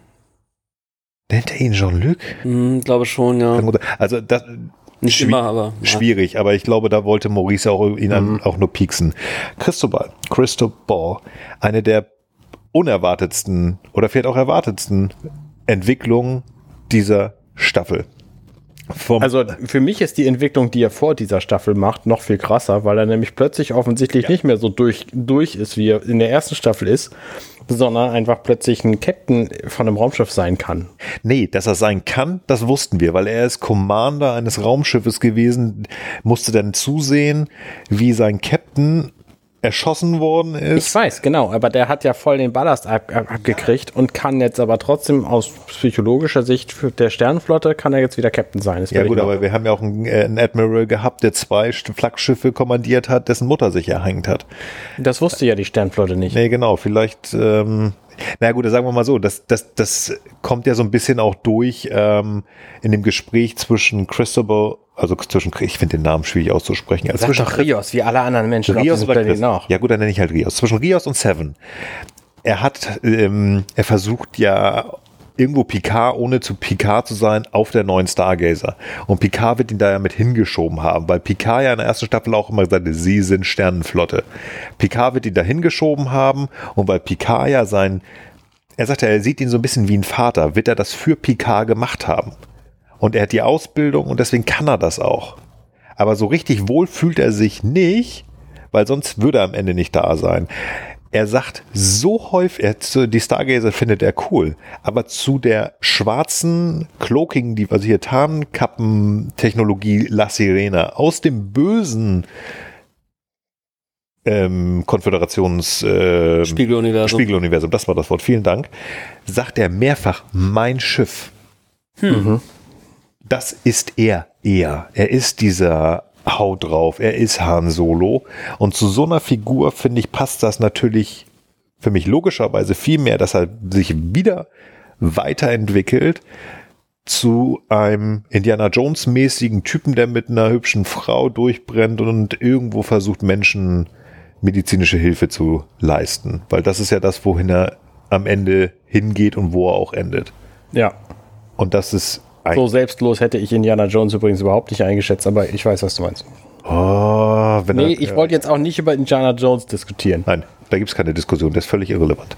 Nennt er ihn Jean-Luc? Hm, glaube schon, ja. Also das Nicht schwi- immer, aber. Ja. schwierig, aber ich glaube, da wollte Maurice auch ihn mhm. auch nur pieksen. Cristobal, Cristobal, eine der unerwartetsten oder vielleicht auch erwartetsten Entwicklungen dieser Staffel. Vom Also für mich ist die Entwicklung, die er vor dieser Staffel macht, noch viel krasser, weil er nämlich plötzlich offensichtlich Ja. nicht mehr so durch, durch ist, wie er in der ersten Staffel ist, sondern einfach plötzlich ein Captain von einem Raumschiff sein kann. Nee, dass er sein kann, das wussten wir, weil er ist Commander eines Raumschiffes gewesen, musste dann zusehen, wie sein Captain erschossen worden ist. Ich weiß, genau, aber der hat ja voll den Ballast ab, ab, abgekriegt und kann jetzt aber trotzdem aus psychologischer Sicht für der Sternenflotte kann er jetzt wieder Captain sein. Das Ja werde gut, ich noch- aber wir haben ja auch einen, äh, einen Admiral gehabt, der zwei St- Flaggschiffe kommandiert hat, dessen Mutter sich erhängt hat. Das wusste ja die Sternenflotte nicht. Nee, genau, vielleicht, ähm, na gut, sagen wir mal so, das, das, das kommt ja so ein bisschen auch durch ähm, in dem Gespräch zwischen Cristobal, also zwischen, ich finde den Namen schwierig auszusprechen, also Sag zwischen doch Rios, wie alle anderen Menschen auf Rios diesem oder Planeten Chris? auch. Ja gut, dann nenne ich halt Rios. Zwischen Rios und Seven. Er hat, ähm, er versucht ja irgendwo Picard, ohne zu Picard zu sein, auf der neuen Stargazer. Und Picard wird ihn da ja mit hingeschoben haben, weil Picard ja in der ersten Staffel auch immer sagte, sie sind Sternenflotte. Picard wird ihn da hingeschoben haben und weil Picard ja sein, er sagt ja, er sieht ihn so ein bisschen wie ein Vater, wird er das für Picard gemacht haben. Und er hat die Ausbildung und deswegen kann er das auch. Aber so richtig wohl fühlt er sich nicht, weil sonst würde er am Ende nicht da sein. Er sagt so häufig, er, die Stargazer findet er cool, aber zu der schwarzen Cloaking, die was hier Tarnkappen-Technologie La Sirena aus dem bösen ähm, Konföderations äh, Spiegeluniversum. Spiegeluniversum, das war das Wort, vielen Dank, sagt er mehrfach, mein Schiff. Mhm. Das ist er eher. Er ist dieser Hau drauf, er ist Han Solo. Und zu so einer Figur, finde ich, passt das natürlich für mich logischerweise viel mehr, dass er sich wieder weiterentwickelt zu einem Indiana Jones-mäßigen Typen, der mit einer hübschen Frau durchbrennt und irgendwo versucht, Menschen medizinische Hilfe zu leisten. Weil das ist ja das, wohin er am Ende hingeht und wo er auch endet. Ja. Und das ist So selbstlos hätte ich Indiana Jones übrigens überhaupt nicht eingeschätzt, aber ich weiß, was du meinst. Oh, wenn Nee, er, ich wollte jetzt auch nicht über Indiana Jones diskutieren. Nein, da gibt es keine Diskussion, der ist völlig irrelevant.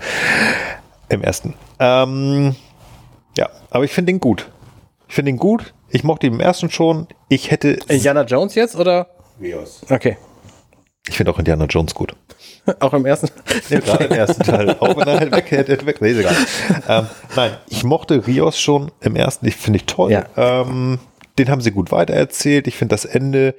Im ersten. Ähm, ja, aber ich finde ihn gut. Ich finde ihn gut. Ich mochte ihn im ersten schon. Ich hätte. Indiana Jones jetzt oder? Rios. Okay. Ich finde auch Indiana Jones gut. Auch im ersten? Ja, gerade im ersten Teil. Auch wenn er halt weg hätte, weg. Nee, ist egal. Ähm, nein, ich mochte Rios schon im ersten. Ich finde ich toll. Ja. Ähm, den haben sie gut weitererzählt. Ich finde das Ende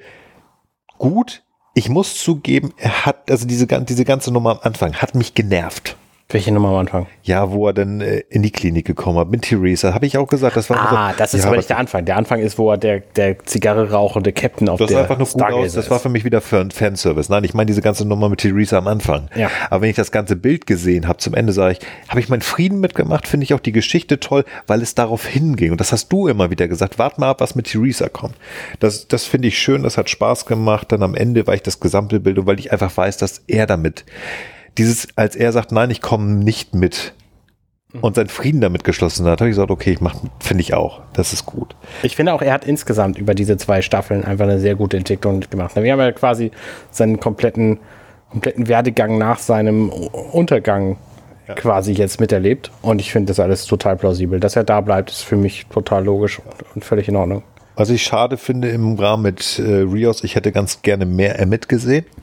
gut. Ich muss zugeben, er hat, also diese, diese ganze Nummer am Anfang hat mich genervt. Welche Nummer am Anfang? Ja, wo er dann äh, in die Klinik gekommen hat mit Theresa, habe ich auch gesagt, das war Ah, so, das ist ja, aber nicht der Anfang. Der Anfang ist, wo er der, der Zigarre rauchende Captain auf das sah der einfach nur gut aus. Stargazer Das war ist. für mich wieder Fan Fanservice. Nein, ich meine diese ganze Nummer mit Theresa am Anfang. Ja. Aber wenn ich das ganze Bild gesehen habe, zum Ende sage ich, habe ich meinen Frieden mitgemacht, finde ich auch die Geschichte toll, weil es darauf hinging. Und das hast du immer wieder gesagt. Wart mal ab, was mit Theresa kommt. Das, das finde ich schön, das hat Spaß gemacht. Dann am Ende war ich das gesamte Bild und weil ich einfach weiß, dass er damit dieses, als er sagt, nein, ich komme nicht mit und seinen Frieden damit geschlossen hat, habe ich gesagt, okay, ich mache, finde ich auch, das ist gut. Ich finde auch, er hat insgesamt über diese zwei Staffeln einfach eine sehr gute Entwicklung gemacht. Wir haben ja quasi seinen kompletten, kompletten Werdegang nach seinem Untergang ja. quasi jetzt miterlebt und ich finde das alles total plausibel. Dass er da bleibt, ist für mich total logisch und völlig in Ordnung. Was ich schade finde im Rahmen mit äh, Rios, ich hätte ganz gerne mehr Emmett gesehen.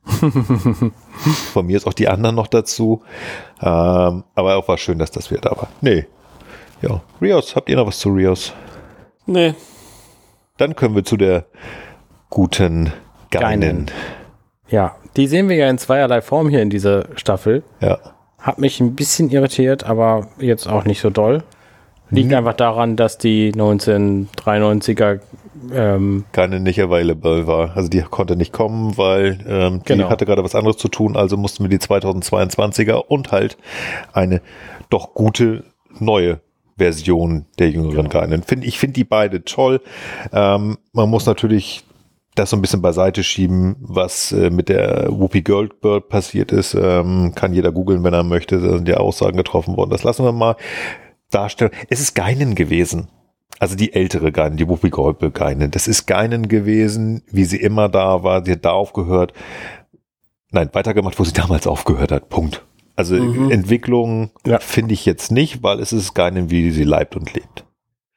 Von mir ist auch die anderen noch dazu. Ähm, aber auch war schön, dass das wieder da war. Nee. Ja. Rios, habt ihr noch was zu Rios? Nee. Dann können wir zu der guten Geinen. Ja, die sehen wir ja in zweierlei Form hier in dieser Staffel. Ja. Hat mich ein bisschen irritiert, aber jetzt auch nicht so doll. Liegt mhm. einfach daran, dass die neunzehnhundertdreiundneunziger ähm, keine nicht available war. Also die konnte nicht kommen, weil ähm, die genau. hatte gerade was anderes zu tun. Also mussten wir die zweitausendzweiundzwanziger und halt eine doch gute neue Version der jüngeren genau. Geinen. Find, ich finde die beide toll. Ähm, man muss natürlich das so ein bisschen beiseite schieben, was äh, mit der Whoopi Goldberg passiert ist. Ähm, kann jeder googeln, wenn er möchte. Da sind ja Aussagen getroffen worden. Das lassen wir mal darstellen. Es ist Geinen gewesen. Also die ältere Geinen, die Whoopi Goldberg Geinen. Das ist Geinen gewesen, wie sie immer da war. Sie hat da aufgehört. Nein, weitergemacht, wo sie damals aufgehört hat. Punkt. Also mhm. Entwicklung ja. finde ich jetzt nicht, weil es ist Geinen, wie sie leibt und lebt.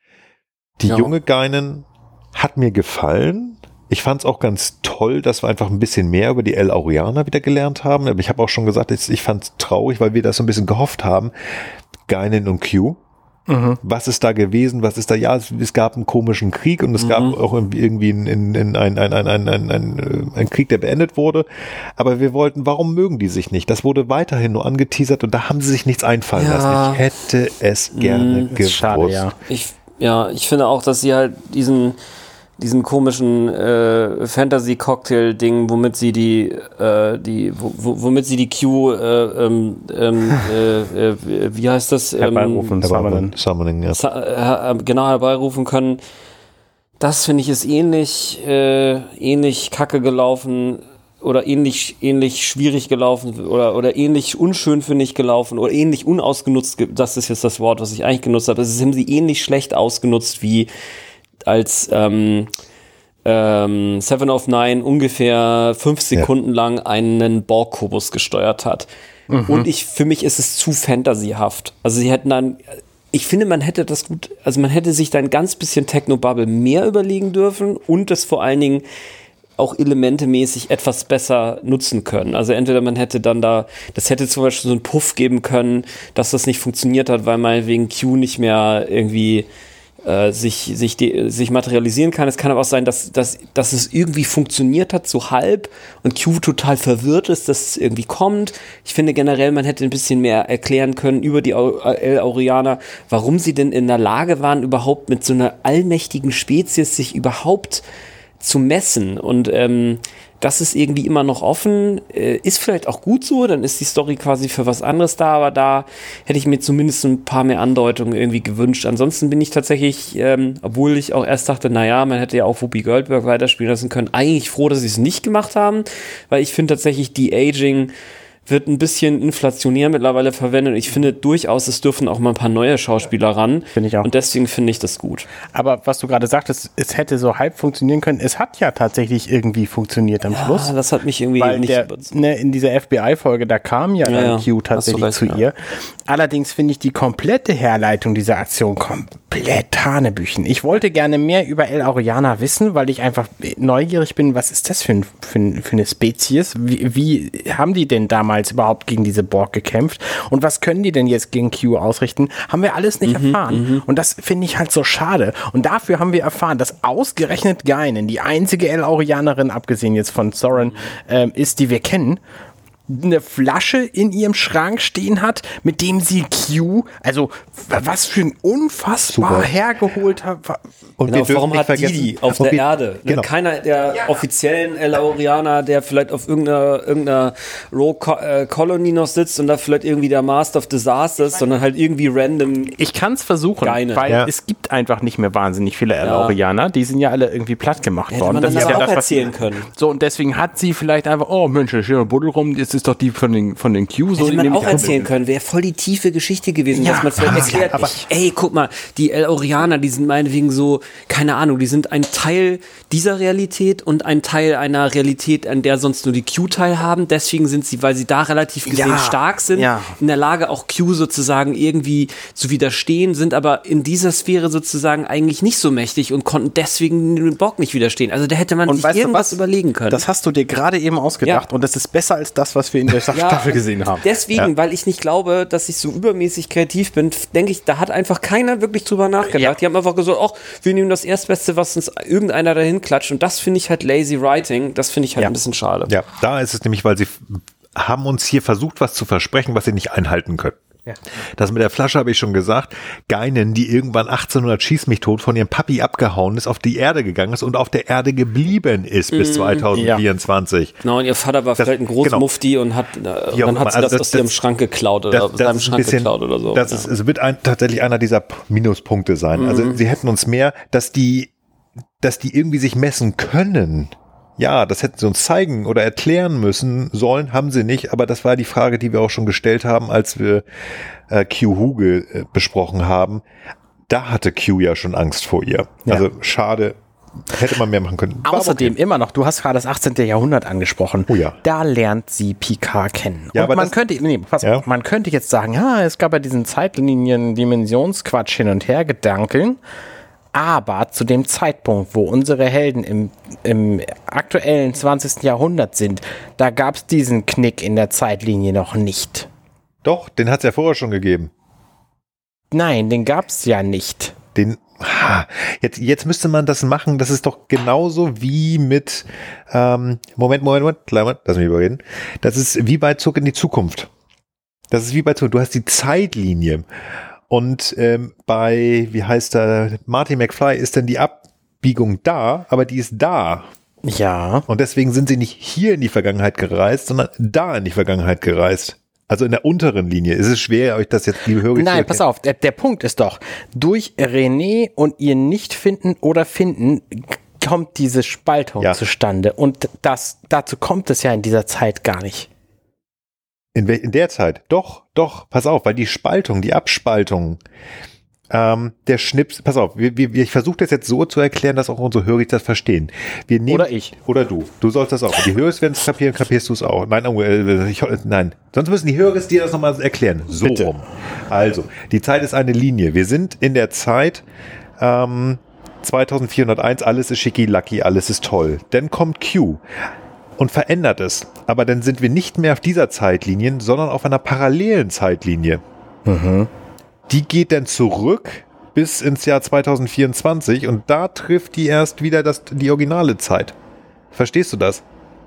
Die ja. junge Geinen hat mir gefallen. Ich fand es auch ganz toll, dass wir einfach ein bisschen mehr über die El-Aurianer wieder gelernt haben. Aber ich habe auch schon gesagt, ich fand es traurig, weil wir das so ein bisschen gehofft haben. Geinen und Q. Mhm. Was ist da gewesen? Was ist da? Ja, es, es gab einen komischen Krieg und es mhm. gab auch irgendwie einen, einen, einen, einen, einen, einen, einen, einen, einen Krieg, der beendet wurde. Aber wir wollten, warum mögen die sich nicht? Das wurde weiterhin nur angeteasert und da haben sie sich nichts einfallen ja. lassen. Ich hätte es gerne mhm, gewusst. Schade, ja. Ich, ja, ich finde auch, dass sie halt diesen diesen komischen äh, Fantasy-Cocktail-Ding, womit sie die, äh, die, wo, womit sie die Q, äh, ähm, äh, äh, wie heißt das? Herbeirufen, Summoning. Summoning, ja. Sa- äh, genau, herbeirufen können. Das finde ich ist ähnlich, äh, ähnlich kacke gelaufen oder ähnlich, ähnlich schwierig gelaufen oder, oder ähnlich unschön finde ich gelaufen oder ähnlich unausgenutzt, das ist jetzt das Wort, was ich eigentlich genutzt habe. Es haben sie ähnlich schlecht ausgenutzt wie als ähm, ähm, Seven of Nine ungefähr fünf Sekunden ja. lang einen Borg-Kubus gesteuert hat. Mhm. Und ich, für mich ist es zu fantasyhaft. Also sie hätten dann, ich finde, man hätte das gut, also man hätte sich da ein ganz bisschen Technobubble mehr überlegen dürfen und das vor allen Dingen auch elementemäßig etwas besser nutzen können. Also entweder man hätte dann da, das hätte zum Beispiel so einen Puff geben können, dass das nicht funktioniert hat, weil meinetwegen Q nicht mehr irgendwie äh, sich, sich, de, sich materialisieren kann. Es kann aber auch sein, dass, dass, dass es irgendwie funktioniert hat, so halb, und Q total verwirrt ist, dass es irgendwie kommt. Ich finde generell, man hätte ein bisschen mehr erklären können über die El-Aurianer, warum sie denn in der Lage waren, überhaupt mit so einer allmächtigen Spezies sich überhaupt zu messen. Und ähm, das ist irgendwie immer noch offen, äh, ist vielleicht auch gut so, dann ist die Story quasi für was anderes da, aber da hätte ich mir zumindest ein paar mehr Andeutungen irgendwie gewünscht. Ansonsten bin ich tatsächlich, ähm, obwohl ich auch erst dachte, naja, man hätte ja auch Whoopi Goldberg weiterspielen lassen können, eigentlich froh, dass sie es nicht gemacht haben, weil ich finde tatsächlich, die Aging wird ein bisschen inflationär mittlerweile verwendet. Ich finde durchaus, es dürfen auch mal ein paar neue Schauspieler ran. Finde ich auch. Und deswegen finde ich das gut. Aber was du gerade sagtest, es hätte so halb funktionieren können. Es hat ja tatsächlich irgendwie funktioniert am ja, Schluss. Das hat mich irgendwie weil nicht der, ne, in dieser F B I-Folge, da kam ja, ja dann Q tatsächlich recht, zu ja. ihr. Allerdings finde ich die komplette Herleitung dieser Aktion komplett Hanebüchen. Ich wollte gerne mehr über El-Aurianer wissen, weil ich einfach neugierig bin, was ist das für, ein, für, ein, für eine Spezies? Wie, wie haben die denn damals überhaupt gegen diese Borg gekämpft? Und was können die denn jetzt gegen Q ausrichten? Haben wir alles nicht mhm, erfahren. Mhm. Und das finde ich halt so schade. Und dafür haben wir erfahren, dass ausgerechnet Geinen, die einzige El-Aurianerin, abgesehen jetzt von Soren, ähm, ist, die wir kennen, eine Flasche in ihrem Schrank stehen hat, mit dem sie Q, also was für ein unfassbar Super. hergeholter. Und genau, warum hat die die auf der wir, Erde? Genau. Keiner der ja. offiziellen El-Aurianer, der vielleicht auf irgendeiner, irgendeiner Rogue Colony noch sitzt und da vielleicht irgendwie der Master of Disaster ist, sondern halt irgendwie random. Ich kann es versuchen, Geine. weil ja. es gibt einfach nicht mehr wahnsinnig viele El-Aurianer. Ja. Die sind ja alle irgendwie platt gemacht Hätte worden. Man das das ist ja auch das, erzählen können. So, und deswegen hat sie vielleicht einfach, oh Mensch, hier ein Buddel rum, das ist doch die von den, von den Q. So Hätte man nehme auch ich erzählen können, wäre voll die tiefe Geschichte gewesen, Ja, dass man vielleicht aber- erklärt, aber- ey, guck mal, die El-Orianer, die sind meinetwegen so, keine Ahnung, die sind ein Teil dieser Realität und ein Teil einer Realität, an der sonst nur die Q teilhaben. Deswegen sind sie, weil sie da relativ gesehen Ja, stark sind, ja. in der Lage, auch Q sozusagen irgendwie zu widerstehen, sind aber in dieser Sphäre sozusagen eigentlich nicht so mächtig und konnten deswegen den Borg nicht widerstehen. Also da hätte man Und sich weißt du irgendwas was? überlegen können. Das hast du dir gerade eben ausgedacht Ja. und das ist besser als das, was wir in der Staffel gesehen haben. Deswegen, weil ich nicht glaube, dass ich so übermäßig kreativ bin, denke ich, da hat einfach keiner wirklich drüber nachgedacht. Ja. Die haben einfach gesagt, ach, wir nehmen das Erstbeste, was uns irgendeiner dahin klatscht. Und das finde ich halt lazy writing. Das finde ich halt Ja. ein bisschen schade. Ja, da ist es nämlich, weil sie f- haben uns hier versucht, was zu versprechen, was sie nicht einhalten können. Ja. Das mit der Flasche habe ich schon gesagt. Geinen, die irgendwann achtzehnhundert schieß mich tot von ihrem Papi abgehauen ist, auf die Erde gegangen ist und auf der Erde geblieben ist bis zwanzig vierundzwanzig. Genau, und ihr Vater war Das- vielleicht ein genau. Großmufti und hat, äh, und Wie auch dann immer. hat sie Also das, das- aus ihrem das- Schrank geklaut oder aus seinem ist ein Schrank bisschen- geklaut oder so. Das Ja. ist, es wird ein, tatsächlich einer dieser P- Minuspunkte sein. Mhm. Also sie hätten uns mehr, dass die, dass die irgendwie sich messen können. Ja, das hätten sie uns zeigen oder erklären müssen sollen, haben sie nicht. Aber das war die Frage, die wir auch schon gestellt haben, als wir äh, Q Hugo äh, besprochen haben. Da hatte Q ja schon Angst vor ihr. Ja. Also schade, hätte man mehr machen können. War aber Außerdem okay. immer noch, du hast gerade das achtzehnte. Jahrhundert angesprochen. Oh ja. Da lernt sie Picard kennen. Ja, und aber man das- könnte, nee, pass Ja. auf, man könnte jetzt sagen, ja, es gab ja diesen Zeitlinien-Dimensionsquatsch hin und her gedankeln. Aber zu dem Zeitpunkt, wo unsere Helden im, im aktuellen zwanzigsten. Jahrhundert sind, da gab es diesen Knick in der Zeitlinie noch nicht. Doch, den hat es ja vorher schon gegeben. Nein, den gab es ja nicht. Den, ha, jetzt, jetzt müsste man das machen, das ist doch genauso wie mit, ähm, Moment, Moment, Moment, kleinen Moment, lass mich überreden. Das ist wie bei Zurück in die Zukunft. Das ist wie bei Zurück, du hast die Zeitlinie. Und ähm, bei, wie heißt der, Marty McFly ist dann die Abbiegung da, aber die ist da. Ja. Und deswegen sind sie nicht hier in die Vergangenheit gereist, sondern da in die Vergangenheit gereist. Also in der unteren Linie. Es ist schwer, euch das jetzt, liebe Hörer, Nein, pass auf, der, der Punkt ist doch, durch René und ihr Nicht-Finden oder Finden kommt diese Spaltung Ja. zustande. Und das, dazu kommt es ja in dieser Zeit gar nicht. In, wel- in der Zeit? Doch, doch, pass auf, weil die Spaltung, die Abspaltung, ähm, der Schnips, pass auf, wir, wir, ich versuche das jetzt so zu erklären, dass auch unsere Hörer das verstehen. Wir nehmen, Oder ich. Oder du. Du sollst das auch. Die Hörer werden es kapieren, kapierst du es auch. Nein, oh, äh, ich, nein. Sonst müssen die Hörer dir das nochmal erklären. So Bitte. rum. Also, die Zeit ist eine Linie. Wir sind in der Zeit, ähm, zweitausendvierhunderteins, alles ist schicki-lacki, alles ist toll. Dann kommt Q und verändert es. Aber dann sind wir nicht mehr auf dieser Zeitlinie, sondern auf einer parallelen Zeitlinie. Die geht dann zurück bis ins Jahr zweitausendvierundzwanzig und da trifft die erst wieder das, die originale Zeit. Verstehst du das?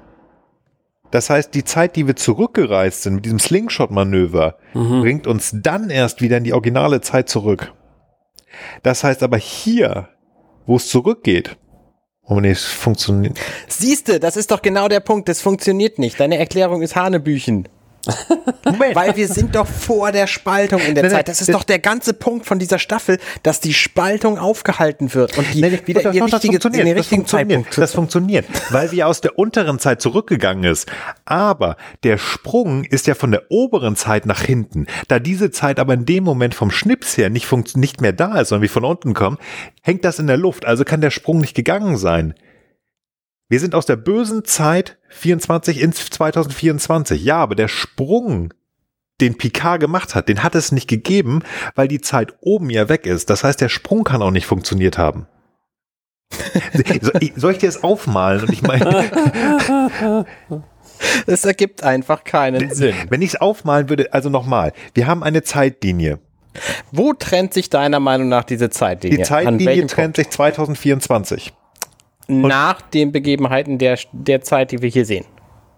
Das heißt, die Zeit, die wir zurückgereist sind mit diesem Slingshot-Manöver, bringt uns dann erst wieder in die originale Zeit zurück. Das heißt aber hier, wo es zurückgeht, oh nee, es funktioniert. Siehste, das ist doch genau der Punkt, das funktioniert nicht. Deine Erklärung ist Hanebüchen. Moment. Weil wir sind doch vor der Spaltung in der Nein, nein, Zeit. Das ist das- doch der ganze Punkt von dieser Staffel, dass die Spaltung aufgehalten wird und die Nee, nee, wieder das, in, die das, richtige, funktioniert, in den das richtigen funktioniert, Zeitpunkt. das funktioniert, weil wir aus der unteren Zeit zurückgegangen ist. Aber der Sprung ist ja von der oberen Zeit nach hinten. Da diese Zeit aber in dem Moment vom Schnips her nicht, funkt, nicht mehr da ist, sondern wie von unten kommt, hängt das in der Luft. Also kann der Sprung nicht gegangen sein. Wir sind aus der bösen Zeit vierundzwanzig ins zweitausendvierundzwanzig. Ja, aber der Sprung, den Picard gemacht hat, den hat es nicht gegeben, weil die Zeit oben ja weg ist. Das heißt, der Sprung kann auch nicht funktioniert haben. So, ich- Soll ich dir das aufmalen? Und ich meine, Es ergibt einfach keinen Sinn. wenn ich es aufmalen würde, also nochmal, wir haben eine Zeitlinie. Wo trennt sich deiner Meinung nach diese Zeitlinie? Die An Zeitlinie welchem trennt sich zweitausendvierundzwanzig. Punkt? Nach den Begebenheiten der, der Zeit, die wir hier sehen.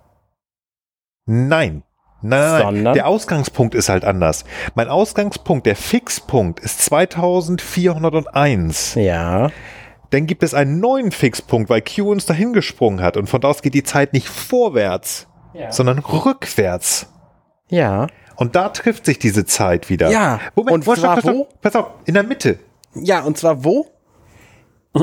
Nein. Nein, nein, nein. Sondern? Der Ausgangspunkt ist halt anders. Mein Ausgangspunkt, der Fixpunkt, ist zweitausendvierhunderteins. Ja. Dann gibt es einen neuen Fixpunkt, weil Q uns dahin gesprungen hat. Und von da aus geht die Zeit nicht vorwärts, Ja. sondern rückwärts. Ja. Und da trifft sich diese Zeit wieder. Ja. Moment, Und stopp, zwar stopp, stopp. wo? Pass auf, in der Mitte. Ja, und zwar wo?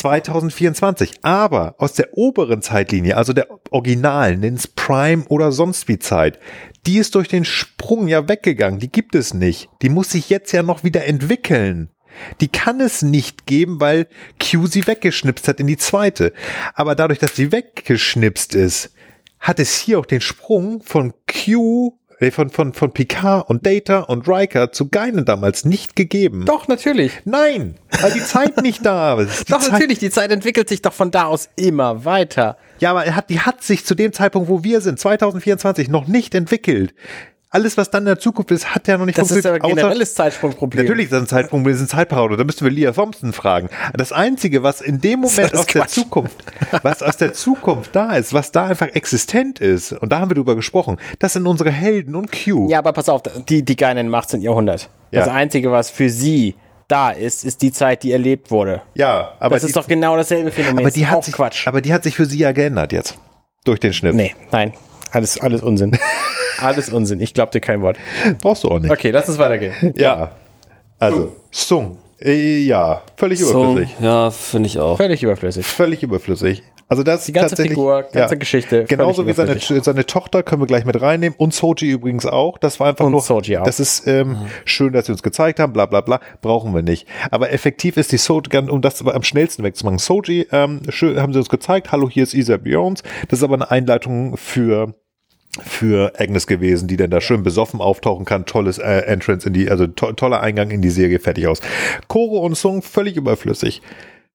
zwanzig vierundzwanzig. Aber aus der oberen Zeitlinie, also der Originalen, nenn's Prime oder sonst wie Zeit, die ist durch den Sprung ja weggegangen. Die gibt es nicht. Die muss sich jetzt ja noch wieder entwickeln. Die kann es nicht geben, weil Q sie weggeschnipst hat in die zweite. Aber dadurch, dass sie weggeschnipst ist, hat es hier auch den Sprung von Q, von, von, von Picard und Data und Riker zu Guinan damals nicht gegeben. Doch, natürlich. Nein, weil die Zeit nicht da ist. Die Doch, Zeit, natürlich. Die Zeit entwickelt sich doch von da aus immer weiter. Ja, aber er hat, die hat sich zu dem Zeitpunkt, wo wir sind, zwanzig vierundzwanzig, noch nicht entwickelt. Alles, was dann in der Zukunft ist, hat ja noch nicht Das ist funktioniert. aber ein generelles Zeitsprungproblem. Natürlich ist das ein Zeitproblem, das ist ein Zeitparadox. Da müssten wir Leah Thompson fragen. Das Einzige, was in dem Moment aus der Zukunft, was aus der Zukunft da ist, was da einfach existent ist, und da haben wir drüber gesprochen, das sind unsere Helden und Q. Ja, aber pass auf, die, die Guinan im achtzehnten Jahrhundert. Ja. Das Einzige, was für sie da ist, ist die Zeit, die erlebt wurde. Ja, aber das die, ist doch genau dasselbe Phänomen. aber die ist hat auch sich, Quatsch. aber die hat sich für sie ja geändert jetzt. Durch den Schnitt. Nee, nein. Alles, alles Unsinn. Alles Unsinn. Ich glaub dir kein Wort. Brauchst du auch nicht. Okay, lass uns weitergehen. Ja. Also, Sung. Äh, ja, völlig So, überflüssig. ja, finde ich auch. Völlig überflüssig. Völlig überflüssig. Also das Die ganze tatsächlich, Figur, ganze Geschichte, Genauso wie völlig seine, überflüssig. seine Tochter können wir gleich mit reinnehmen und Soji übrigens auch. Das war einfach Und nur, Soji auch. das ist ähm, schön, dass sie uns gezeigt haben, bla bla bla, brauchen wir nicht. Aber effektiv ist die Soji, um das aber am schnellsten wegzumachen. Soji, ähm, schön, haben sie uns gezeigt, hallo, hier ist Isa Bjorns. Das ist aber eine Einleitung für für Agnes gewesen, die dann da schön besoffen auftauchen kann. Tolles äh, Entrance in die, also to- toller Eingang in die Serie, fertig aus. Koro und Sung völlig überflüssig.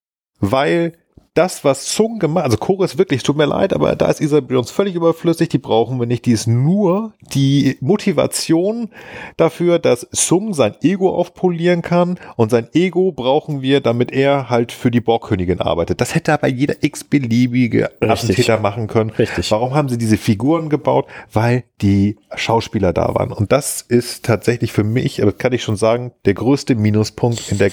Weil das, was Sung gemacht, also Koro ist wirklich, tut mir leid, aber da ist Isabel uns völlig überflüssig, die brauchen wir nicht, die ist nur die Motivation dafür, dass Sung sein Ego aufpolieren kann, und sein Ego brauchen wir, damit er halt für die Borgkönigin arbeitet. Das hätte aber jeder x-beliebige Attentäter machen können. Richtig. Warum haben sie diese Figuren gebaut? Weil die Schauspieler da waren. Und das ist tatsächlich für mich, aber kann ich schon sagen, der größte Minuspunkt in der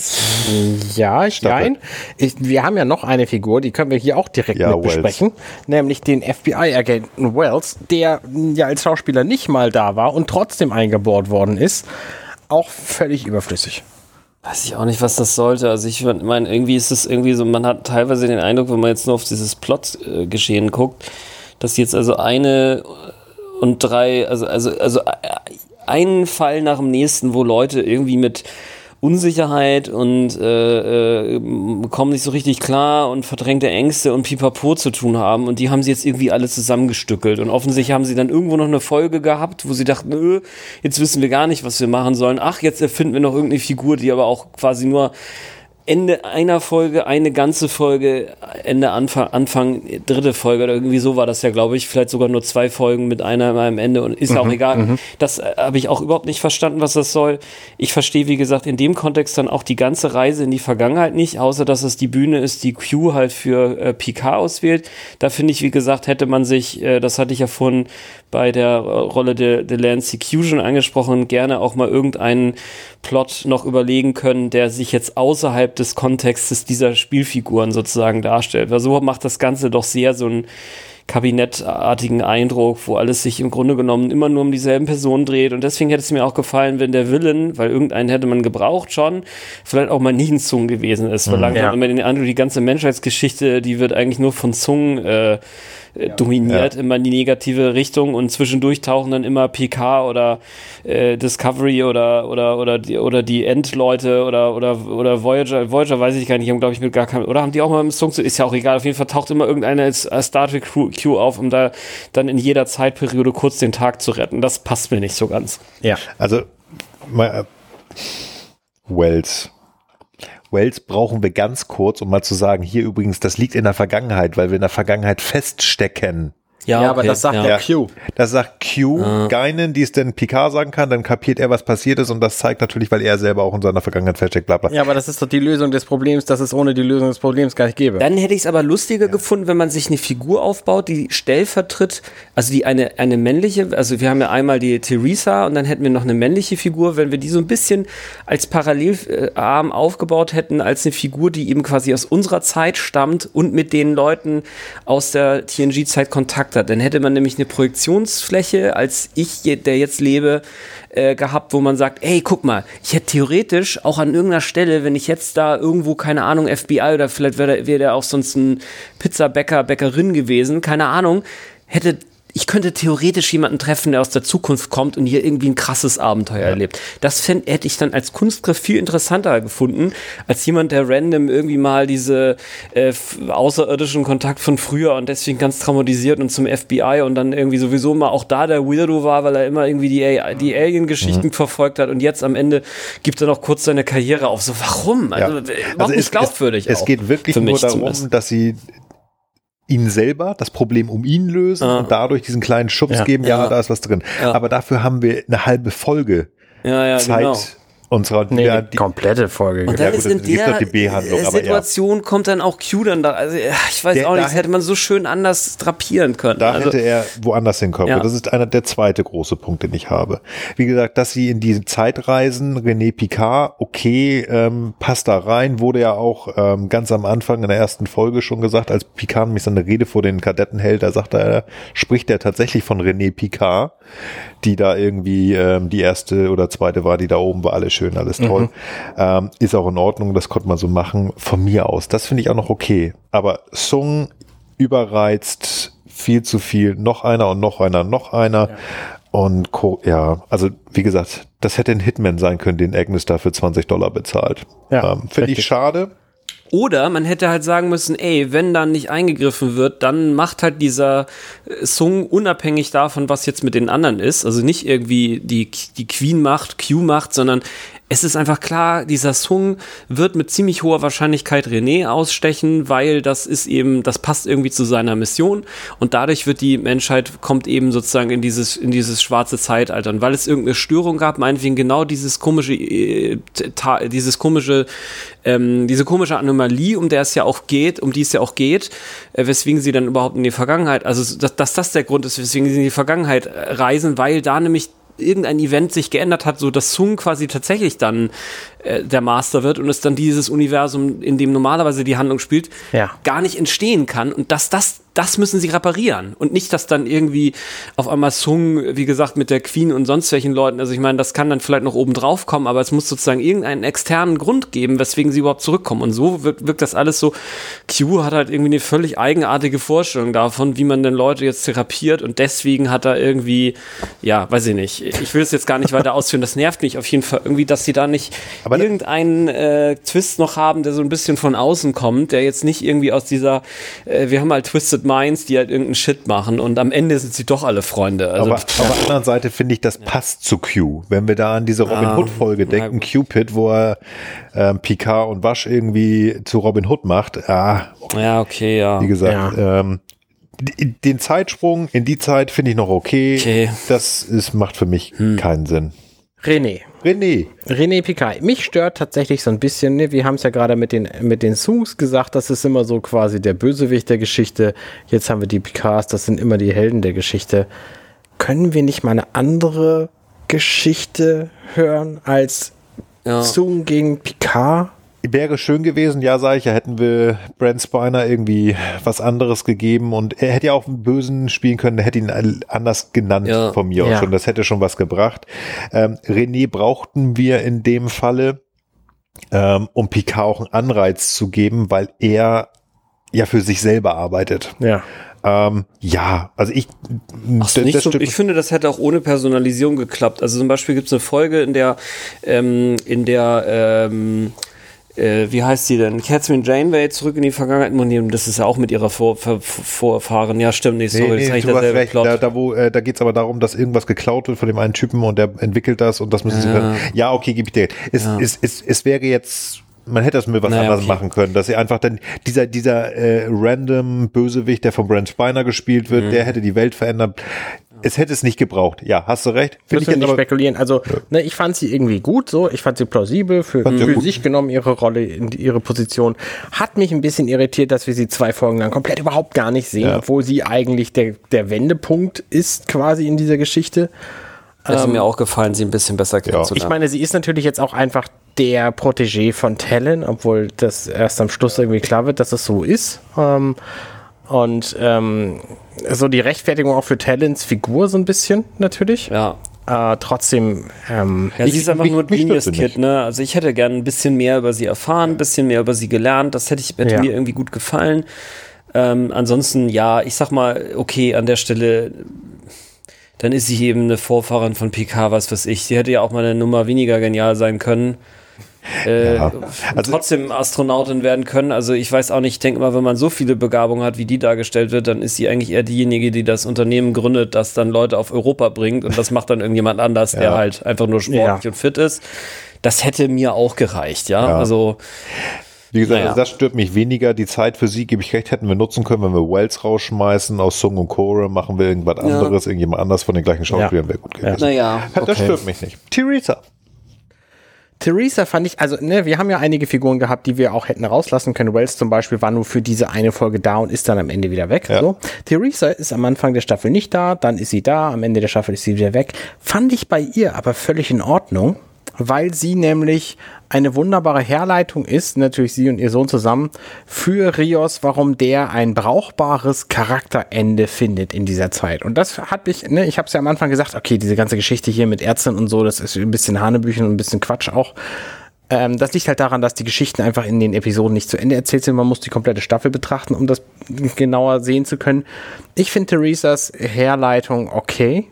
ganzen Ja, ich Staffel. nein. Ich, wir haben ja noch eine Figur, die können wir hier auch direkt Ja, mit Wells. besprechen, nämlich den F B I-Agenten Wells, der ja als Schauspieler nicht mal da war und trotzdem eingebaut worden ist. Auch völlig überflüssig. Weiß ich auch nicht, was das sollte. Also ich meine, irgendwie ist es irgendwie so, man hat teilweise den Eindruck, wenn man jetzt nur auf dieses Plot-Geschehen guckt, dass jetzt also eine und drei, also, also, also einen Fall nach dem nächsten, wo Leute irgendwie mit Unsicherheit und äh, äh, kommen nicht so richtig klar und verdrängte Ängste und Pipapo zu tun haben, und die haben sie jetzt irgendwie alle zusammengestückelt, und offensichtlich haben sie dann irgendwo noch eine Folge gehabt, wo sie dachten, nö, jetzt wissen wir gar nicht, was wir machen sollen, ach, jetzt erfinden wir noch irgendeine Figur, die aber auch quasi nur Ende einer Folge, eine ganze Folge, Ende, Anfang, Anfang, dritte Folge oder irgendwie so war das ja, glaube ich. Vielleicht sogar nur zwei Folgen mit einer am Ende, und ist mhm, auch egal. Mhm. Das äh, habe ich auch überhaupt nicht verstanden, was das soll. Ich verstehe, wie gesagt, in dem Kontext dann auch die ganze Reise in die Vergangenheit nicht, außer dass es die Bühne ist, die Q halt für äh, Picard auswählt. Da finde ich, wie gesagt, hätte man sich, äh, das hatte ich ja vorhin bei der äh, Rolle de, de Lance Q schon angesprochen, gerne auch mal irgendeinen Plot noch überlegen können, der sich jetzt außerhalb des Kontextes dieser Spielfiguren sozusagen darstellt. Weil so macht das Ganze doch sehr so einen kabinettartigen Eindruck, wo alles sich im Grunde genommen immer nur um dieselben Personen dreht, und deswegen hätte es mir auch gefallen, wenn der Villain, weil irgendeinen hätte man gebraucht schon, vielleicht auch mal nie ein Zung gewesen ist, weil langsam ja. immer den Eindruck, die ganze Menschheitsgeschichte, die wird eigentlich nur von Zungen äh, ja. dominiert, ja. immer in die negative Richtung, und zwischendurch tauchen dann immer P K oder äh, Discovery oder oder oder die oder die Endleute oder oder oder Voyager, Voyager weiß ich gar nicht, haben glaube ich mit gar keinem, oder haben die auch mal im Zung, ist ja auch egal, auf jeden Fall taucht immer irgendeiner als, als Star Trek Q auf, um da dann in jeder Zeitperiode kurz den Tag zu retten. Das passt mir nicht so ganz. Ja. Also mal, Wells. Wells brauchen wir ganz kurz, um mal zu sagen, hier übrigens, das liegt in der Vergangenheit, weil wir in der Vergangenheit feststecken. Ja, ja, aber okay. das sagt ja. der Q. Das sagt Q, ah. Guinan, die es denn Picard sagen kann, dann kapiert er, was passiert ist, und das zeigt natürlich, weil er selber auch in seiner Vergangenheit feststeckt, bla bla. Ja, aber das ist doch die Lösung des Problems, dass es ohne die Lösung des Problems gar nicht gäbe. Dann hätte ich es aber lustiger ja. gefunden, wenn man sich eine Figur aufbaut, die stellvertritt, also die eine, eine männliche, also wir haben ja einmal die Theresa und dann hätten wir noch eine männliche Figur, wenn wir die so ein bisschen als Parallelarm aufgebaut hätten, als eine Figur, die eben quasi aus unserer Zeit stammt und mit den Leuten aus der T N G-Zeit Kontakt hat. Dann hätte man nämlich eine Projektionsfläche, als ich, der jetzt lebe, äh, gehabt, wo man sagt, ey, guck mal, ich hätte theoretisch auch an irgendeiner Stelle, wenn ich jetzt da irgendwo, keine Ahnung, F B I oder vielleicht wäre der, wär der auch sonst ein Pizzabäcker, Bäckerin gewesen, keine Ahnung, hätte ich könnte theoretisch jemanden treffen, der aus der Zukunft kommt und hier irgendwie ein krasses Abenteuer ja. erlebt. Das fänd, hätte ich dann als Kunstgriff viel interessanter gefunden, als jemand, der random irgendwie mal diese äh, außerirdischen Kontakt von früher und deswegen ganz traumatisiert und zum F B I und dann irgendwie sowieso mal auch da der Weirdo war, weil er immer irgendwie die, die Alien-Geschichten mhm. verfolgt hat und jetzt am Ende gibt er noch kurz seine Karriere auf. So, warum? Also, ja. überhaupt also nicht glaubwürdig. Es, es geht wirklich nur darum, zumindest. dass sie ihn selber, das Problem um ihn lösen ah. und dadurch diesen kleinen Schubs ja. geben, ja, ja, da ist was drin. Ja. Aber dafür haben wir eine halbe Folge ja, ja, Zeit genau. unserer nee, ja, die komplette Folge. Und dann ja, gut, ist in der die Situation ja. kommt dann auch Q dann da. Also ich weiß der, auch nicht, das hätte man so schön anders drapieren können. Da also, hätte er woanders hinkommen. Ja. Das ist einer der zweite große Punkt, den ich habe. Wie gesagt, dass sie in diese Zeit reisen, René Picard, okay, ähm, passt da rein, wurde ja auch ähm, ganz am Anfang in der ersten Folge schon gesagt, als Picard nämlich seine Rede vor den Kadetten hält, da sagt er, spricht er tatsächlich von René Picard, die da irgendwie ähm, die erste oder zweite war, die da oben war, alles schön, alles toll. Mhm. Ähm, ist auch in Ordnung, das konnte man so machen, von mir aus. Das finde ich auch noch okay. Aber Sung überreizt, viel zu viel, noch einer und noch einer, noch einer. Ja. Und Co- ja, also wie gesagt, das hätte ein Hitman sein können, den Agnes dafür zwanzig Dollar bezahlt. Ja, ähm, finde ich schade. Oder man hätte halt sagen müssen, ey, wenn dann nicht eingegriffen wird, dann macht halt dieser Sung unabhängig davon, was jetzt mit den anderen ist, also nicht irgendwie die, die Queen macht, Q macht, sondern es ist einfach klar, dieser Sung wird mit ziemlich hoher Wahrscheinlichkeit René ausstechen, weil das ist eben, das passt irgendwie zu seiner Mission und dadurch wird die Menschheit, kommt eben sozusagen in dieses, in dieses schwarze Zeitalter. Und weil es irgendeine Störung gab, meinetwegen genau dieses komische, äh, ta, dieses komische, ähm, diese komische Anomalie, um der es ja auch geht, um die es ja auch geht, äh, weswegen sie dann überhaupt in die Vergangenheit, also dass, dass das der Grund ist, weswegen sie in die Vergangenheit reisen, weil da nämlich irgendein Event sich geändert hat, so dass Sung quasi tatsächlich dann äh, der Master wird und es dann dieses Universum, in dem normalerweise die Handlung spielt, ja. gar nicht entstehen kann und dass das, das müssen sie reparieren und nicht, dass dann irgendwie auf einmal Sung, wie gesagt, mit der Queen und sonst welchen Leuten, also ich meine, das kann dann vielleicht noch oben drauf kommen, aber es muss sozusagen irgendeinen externen Grund geben, weswegen sie überhaupt zurückkommen und so wirkt, wirkt das alles so, Q hat halt irgendwie eine völlig eigenartige Vorstellung davon, wie man denn Leute jetzt therapiert und deswegen hat er irgendwie, ja, weiß ich nicht, ich will es jetzt gar nicht weiter ausführen, das nervt mich auf jeden Fall irgendwie, dass sie da nicht aber irgendeinen äh, Twist noch haben, der so ein bisschen von außen kommt, der jetzt nicht irgendwie aus dieser, äh, wir haben halt Twisted Minds, die halt irgendeinen Shit machen und am Ende sind sie doch alle Freunde. Also, aber auf der anderen Seite finde ich, das ja. passt zu Q. Wenn wir da an diese Robin Hood Folge ah, denken, Cupid, wo er ähm, Picard und Wasch irgendwie zu Robin Hood macht, ah, ja, okay, ja. Wie gesagt, ja. ähm, den Zeitsprung in die Zeit finde ich noch okay. okay. Das ist, macht für mich hm. keinen Sinn. René. René. René Picard. Mich stört tatsächlich so ein bisschen, ne? Wir haben es ja gerade mit den, mit den Sungs gesagt, das ist immer so quasi der Bösewicht der Geschichte. Jetzt haben wir die Picards, das sind immer die Helden der Geschichte. Können wir nicht mal eine andere Geschichte hören als ja. Sung gegen Picard? Wäre schön gewesen, ja, sag ich, ja, hätten wir Brent Spiner irgendwie was anderes gegeben und er hätte ja auch einen Bösen spielen können, der hätte ihn anders genannt ja. von mir aus ja. schon, das hätte schon was gebracht. Ähm, René brauchten wir in dem Falle, ähm, um Picard auch einen Anreiz zu geben, weil er ja für sich selber arbeitet. Ja. Ähm, ja, also ich Ach, d- nicht so, ich finde, das hätte auch ohne Personalisierung geklappt. Also zum Beispiel gibt es eine Folge, in der ähm, in der ähm, Äh, wie heißt sie denn? Catherine Janeway zurück in die Vergangenheit. Das ist ja auch mit ihrer Vor- Vor- Vorfahren. Ja, stimmt. Nee, sorry, nee, das ist nee, eigentlich derselbe Plot. Da, da, wo, äh, da geht es aber darum, dass irgendwas geklaut wird von dem einen Typen und der entwickelt das und das müssen sie können. Ja, okay, gebe ich dir. Es, ja. es, es, es wäre jetzt, man hätte das mit was naja, anderes okay. machen können, dass sie einfach dann, dieser, dieser äh, random Bösewicht, der von Brent Spiner gespielt wird, mhm. der hätte die Welt verändert. Es hätte es nicht gebraucht. Ja, hast du recht. Finde ich nicht spekulieren. Also, ja. ne, ich fand sie irgendwie gut, so. Ich fand sie plausibel für, für sich genommen, ihre Rolle, in ihre Position. Hat mich ein bisschen irritiert, dass wir sie zwei Folgen lang komplett überhaupt gar nicht sehen, ja. obwohl sie eigentlich der, der Wendepunkt ist, quasi in dieser Geschichte. Hätte ähm, mir auch gefallen, sie ein bisschen besser kennenzulernen. Ich meine, sie ist natürlich jetzt auch einfach der Protégé von Talon, obwohl das erst am Schluss irgendwie klar wird, dass es so ist. Ähm, Und ähm, so die Rechtfertigung auch für Talents Figur so ein bisschen natürlich. Ja. Äh, trotzdem. Ähm, ja, ich, sie ist einfach mich, nur ein mich Genius-Kid, ne? Also ich hätte gern ein bisschen mehr über sie erfahren, ein bisschen mehr über sie gelernt. Das hätte, ich, hätte ja. mir irgendwie gut gefallen. Ähm, ansonsten, ja, ich sag mal, okay, an der Stelle, dann ist sie eben eine Vorfahrin von Picard, was weiß ich. Sie hätte ja auch mal eine Nummer weniger genial sein können. Äh, ja. also, trotzdem Astronautin werden können. Also ich weiß auch nicht, ich denke mal, wenn man so viele Begabungen hat, wie die dargestellt wird, dann ist sie eigentlich eher diejenige, die das Unternehmen gründet, das dann Leute auf Europa bringt und das macht dann irgendjemand anders, ja. der halt einfach nur sportlich ja. und fit ist. Das hätte mir auch gereicht, ja. ja. Also wie gesagt, naja. also das stört mich weniger. Die Zeit für sie, gebe ich recht, hätten wir nutzen können, wenn wir Wells rausschmeißen, aus Sung und Kore machen wir irgendwas ja. anderes, irgendjemand anders von den gleichen Schauspielern ja. wäre gut gewesen. Naja, okay. Das stört mich nicht. Theresa. Theresa fand ich, also ne, wir haben ja einige Figuren gehabt, die wir auch hätten rauslassen können. Wells zum Beispiel war nur für diese eine Folge da und ist dann am Ende wieder weg. Ja. So. Theresa ist am Anfang der Staffel nicht da, dann ist sie da, am Ende der Staffel ist sie wieder weg. Fand ich bei ihr aber völlig in Ordnung, weil sie nämlich eine wunderbare Herleitung ist, natürlich sie und ihr Sohn zusammen, für Rios, warum der ein brauchbares Charakterende findet in dieser Zeit. Und das hat mich, ne, ich habe es ja am Anfang gesagt, okay, diese ganze Geschichte hier mit Ärzten und so, das ist ein bisschen Hanebüchen und ein bisschen Quatsch auch. Ähm, das liegt halt daran, dass die Geschichten einfach in den Episoden nicht zu Ende erzählt sind. Man muss die komplette Staffel betrachten, um das genauer sehen zu können. Ich finde Theresas Herleitung okay.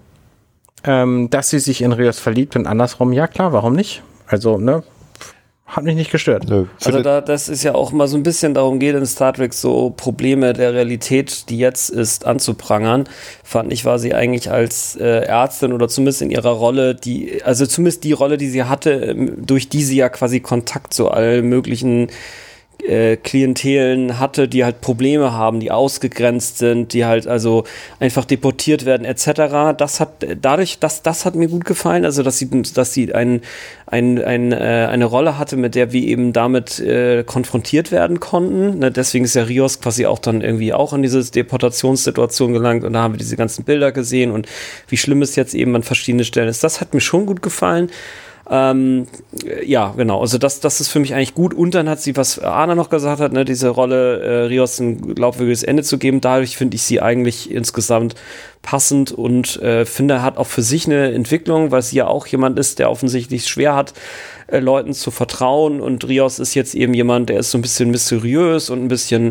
Ähm, dass sie sich in Rios verliebt und andersrum, ja klar, warum nicht? Also, ne, hat mich nicht gestört. Nö, also da, das ist ja auch mal so ein bisschen darum geht in Star Trek so Probleme der Realität, die jetzt ist, anzuprangern. Fand ich, war sie eigentlich als äh, Ärztin oder zumindest in ihrer Rolle, die, also zumindest die Rolle, die sie hatte, durch die sie ja quasi Kontakt zu allen möglichen Äh, Klientelen hatte, die halt Probleme haben, die ausgegrenzt sind, die halt also einfach deportiert werden et cetera. Das hat dadurch, das, das hat mir gut gefallen, also dass sie, dass sie ein, ein, ein, äh, eine Rolle hatte, mit der wir eben damit äh, konfrontiert werden konnten. Ne? Deswegen ist ja Rios quasi auch dann irgendwie auch in diese Deportationssituation gelangt und da haben wir diese ganzen Bilder gesehen und wie schlimm es jetzt eben an verschiedenen Stellen ist. Das hat mir schon gut gefallen. Ähm, ja, genau, also das, das ist für mich eigentlich gut. Und dann hat sie, was Arna noch gesagt hat, ne, diese Rolle äh, Rios ein glaubwürdiges Ende zu geben, dadurch finde ich sie eigentlich insgesamt passend und äh, finde, hat auch für sich eine Entwicklung, weil sie ja auch jemand ist, der offensichtlich schwer hat, äh, Leuten zu vertrauen und Rios ist jetzt eben jemand, der ist so ein bisschen mysteriös und ein bisschen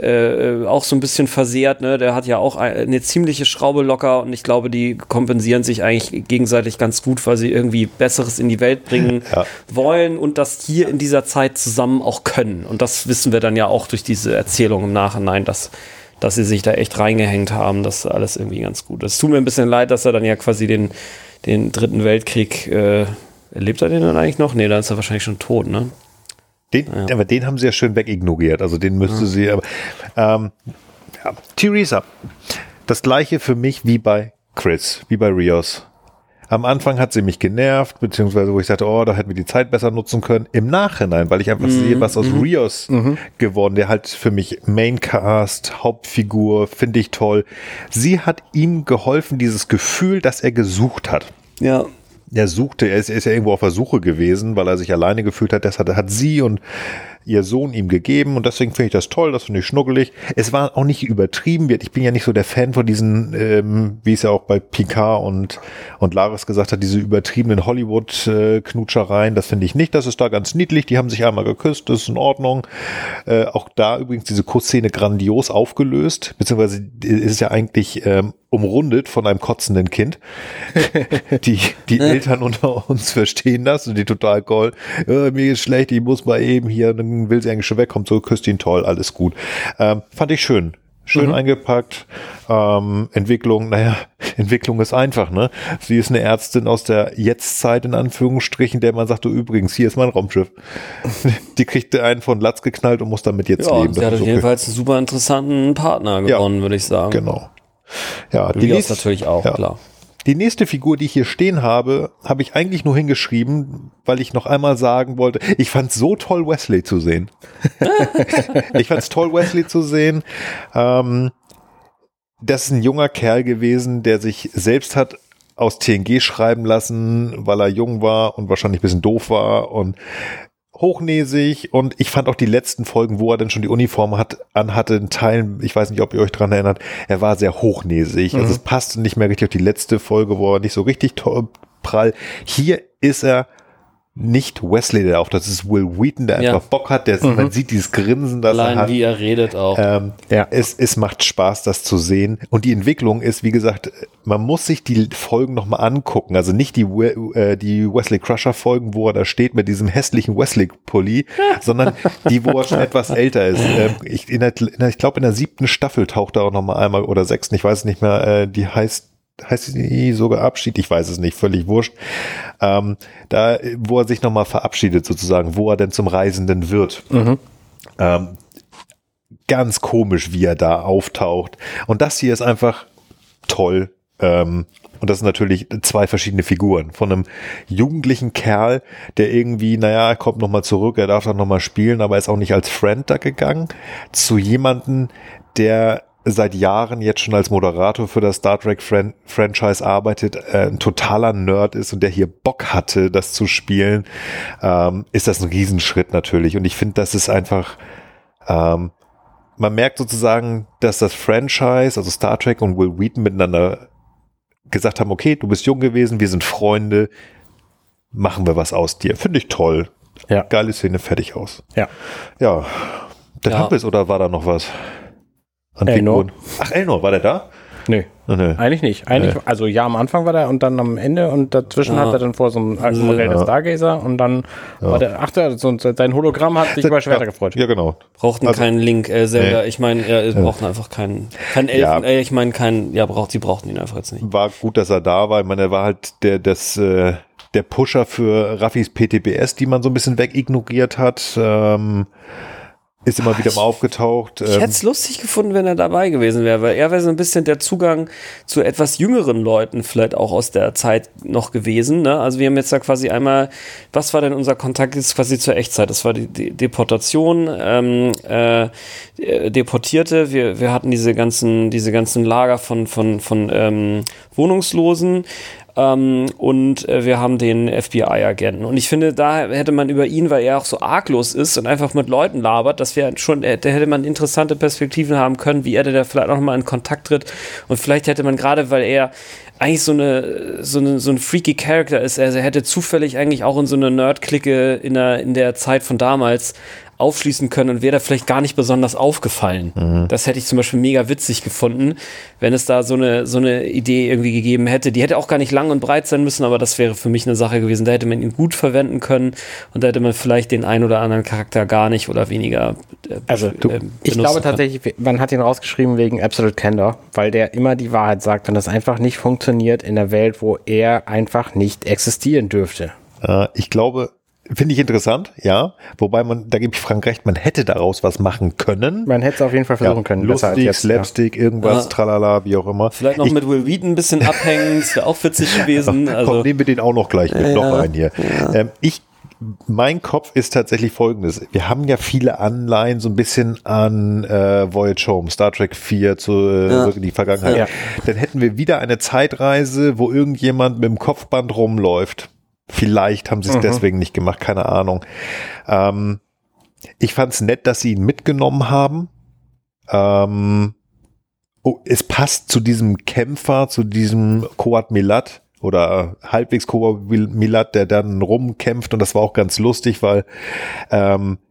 äh, auch so ein bisschen versehrt, ne, der hat ja auch eine ziemliche Schraube locker und ich glaube, die kompensieren sich eigentlich gegenseitig ganz gut, weil sie irgendwie Besseres in die Welt bringen ja. wollen und das hier in dieser Zeit zusammen auch können und das wissen wir dann ja auch durch diese Erzählung im Nachhinein, dass dass sie sich da echt reingehängt haben, das ist alles irgendwie ganz gut. Es tut mir ein bisschen leid, dass er dann ja quasi den, den dritten Weltkrieg, äh, erlebt er den dann eigentlich noch? Nee, dann ist er wahrscheinlich schon tot, ne? Den, ja. Aber den haben sie ja schön wegignoriert, also den müsste ja. sie, aber, ähm, ja. Theresa, das gleiche für mich wie bei Chris, wie bei Rios. Am Anfang hat sie mich genervt, beziehungsweise wo ich sagte, oh, da hätten wir die Zeit besser nutzen können. Im Nachhinein, weil ich einfach mhm. sehe, was aus mhm. Rios mhm. geworden, der halt für mich Maincast, Hauptfigur, finde ich toll. Sie hat ihm geholfen, dieses Gefühl, das er gesucht hat. Ja. Er suchte, er ist, er ist ja irgendwo auf der Suche gewesen, weil er sich alleine gefühlt hat. Das hat, hat sie und ihr Sohn ihm gegeben und deswegen finde ich das toll, das finde ich schnuckelig. Es war auch nicht übertrieben wird. Ich bin ja nicht so der Fan von diesen, ähm, wie es ja auch bei Picard und, und Laris gesagt hat, diese übertriebenen Hollywood-Knutschereien, das finde ich nicht. Das ist da ganz niedlich. Die haben sich einmal geküsst, das ist in Ordnung. Äh, auch da übrigens diese Kussszene grandios aufgelöst, beziehungsweise ist es ja eigentlich ähm, umrundet von einem kotzenden Kind. die die Eltern unter uns verstehen das und die total toll. Äh, mir ist schlecht, ich muss mal eben hier, dann will sie eigentlich schon weg, kommt so, küsst ihn toll, alles gut. Ähm, fand ich schön. Schön mhm. eingepackt. Ähm, Entwicklung, naja, Entwicklung ist einfach, ne? Sie ist eine Ärztin aus der Jetztzeit, in Anführungsstrichen, der man sagt, du übrigens, hier ist mein Raumschiff. Die kriegt einen von Latz geknallt und muss damit jetzt ja, leben. Sie hat auf jeden Fall einen super interessanten Partner gewonnen, ja, würde ich sagen. Genau. Ja, die nächste, natürlich auch, ja. Klar. Die nächste Figur, die ich hier stehen habe, habe ich eigentlich nur hingeschrieben, weil ich noch einmal sagen wollte, ich fand es so toll, Wesley zu sehen. Ich fand es toll, Wesley zu sehen. Ähm, das ist ein junger Kerl gewesen, der sich selbst hat aus T N G schreiben lassen, weil er jung war und wahrscheinlich ein bisschen doof war und hochnäsig und ich fand auch die letzten Folgen, wo er dann schon die Uniform hat, anhatte, in Teilen, ich weiß nicht, ob ihr euch dran erinnert, er war sehr hochnäsig. Mhm. Also es passte nicht mehr richtig auf die letzte Folge, wo er nicht so richtig toll, prall. Hier ist er nicht Wesley, der auch, das ist Will Wheaton, der ja. einfach Bock hat, der, mhm. man sieht dieses Grinsen, das Allein er hat. wie er redet auch. Ähm, ja. es, es macht Spaß, das zu sehen. Und die Entwicklung ist, wie gesagt, man muss sich die Folgen nochmal angucken. Also nicht die, äh, die Wesley Crusher Folgen, wo er da steht mit diesem hässlichen Wesley-Pulli, sondern die, wo er schon etwas älter ist. Ähm, ich in der, ich glaube, in der siebten Staffel taucht er auch nochmal einmal, oder sechsten, ich weiß es nicht mehr, äh, die heißt heißt sie sogar Abschied? Ich weiß es nicht, völlig wurscht. Ähm, da, wo er sich nochmal verabschiedet sozusagen, wo er denn zum Reisenden wird. Mhm. Ähm, ganz komisch, wie er da auftaucht. Und das hier ist einfach toll. Ähm, und das sind natürlich zwei verschiedene Figuren. Von einem jugendlichen Kerl, der irgendwie, naja, er kommt nochmal zurück, er darf dann nochmal spielen, aber er ist auch nicht als Friend da gegangen, zu jemanden, der seit Jahren jetzt schon als Moderator für das Star Trek Fran- Franchise arbeitet, äh, ein totaler Nerd ist und der hier Bock hatte, das zu spielen, ähm, ist das ein Riesenschritt natürlich. Und ich finde, das ist einfach, ähm, man merkt sozusagen, dass das Franchise, also Star Trek und Will Wheaton miteinander gesagt haben, okay, du bist jung gewesen, wir sind Freunde, machen wir was aus dir. Finde ich toll. Ja. Geile Szene, fertig aus. Ja. Ja. Dann Ja. haben wir es, oder war da noch was? An Elnor. Figuren? Ach, Elnor, war der da? Nö. Oh, nö. Eigentlich nicht. Eigentlich, Nee. also ja, am Anfang war der und dann am Ende und dazwischen Ja. hat er dann vor so einem alten Modell Ja. der Stargazer und dann war der, ach, der, so, sein Hologramm hat sich über Schwerter ja, gefreut. Ja, genau. Brauchten Also- keinen Link, äh, Zelda. Nee. Ich meine, ja, sie brauchten einfach keinen, keinen Elfen, Ja. äh, ich meine, keinen, ja, braucht, sie brauchten ihn einfach jetzt nicht. War gut, dass er da war. Ich meine, er war halt der, das, äh, der Pusher für Raffis P T B S, die man so ein bisschen wegignoriert hat. Ähm, ist immer wieder mal aufgetaucht. Ich Ähm, hätte es lustig gefunden, wenn er dabei gewesen wäre, weil er wäre so ein bisschen der Zugang zu etwas jüngeren Leuten vielleicht auch aus der Zeit noch gewesen. Ne? Also wir haben jetzt da quasi einmal, was war denn unser Kontakt jetzt quasi zur Echtzeit? Das war die, die Deportation, ähm, äh, Deportierte. Wir, wir hatten diese ganzen, diese ganzen Lager von, von, von ähm, Wohnungslosen. Ähm, und äh, wir haben den F B I-Agenten. Und ich finde, da hätte man über ihn, weil er auch so arglos ist und einfach mit Leuten labert, dass wir schon, äh, da hätte man interessante Perspektiven haben können, wie er da vielleicht auch nochmal in Kontakt tritt. Und vielleicht hätte man gerade, weil er eigentlich so eine, so eine, so ein freaky Charakter ist, also er hätte zufällig eigentlich auch in so eine Nerd-Clique in der, in der Zeit von damals aufschließen können und wäre da vielleicht gar nicht besonders aufgefallen. Mhm. Das hätte ich zum Beispiel mega witzig gefunden, wenn es da so eine, so eine Idee irgendwie gegeben hätte. Die hätte auch gar nicht lang und breit sein müssen, aber das wäre für mich eine Sache gewesen. Da hätte man ihn gut verwenden können und da hätte man vielleicht den ein oder anderen Charakter gar nicht oder weniger äh, Also, du, äh, ich glaube tatsächlich, man hat ihn rausgeschrieben wegen Absolute Candor, weil der immer die Wahrheit sagt und das einfach nicht funktioniert in der Welt, wo er einfach nicht existieren dürfte. äh, ich glaube, finde ich interessant, ja. Wobei man, da gebe ich Frank recht, man hätte daraus was machen können. Man hätte es auf jeden Fall versuchen Ja, können. besser als lustig, jetzt, Slapstick, irgendwas, Ja. tralala, wie auch immer. Vielleicht noch ich, mit Will Wheaton ein bisschen abhängen, das wäre auch witzig gewesen. Komm, Also, nehmen wir den auch noch gleich mit, Ja, noch rein hier. ja. Ähm, ich, mein Kopf ist tatsächlich folgendes. Wir haben ja viele Anleihen so ein bisschen an äh, Voyage Home, Star Trek vier, zu äh, Ja. so die Vergangenheit. Ja. Dann hätten wir wieder eine Zeitreise, wo irgendjemand mit dem Kopfband rumläuft. Vielleicht haben sie es Mhm. deswegen nicht gemacht, keine Ahnung. Ähm, ich fand es nett, dass sie ihn mitgenommen haben. Ähm, oh, es passt zu diesem Kämpfer, zu diesem Koat Milat oder halbwegs Koat Milat, der dann rumkämpft, und das war auch ganz lustig, weil ähm,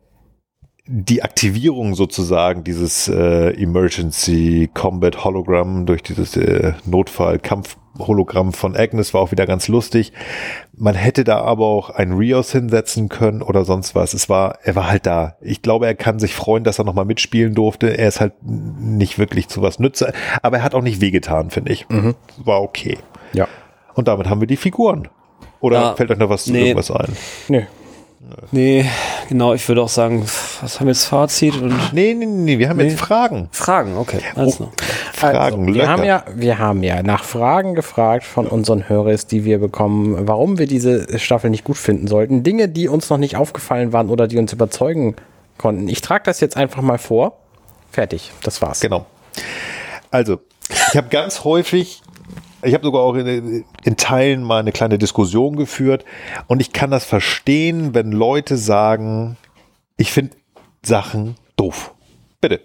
die Aktivierung sozusagen dieses äh, Emergency Combat Hologramm durch dieses äh, Notfall-Kampf-Hologramm von Agnes war auch wieder ganz lustig. Man hätte da aber auch einen Rios hinsetzen können oder sonst was. Es war, er war halt da. Ich glaube, er kann sich freuen, dass er nochmal mitspielen durfte. Er ist halt nicht wirklich zu was nütze, aber er hat auch nicht wehgetan, finde ich. Mhm. War okay. Ja. Und damit haben wir die Figuren. Oder Ja, fällt euch noch was zu nee. irgendwas ein? Nö. nee, genau, ich würde auch sagen, was haben wir jetzt Fazit und Nee, nee, nee, wir haben Nee. jetzt Fragen. Fragen, okay, alles noch. Fragen, Also, wir Löcher. haben ja, wir haben ja nach Fragen gefragt von unseren Hörers, die wir bekommen, warum wir diese Staffel nicht gut finden sollten. Dinge, die uns noch nicht aufgefallen waren oder die uns überzeugen konnten. Ich trage das jetzt einfach mal vor. Fertig, das war's. Genau. Also, ich habe ganz häufig Ich habe sogar auch in, in Teilen mal eine kleine Diskussion geführt und ich kann das verstehen, wenn Leute sagen, ich finde Sachen doof. Bitte.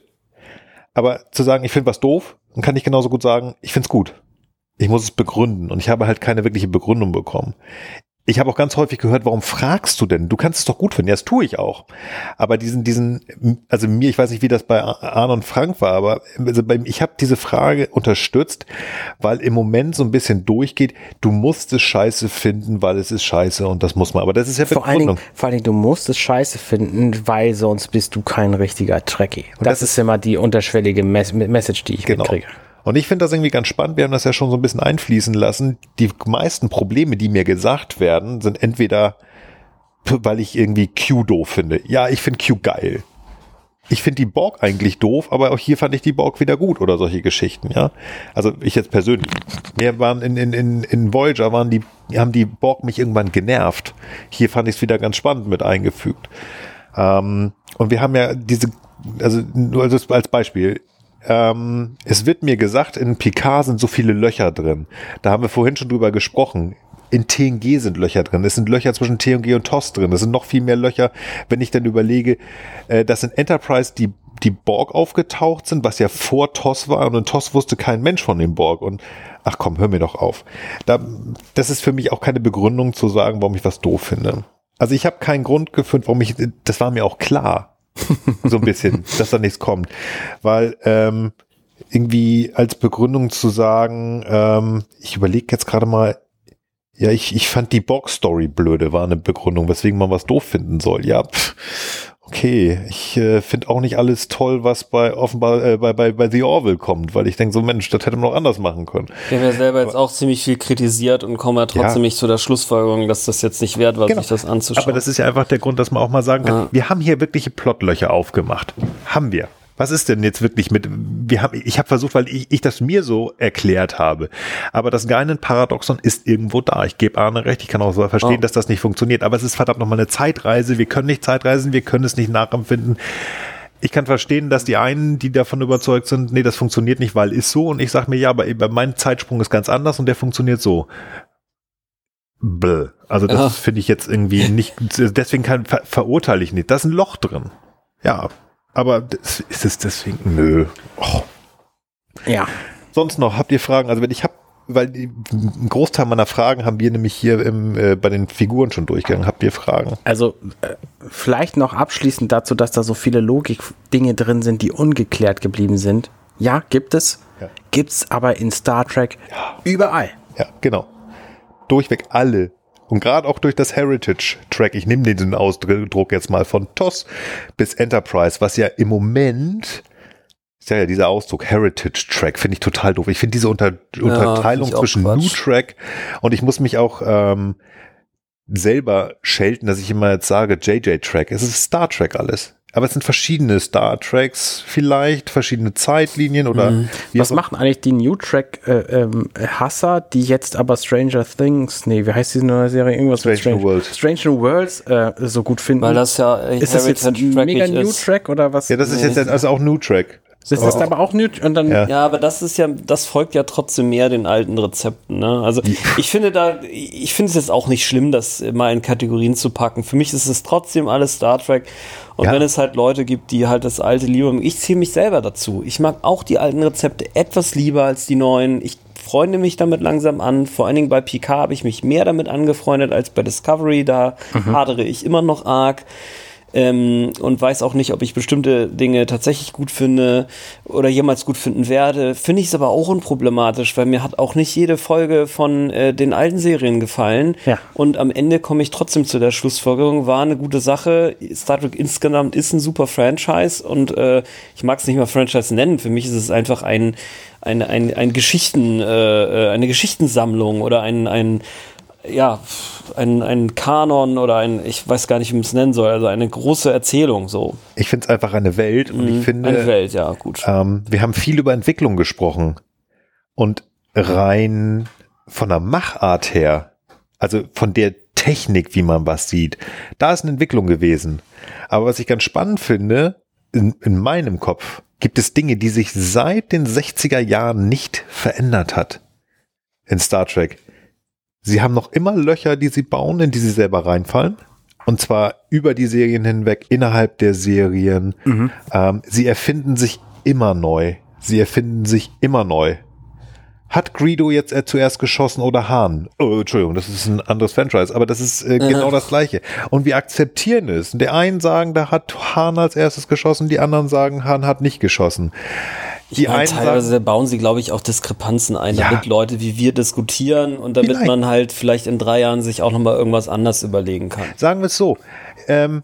Aber zu sagen, ich finde was doof, dann kann ich genauso gut sagen, ich finde es gut. Ich muss es begründen und ich habe halt keine wirkliche Begründung bekommen. Ich habe auch ganz häufig gehört, warum fragst du denn? Du kannst es doch gut finden. Ja, das tue ich auch. Aber diesen, diesen, also mir, ich weiß nicht, wie das bei Arne und Frank war, aber also bei, ich habe diese Frage unterstützt, weil im Moment so ein bisschen durchgeht, du musst es scheiße finden, weil es ist scheiße und das muss man. Aber das ist ja vor allen Dingen, vor allen Dingen, du musst es scheiße finden, weil sonst bist du kein richtiger Trekkie. Das, das ist immer die unterschwellige Mes- Message, die ich genau. mitkriege. Und ich finde das irgendwie ganz spannend. Wir haben das ja schon so ein bisschen einfließen lassen. Die meisten Probleme, die mir gesagt werden, sind entweder, weil ich irgendwie Q doof finde. Ja, ich finde Q geil. Ich finde die Borg eigentlich doof, aber auch hier fand ich die Borg wieder gut oder solche Geschichten, ja. Also ich jetzt persönlich. Wir waren in, in, in, in Voyager waren die, haben die Borg mich irgendwann genervt. Hier fand ich es wieder ganz spannend mit eingefügt. Ähm, und wir haben ja diese, also nur als, als Beispiel, Ähm, es wird mir gesagt, in Picard sind so viele Löcher drin. Da haben wir vorhin schon drüber gesprochen. In T N G sind Löcher drin. Es sind Löcher zwischen T N G und T O S drin. Es sind noch viel mehr Löcher, wenn ich dann überlege, äh, dass in Enterprise die, die Borg aufgetaucht sind, was ja vor T O S war. Und in T O S wusste kein Mensch von dem Borg. Und ach komm, hör mir doch auf. Da, das ist für mich auch keine Begründung zu sagen, warum ich was doof finde. Also ich habe keinen Grund gefunden, warum ich, das war mir auch klar. So ein bisschen, dass da nichts kommt. Weil ähm, irgendwie als Begründung zu sagen, ähm, ich überlege jetzt gerade mal, ja, ich, ich fand die Borg-Story blöde, war eine Begründung, weswegen man was doof finden soll. Ja, pff, okay, ich äh, finde auch nicht alles toll, was bei offenbar äh, bei, bei, bei The Orville kommt, weil ich denke so, Mensch, das hätte man noch anders machen können. Wir haben ja selber jetzt auch ziemlich viel kritisiert und kommen ja trotzdem ja. nicht zu der Schlussfolgerung, dass das jetzt nicht wert war, genau. sich das anzuschauen. Aber das ist ja einfach der Grund, dass man auch mal sagen kann, ja. wir haben hier wirkliche Plotlöcher aufgemacht. Haben wir. Was ist denn jetzt wirklich mit, wir haben, ich habe versucht, weil ich, ich das mir so erklärt habe, aber das Guinan-Paradoxon ist irgendwo da. Ich gebe Arne recht, ich kann auch so verstehen, oh. dass das nicht funktioniert, aber es ist verdammt nochmal eine Zeitreise, wir können nicht Zeitreisen, wir können es nicht nachempfinden. Ich kann verstehen, dass die einen, die davon überzeugt sind, nee, das funktioniert nicht, weil ist so, und ich sage mir, ja, aber mein Zeitsprung ist ganz anders und der funktioniert so. Bäh. Also das ja. finde ich jetzt irgendwie nicht, deswegen kann, ver, verurteile ich nicht. Da ist ein Loch drin. Ja, aber das, ist es deswegen, nö. Oh. Ja. Sonst noch, habt ihr Fragen? Also wenn ich habe, weil die, ein Großteil meiner Fragen haben wir nämlich hier im, äh, bei den Figuren schon durchgegangen. Habt ihr Fragen? Also äh, vielleicht noch abschließend dazu, dass da so viele Logik-Dinge drin sind, die ungeklärt geblieben sind. Ja, gibt es. Ja. Gibt's aber in Star Trek ja. überall. Ja, genau. Durchweg alle. Und gerade auch durch das Heritage-Track, ich nehme den Ausdruck jetzt mal von T O S bis Enterprise, was ja im Moment, ist ja, ja dieser Ausdruck, Heritage-Track, finde ich total doof. Ich finde diese Unter- ja, Unterteilung zwischen New Track und ich muss mich auch ähm, selber schelten, dass ich immer jetzt sage J J-Track. Es ist Star Trek alles. Aber es sind verschiedene Star Treks vielleicht, verschiedene Zeitlinien oder... Mhm. Was machen eigentlich die New Track äh, ähm, Hasser, die jetzt aber Stranger Things, nee, wie heißt diese neue Serie? Irgendwas Strange, mit Strange New Worlds. Strange New Worlds äh, so gut finden. Weil das ja äh, ist das jetzt ein mega New ist. Track oder was? Ja, das ist jetzt also auch New Track. Das ist aber auch New und dann ja. ja, aber das ist ja, das folgt ja trotzdem mehr den alten Rezepten. Ne? Also ich finde da, ich finde es jetzt auch nicht schlimm, das mal in Kategorien zu packen. Für mich ist es trotzdem alles Star Trek. Und ja. wenn es halt Leute gibt, die halt das alte lieben, ich zähle mich selber dazu. Ich mag auch die alten Rezepte etwas lieber als die neuen. Ich freunde mich damit langsam an. Vor allen Dingen bei Picard habe ich mich mehr damit angefreundet als bei Discovery. Da mhm. hadere ich immer noch arg. Ähm, und weiß auch nicht, ob ich bestimmte Dinge tatsächlich gut finde oder jemals gut finden werde. Finde ich es aber auch unproblematisch, weil mir hat auch nicht jede Folge von äh, den alten Serien gefallen. Ja. Und am Ende komme ich trotzdem zu der Schlussfolgerung, war eine gute Sache. Star Trek insgesamt ist ein super Franchise und äh, ich mag es nicht mal Franchise nennen. Für mich ist es einfach ein, ein, ein, ein Geschichten, äh, eine Geschichtensammlung oder ein, ein ja, ein, ein Kanon oder ein, ich weiß gar nicht, wie man es nennen soll, also eine große Erzählung so. Ich finde es einfach eine Welt und mhm, ich finde, eine Welt, ja, gut. Ähm, wir haben viel über Entwicklung gesprochen und rein von der Machart her, also von der Technik, wie man was sieht, da ist eine Entwicklung gewesen. Aber was ich ganz spannend finde, in, in meinem Kopf gibt es Dinge, die sich seit den sechziger Jahren nicht verändert hat. in Star Trek. Sie haben noch immer Löcher, die sie bauen, in die sie selber reinfallen. Und zwar über die Serien hinweg, innerhalb der Serien. Mhm. Ähm, sie erfinden sich immer neu. Sie erfinden sich immer neu. Hat Greedo jetzt äh, zuerst geschossen oder Han? Oh, Entschuldigung, das ist ein anderes Franchise, aber das ist äh, genau das Gleiche. Und wir akzeptieren es. Die einen sagen, da hat Han als erstes geschossen, die anderen sagen, Han hat nicht geschossen. Die ich meine, einen teilweise sagen, bauen sie, glaube ich, auch Diskrepanzen ein, ja, damit Leute wie wir diskutieren und damit vielleicht. man halt vielleicht in drei Jahren sich auch nochmal irgendwas anders überlegen kann. Sagen wir es so. Ähm,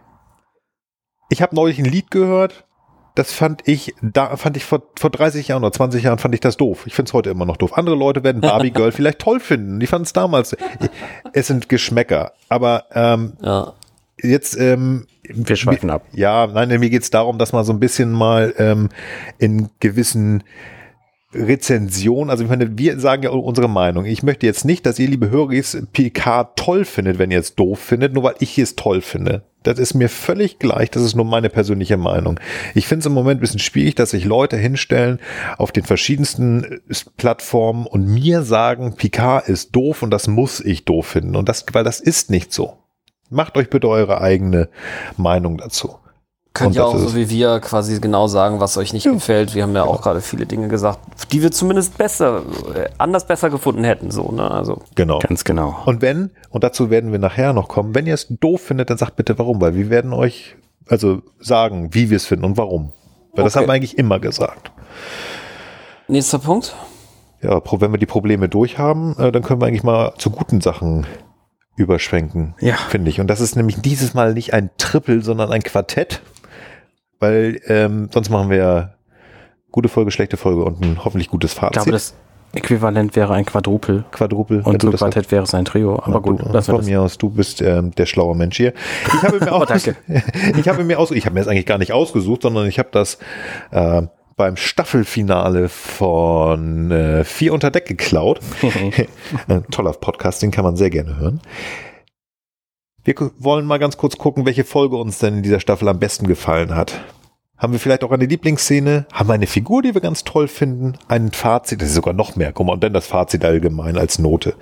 ich habe neulich ein Lied gehört, das fand ich, da fand ich vor, vor dreißig Jahren oder zwanzig Jahren fand ich das doof. Ich finde es heute immer noch doof. Andere Leute werden Barbie Girl vielleicht toll finden. Die fanden es damals. Es sind Geschmäcker. Aber ähm, ja. jetzt ähm, wir schweifen ab. Ja, nein, mir geht es darum, dass man so ein bisschen mal ähm, in gewissen Rezension, also ich meine, wir sagen ja unsere Meinung. Ich möchte jetzt nicht, dass ihr, liebe Höris, P K toll findet, wenn ihr es doof findet, nur weil ich es toll finde. Das ist mir völlig gleich, das ist nur meine persönliche Meinung. Ich finde es im Moment ein bisschen schwierig, dass sich Leute hinstellen auf den verschiedensten Plattformen und mir sagen, P K ist doof und das muss ich doof finden. Und das, weil das ist nicht so. Macht euch bitte eure eigene Meinung dazu. Könnt ihr auch so wie wir quasi genau sagen, was euch nicht ja. gefällt. Wir haben ja auch gerade viele Dinge gesagt, die wir zumindest besser, anders besser gefunden hätten. So, ne? Also genau. Ganz genau. Und wenn, und dazu werden wir nachher noch kommen, wenn ihr es doof findet, dann sagt bitte warum, weil wir werden euch also sagen, wie wir es finden und warum. Weil okay. das haben wir eigentlich immer gesagt. Nächster Punkt. Ja, wenn wir die Probleme durchhaben, dann können wir eigentlich mal zu guten Sachen überschwenken, ja. finde ich. Und das ist nämlich dieses Mal nicht ein Triple, sondern ein Quartett. Weil ähm, sonst machen wir ja gute Folge, schlechte Folge und ein hoffentlich gutes Fazit. Ich glaube, das Äquivalent wäre ein Quadrupel. Quadrupel. Und so Quartett wäre es ein Trio. Aber gut, du, von das. mir aus, du bist ähm, der schlaue Mensch hier. Ich habe mir, auch, danke. ich habe mir, aus, ich habe mir das eigentlich gar nicht ausgesucht, sondern ich habe das äh, beim Staffelfinale von äh, Vier unter Deck geklaut. Ein toller Podcast, den kann man sehr gerne hören. Wir wollen mal ganz kurz gucken, welche Folge uns denn in dieser Staffel am besten gefallen hat. Haben wir vielleicht auch eine Lieblingsszene? Haben wir eine Figur, die wir ganz toll finden? Ein Fazit, das ist sogar noch mehr. Guck mal, und dann das Fazit allgemein als Note.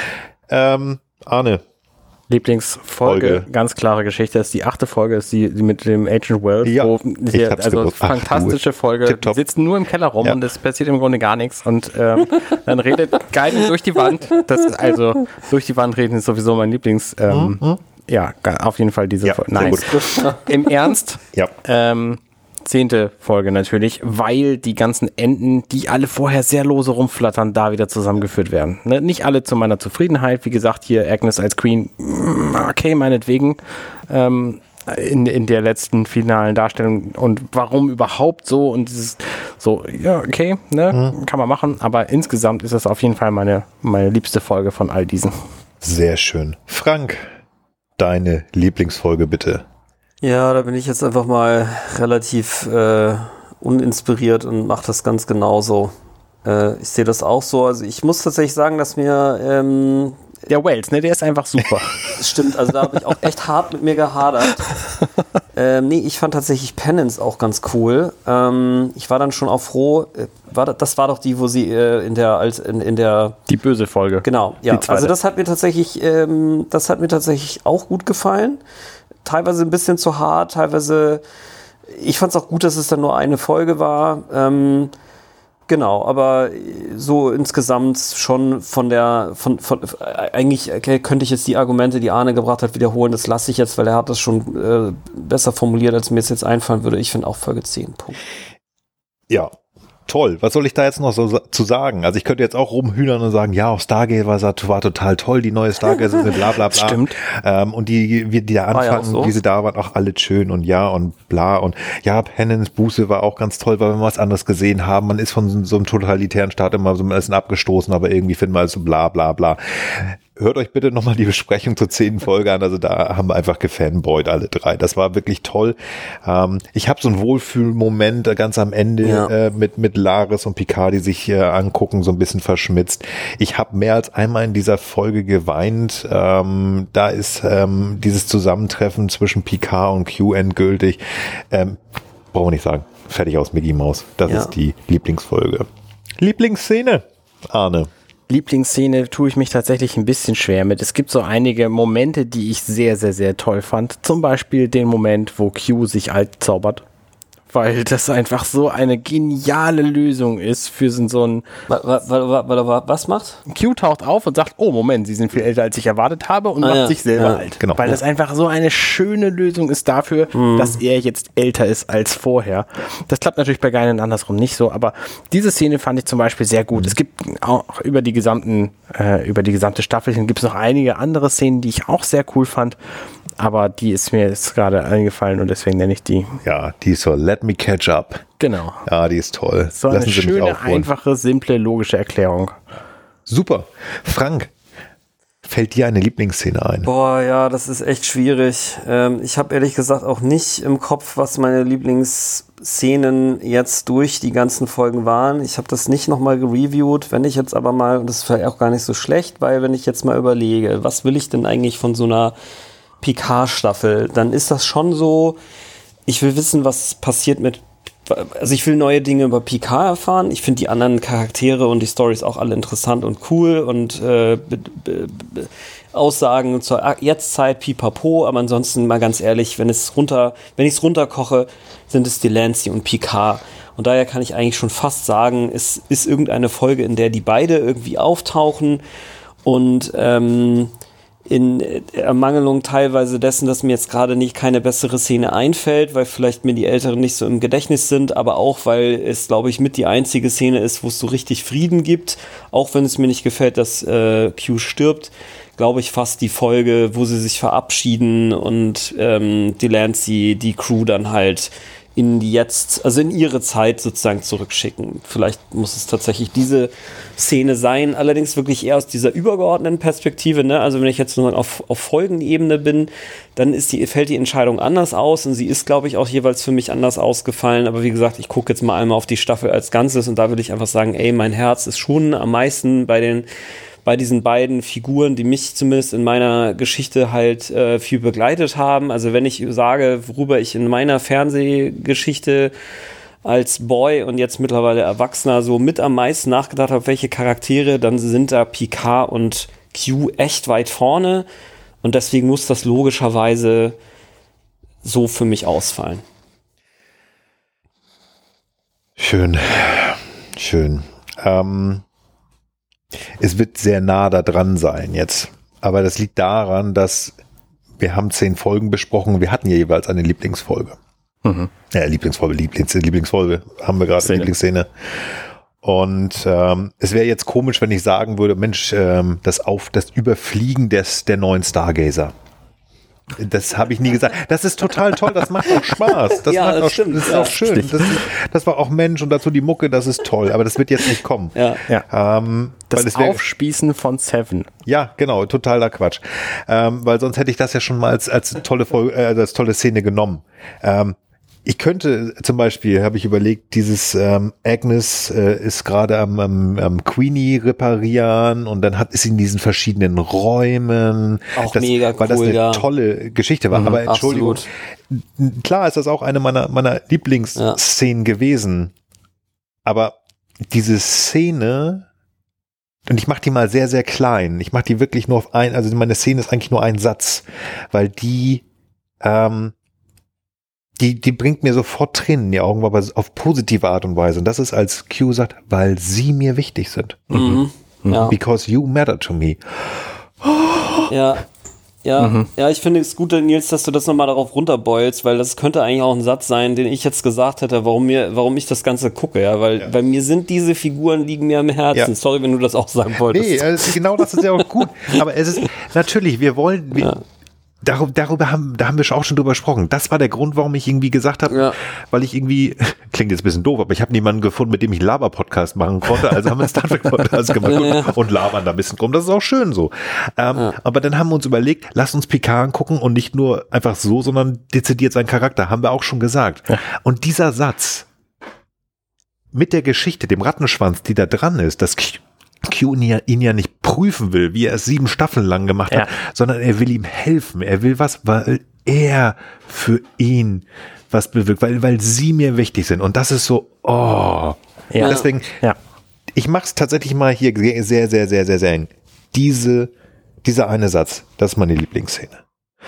Ähm, Arne. Lieblingsfolge, Folge. Ganz klare Geschichte, das ist die achte Folge, ist die, die mit dem Agent Wells, ja, wo hier, also Ach, fantastische du, Folge, tipptopp. Die sitzen nur im Keller rum ja. und es passiert im Grunde gar nichts und ähm, dann redet Geiden durch die Wand, das ist also, durch die Wand reden ist sowieso mein Lieblings, ähm, mhm. ja, auf jeden Fall diese ja, Folge, nein, im Ernst, ja. ähm, zehnte Folge natürlich, weil die ganzen Enden, die alle vorher sehr lose rumflattern, da wieder zusammengeführt werden. Ne? Nicht alle zu meiner Zufriedenheit. Wie gesagt, hier Agnes als Queen, okay, meinetwegen, ähm, in, in der letzten finalen Darstellung. Und warum überhaupt so? Und dieses so, ja, okay, ne? Mhm. Kann man machen. Aber insgesamt ist das auf jeden Fall meine, meine liebste Folge von all diesen. Sehr schön. Frank, deine Lieblingsfolge bitte. Ja, da bin ich jetzt einfach mal relativ äh, uninspiriert und mache das ganz genauso. Äh, ich sehe das auch so. Also ich muss tatsächlich sagen, dass mir ähm, der Wells, ne, der ist einfach super. Stimmt, also da habe ich auch echt hart mit mir gehadert. ähm, nee, ich fand tatsächlich Penance auch ganz cool. Ähm, ich war dann schon auch froh. Äh, war das, das war doch die, wo sie äh, in der als in, in der die böse Folge. Genau, ja. Also das hat mir tatsächlich, ähm, das hat mir tatsächlich auch gut gefallen. Teilweise ein bisschen zu hart, teilweise, ich fand es auch gut, dass es dann nur eine Folge war, ähm, genau, aber so insgesamt schon von der, von, von eigentlich könnte ich jetzt die Argumente, die Arne gebracht hat, wiederholen, das lasse ich jetzt, weil er hat das schon äh, besser formuliert, als mir es jetzt einfallen würde. Ich finde auch Folge zehn, Punkt. Ja. Toll, was soll ich da jetzt noch so zu sagen? Also ich könnte jetzt auch rumhühnern und sagen, ja, auch Stargate war, war total toll, die neue Stargate sind bla bla bla. Stimmt. Ähm, und die, die, die da anfangen, ja so. Wie sie da waren, auch alle schön und ja und bla und ja, Penance Buße war auch ganz toll, weil wir was anderes gesehen haben. Man ist von so einem totalitären Staat immer so ein bisschen abgestoßen, aber irgendwie finden wir also bla bla bla. Hört euch bitte nochmal die Besprechung zur zehnten Folge an. Also da haben wir einfach gefanboyt, alle drei. Das war wirklich toll. Ähm, ich habe so einen Wohlfühlmoment ganz am Ende ja. äh, mit mit Laris und Picard, die sich hier angucken, so ein bisschen verschmitzt. Ich habe mehr als einmal in dieser Folge geweint. Ähm, da ist ähm, dieses Zusammentreffen zwischen Picard und Q endgültig. Ähm, brauchen wir nicht sagen. Fertig aus Mickey Mouse. Das ja. ist die Lieblingsfolge. Lieblingsszene, Arne. Lieblingsszene tue ich mich tatsächlich ein bisschen schwer mit. Es gibt so einige Momente, die ich sehr, sehr, sehr toll fand. Zum Beispiel den Moment, wo Q sich alt zaubert. Weil das einfach so eine geniale Lösung ist für so ein... Was macht? Q taucht auf und sagt, oh Moment, Sie sind viel älter, als ich erwartet habe und ah, macht ja. sich selber ja. alt. Genau. Weil das einfach so eine schöne Lösung ist dafür, mhm. dass er jetzt älter ist als vorher. Das klappt natürlich bei Guinan andersrum nicht so, aber diese Szene fand ich zum Beispiel sehr gut. Mhm. Es gibt auch über die gesamten, äh, über die gesamte Staffel hin gibt es noch einige andere Szenen, die ich auch sehr cool fand. Aber die ist mir jetzt gerade eingefallen und deswegen nenne ich die. Ja, die ist so, let me catch up. Genau. Ja, die ist toll. So eine schöne, einfache, simple, logische Erklärung. Super. Frank, fällt dir eine Lieblingsszene ein? Boah, ja, das ist echt schwierig. Ähm, ich habe ehrlich gesagt auch nicht im Kopf, was meine Lieblingsszenen jetzt durch die ganzen Folgen waren. Ich habe das nicht nochmal gereviewt. Wenn ich jetzt aber mal, und das ist vielleicht auch gar nicht so schlecht, weil wenn ich jetzt mal überlege, was will ich denn eigentlich von so einer Picard-Staffel, dann ist das schon so, ich will wissen, was passiert mit, also ich will neue Dinge über Picard erfahren, ich finde die anderen Charaktere und die Storys auch alle interessant und cool und äh, be, be, be, Aussagen zur Jetztzeit, pipapo, aber ansonsten mal ganz ehrlich, wenn es runter, wenn ich es runterkoche, sind es Delancey und Picard. Und daher kann ich eigentlich schon fast sagen, es ist irgendeine Folge, in der die beide irgendwie auftauchen und ähm, in Ermangelung teilweise dessen, dass mir jetzt gerade nicht keine bessere Szene einfällt, weil vielleicht mir die Älteren nicht so im Gedächtnis sind, aber auch, weil es, glaube ich, mit die einzige Szene ist, wo es so richtig Frieden gibt, auch wenn es mir nicht gefällt, dass äh, Q stirbt, glaube ich, fast die Folge, wo sie sich verabschieden und ähm, Delancey die Crew dann halt in die jetzt, also in ihre Zeit sozusagen zurückschicken. Vielleicht muss es tatsächlich diese Szene sein, allerdings wirklich eher aus dieser übergeordneten Perspektive, ne? Also wenn ich jetzt nur auf, auf Folgenebene bin, dann ist die, fällt die Entscheidung anders aus und sie ist, glaube ich, auch jeweils für mich anders ausgefallen, aber wie gesagt, ich gucke jetzt mal einmal auf die Staffel als Ganzes und da würde ich einfach sagen, ey, mein Herz ist schon am meisten bei den bei diesen beiden Figuren, die mich zumindest in meiner Geschichte halt äh, viel begleitet haben. Also wenn ich sage, worüber ich in meiner Fernsehgeschichte als Boy und jetzt mittlerweile Erwachsener so mit am meisten nachgedacht habe, welche Charaktere, dann sind da Picard und Q echt weit vorne und deswegen muss das logischerweise so für mich ausfallen. Schön, schön. Ähm Es wird sehr nah da dran sein jetzt. Aber das liegt daran, dass wir haben zehn Folgen besprochen. Wir hatten ja jeweils eine Lieblingsfolge. Mhm. Ja, Lieblingsfolge, Lieblings, Lieblingsfolge haben wir gerade, Lieblingsszene. Und ähm, es wäre jetzt komisch, wenn ich sagen würde, Mensch, ähm, das auf das Überfliegen des der neuen Stargazer. Das habe ich nie gesagt. Das ist total toll, das macht auch Spaß. Das, ja, macht das, auch, stimmt, das ist ja. auch schön. Das, ist, das war auch Mensch und dazu die Mucke, das ist toll. Aber das wird jetzt nicht kommen. Ja. Ja. Ähm, das weil es wär, Aufspießen von Seven. Ja, genau, totaler Quatsch. Ähm, weil sonst hätte ich das ja schon mal als, als tolle Folge, äh, als tolle Szene genommen. Ähm, Ich könnte zum Beispiel, habe ich überlegt, dieses ähm, Agnes äh, ist gerade am, am, am Queenie reparieren und dann hat ist in diesen verschiedenen Räumen. Auch das, mega cool, weil das eine ja. tolle Geschichte war. Mhm, aber Entschuldigung, absolut. Klar ist das auch eine meiner, meiner Lieblingsszenen ja. gewesen. Aber diese Szene, und ich mache die mal sehr, sehr klein. Ich mache die wirklich nur auf ein, also meine Szene ist eigentlich nur ein Satz, weil die ähm, Die, die bringt mir sofort Tränen in die Augen, aber auf positive Art und Weise. Und das ist, als Q sagt, weil sie mir wichtig sind. Mhm. Ja. Because you matter to me. Ja, ja, Mhm. ja, ich finde es gut, Nils, dass du das nochmal darauf runterbeulst, weil das könnte eigentlich auch ein Satz sein, den ich jetzt gesagt hätte, warum mir, warum ich das Ganze gucke, ja, weil Ja. bei mir sind diese Figuren, liegen mir am Herzen. Ja. Sorry, wenn du das auch sagen wolltest. Nee, also genau das ist ja auch gut. Aber es ist, natürlich, wir wollen, wir, Ja. Darüber, darüber haben, da haben wir auch schon drüber gesprochen. Das war der Grund, warum ich irgendwie gesagt habe, Ja. weil ich irgendwie, klingt jetzt ein bisschen doof, aber ich habe niemanden gefunden, mit dem ich einen Laber-Podcast machen konnte, also haben wir einen Star Trek-Podcast gemacht Ja, ja. und labern da ein bisschen drum. Das ist auch schön so. Ähm, Ja. Aber dann haben wir uns überlegt, lass uns Picard angucken und nicht nur einfach so, sondern dezidiert seinen Charakter, haben wir auch schon gesagt. Ja. Und dieser Satz mit der Geschichte, dem Rattenschwanz, die da dran ist, dass Q ihn ja, ihn ja nicht prüfen will, wie er es sieben Staffeln lang gemacht Ja. hat, sondern er will ihm helfen. Er will was, weil er für ihn was bewirkt, weil, weil sie mir wichtig sind. Und das ist so, oh. Ja. Deswegen, Ja. Ich mach's tatsächlich mal hier sehr, sehr, sehr, sehr, sehr eng. Diese, dieser eine Satz, das ist meine Lieblingsszene.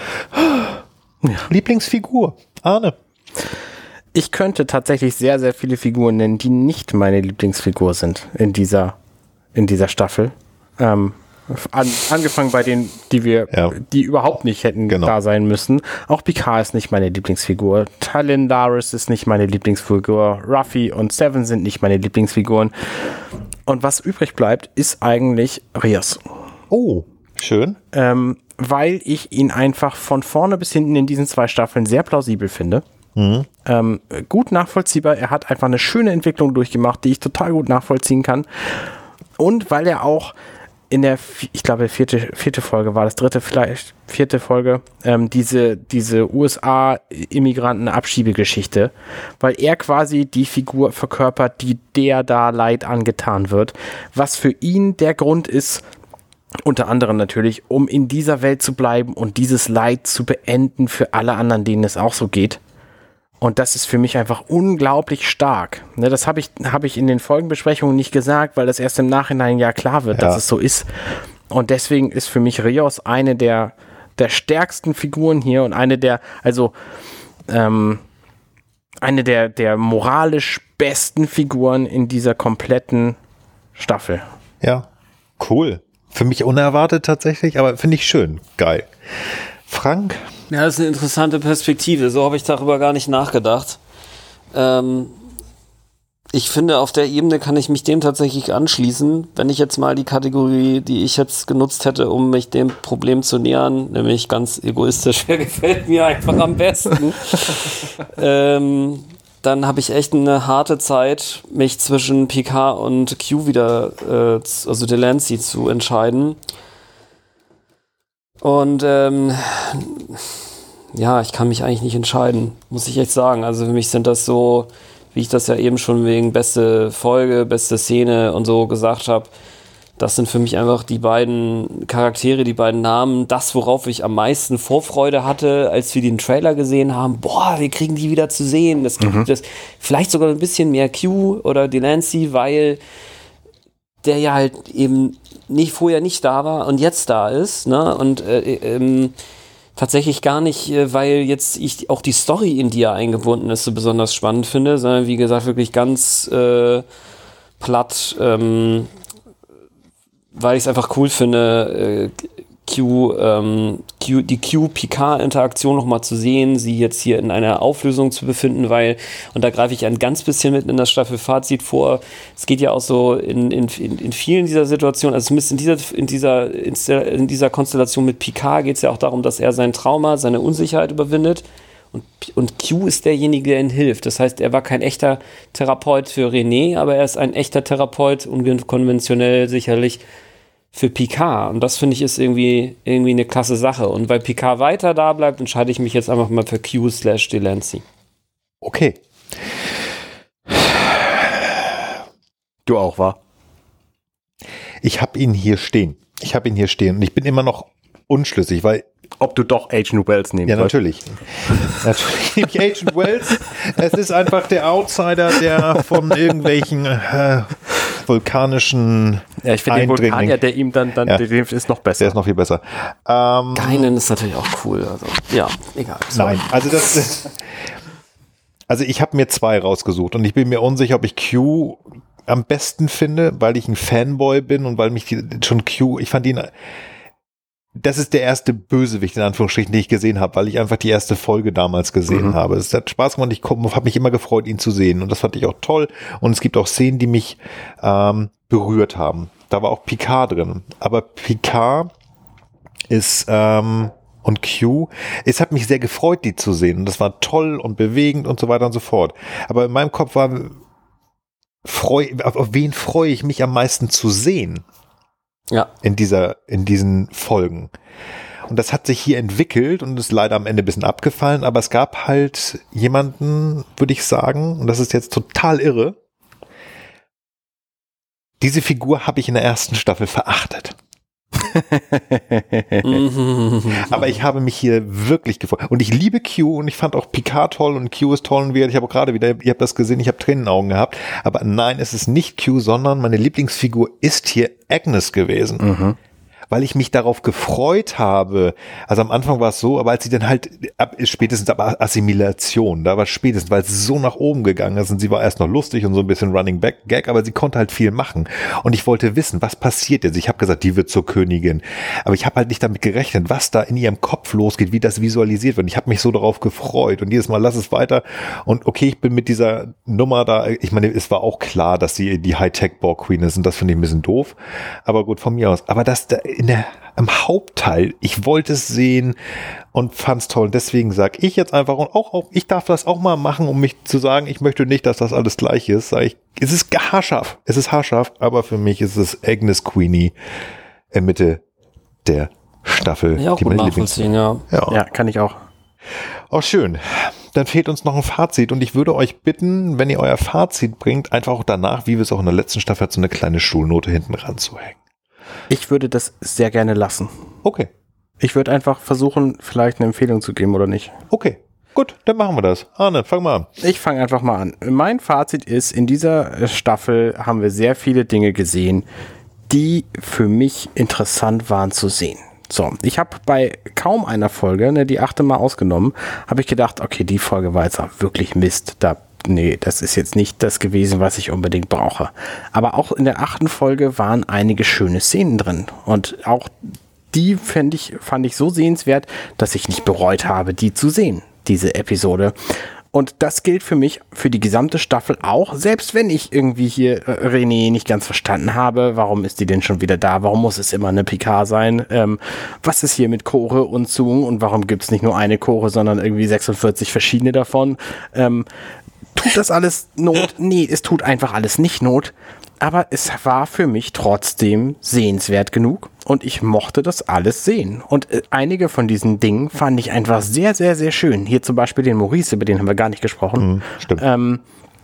Ja. Lieblingsfigur, Arne. Ich könnte tatsächlich sehr, sehr viele Figuren nennen, die nicht meine Lieblingsfigur sind in dieser, in dieser Staffel. Ähm, an, angefangen bei denen, die wir, ja. die überhaupt nicht hätten genau. da sein müssen. Auch Picard ist nicht meine Lieblingsfigur. Talyn Daris ist nicht meine Lieblingsfigur. Ruffy und Seven sind nicht meine Lieblingsfiguren. Und was übrig bleibt, ist eigentlich Rios. Oh, schön. Ähm, weil ich ihn einfach von vorne bis hinten in diesen zwei Staffeln sehr plausibel finde. Mhm. Ähm, gut nachvollziehbar. Er hat einfach eine schöne Entwicklung durchgemacht, die ich total gut nachvollziehen kann. Und weil er auch in der, ich glaube, vierte, vierte Folge war das, dritte vielleicht, vierte Folge, ähm, diese, diese U S A-Immigranten-Abschiebegeschichte, weil er quasi die Figur verkörpert, die der da Leid angetan wird, was für ihn der Grund ist, unter anderem natürlich, um in dieser Welt zu bleiben und dieses Leid zu beenden für alle anderen, denen es auch so geht. Und das ist für mich einfach unglaublich stark. Ne, das habe ich, hab ich in den Folgenbesprechungen nicht gesagt, weil das erst im Nachhinein ja klar wird, ja. dass es so ist. Und deswegen ist für mich Rios eine der, der stärksten Figuren hier und eine der, also ähm, eine der, der moralisch besten Figuren in dieser kompletten Staffel. Ja, cool. Für mich unerwartet tatsächlich, aber finde ich schön. Geil. Frank? Ja, das ist eine interessante Perspektive. So habe ich darüber gar nicht nachgedacht. Ähm, ich finde, auf der Ebene kann ich mich dem tatsächlich anschließen. Wenn ich jetzt mal die Kategorie, die ich jetzt genutzt hätte, um mich dem Problem zu nähern, nämlich ganz egoistisch, wer gefällt mir einfach am besten, ähm, dann habe ich echt eine harte Zeit, mich zwischen Picard und Q wieder, äh, also Delancey, zu entscheiden. Und ähm, ja, ich kann mich eigentlich nicht entscheiden, muss ich echt sagen. Also für mich sind das so, wie ich das ja eben schon wegen beste Folge, beste Szene und so gesagt habe, das sind für mich einfach die beiden Charaktere, die beiden Namen, das, worauf ich am meisten Vorfreude hatte, als wir den Trailer gesehen haben. Boah, wir kriegen die wieder zu sehen. Das gibt mhm. das, vielleicht sogar ein bisschen mehr Q oder Delancey, weil der ja halt eben nicht vorher nicht da war und jetzt da ist, ne? Und äh, ähm, tatsächlich gar nicht, äh, weil jetzt ich auch die Story, in die er eingebunden ist, so besonders spannend finde, sondern wie gesagt wirklich ganz äh, platt, ähm, weil ich es einfach cool finde, äh, Q, ähm, Q, die Q-Picard-Interaktion nochmal zu sehen, sie jetzt hier in einer Auflösung zu befinden, weil, und da greife ich ein ganz bisschen mit in das Staffelfazit vor, es geht ja auch so in, in, in vielen dieser Situationen, also zumindest in dieser, in dieser, in dieser Konstellation mit Picard geht es ja auch darum, dass er sein Trauma, seine Unsicherheit überwindet und, und Q ist derjenige, der ihm hilft. Das heißt, er war kein echter Therapeut für René, aber er ist ein echter Therapeut, unkonventionell sicherlich, für Picard. Und das finde ich ist irgendwie, irgendwie eine klasse Sache. Und weil Picard weiter da bleibt, entscheide ich mich jetzt einfach mal für Q slash Delancey. Okay. Du auch, wa? Ich habe ihn hier stehen. Ich habe ihn hier stehen. Und ich bin immer noch unschlüssig, weil ob du doch Agent Wells nehmen Ja, natürlich. Natürlich nehme ich Agent Wells. Es ist einfach der Outsider, der von irgendwelchen äh, vulkanischen Ja, ich finde den Vulkanier, der ihm dann, dann ja. der ist noch besser. Der ist noch viel besser. Ähm, Keinen ist natürlich auch cool. Also, ja, egal. Sorry. Nein, also das Also ich habe mir zwei rausgesucht und ich bin mir unsicher, ob ich Q am besten finde, weil ich ein Fanboy bin und weil mich die, schon Q, ich fand ihn das ist der erste Bösewicht, in Anführungsstrichen, den ich gesehen habe, weil ich einfach die erste Folge damals gesehen mhm. habe. Es hat Spaß gemacht, ich habe mich immer gefreut, ihn zu sehen. Und das fand ich auch toll. Und es gibt auch Szenen, die mich ähm, berührt haben. Da war auch Picard drin. Aber Picard ist ähm, und Q, es hat mich sehr gefreut, die zu sehen. Und das war toll und bewegend und so weiter und so fort. Aber in meinem Kopf war, freu, auf, auf wen freue ich mich am meisten zu sehen? Ja. In dieser, in diesen Folgen. Und das hat sich hier entwickelt und ist leider am Ende ein bisschen abgefallen, aber es gab halt jemanden, würde ich sagen, und das ist jetzt total irre. Diese Figur habe ich in der ersten Staffel verachtet. Aber ich habe mich hier wirklich gefreut. Und ich liebe Q und ich fand auch Picard toll und Q ist toll und ich habe auch gerade wieder, ihr habt das gesehen, ich habe Tränenaugen gehabt. Aber nein, es ist nicht Q, sondern meine Lieblingsfigur ist hier Agnes gewesen. Mhm. Weil ich mich darauf gefreut habe. Also am Anfang war es so, aber als sie dann halt, ab, spätestens ab Assimilation, da war es spätestens, weil es so nach oben gegangen ist und sie war erst noch lustig und so ein bisschen Running Back Gag, aber sie konnte halt viel machen. Und ich wollte wissen, was passiert jetzt? Ich habe gesagt, die wird zur Königin. Aber ich habe halt nicht damit gerechnet, was da in ihrem Kopf losgeht, wie das visualisiert wird. Und ich habe mich so darauf gefreut und jedes Mal lass es weiter. Und okay, ich bin mit dieser Nummer da, ich meine, es war auch klar, dass sie die Hightech-Borg-Queen ist und das finde ich ein bisschen doof. Aber gut, von mir aus. Aber das da in der, im Hauptteil, ich wollte es sehen und fand es toll. Und deswegen sage ich jetzt einfach, und auch, auch, ich darf das auch mal machen, um mich zu sagen, ich möchte nicht, dass das alles gleich ist. Sag ich, es ist haarscharf, es ist haarscharf, aber für mich ist es Agnes Queenie in Mitte der Staffel. Ja, auch gut nachvollziehen, ja. ja. Ja, kann ich auch. Oh, schön. Dann fehlt uns noch ein Fazit und ich würde euch bitten, wenn ihr euer Fazit bringt, einfach auch danach, wie wir es auch in der letzten Staffel hatten, so eine kleine Schulnote hinten ranzuhängen. Ich würde das sehr gerne lassen. Okay. Ich würde einfach versuchen, vielleicht eine Empfehlung zu geben oder nicht. Okay, gut, dann machen wir das. Arne, fang mal an. Ich fange einfach mal an. Mein Fazit ist, in dieser Staffel haben wir sehr viele Dinge gesehen, die für mich interessant waren zu sehen. So, ich habe bei kaum einer Folge, ne, die achte Mal ausgenommen, habe ich gedacht, okay, die Folge war jetzt auch wirklich Mist. Da, nee, das ist jetzt nicht das gewesen, was ich unbedingt brauche. Aber auch in der achten Folge waren einige schöne Szenen drin. Und auch die fand ich, fand ich so sehenswert, dass ich nicht bereut habe, die zu sehen, diese Episode. Und das gilt für mich für die gesamte Staffel auch, selbst wenn ich irgendwie hier äh, René nicht ganz verstanden habe, warum ist die denn schon wieder da, warum muss es immer eine Picard sein, ähm, was ist hier mit Chore und Zung und warum gibt es nicht nur eine Chore, sondern irgendwie sechsundvierzig verschiedene davon, ähm, tut das alles Not? Nee, es tut einfach alles nicht Not, aber es war für mich trotzdem sehenswert genug und ich mochte das alles sehen. Und äh, einige von diesen Dingen fand ich einfach sehr, sehr, sehr schön. Hier zum Beispiel den Maurice, über den haben wir gar nicht gesprochen. Mhm, stimmt. Ähm,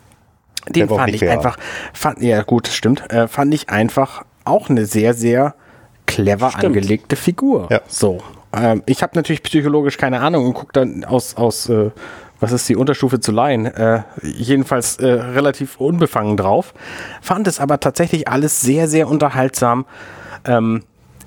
den fand ich real. einfach, fand, ja gut, stimmt, äh, fand ich einfach auch eine sehr, sehr clever stimmt. angelegte Figur. Ja. So, ähm, ich habe natürlich psychologisch keine Ahnung und gucke dann aus, aus äh, was ist die Unterstufe zu Laien? Äh, jedenfalls äh, relativ unbefangen drauf. Fand es aber tatsächlich alles sehr, sehr unterhaltsam. Ähm,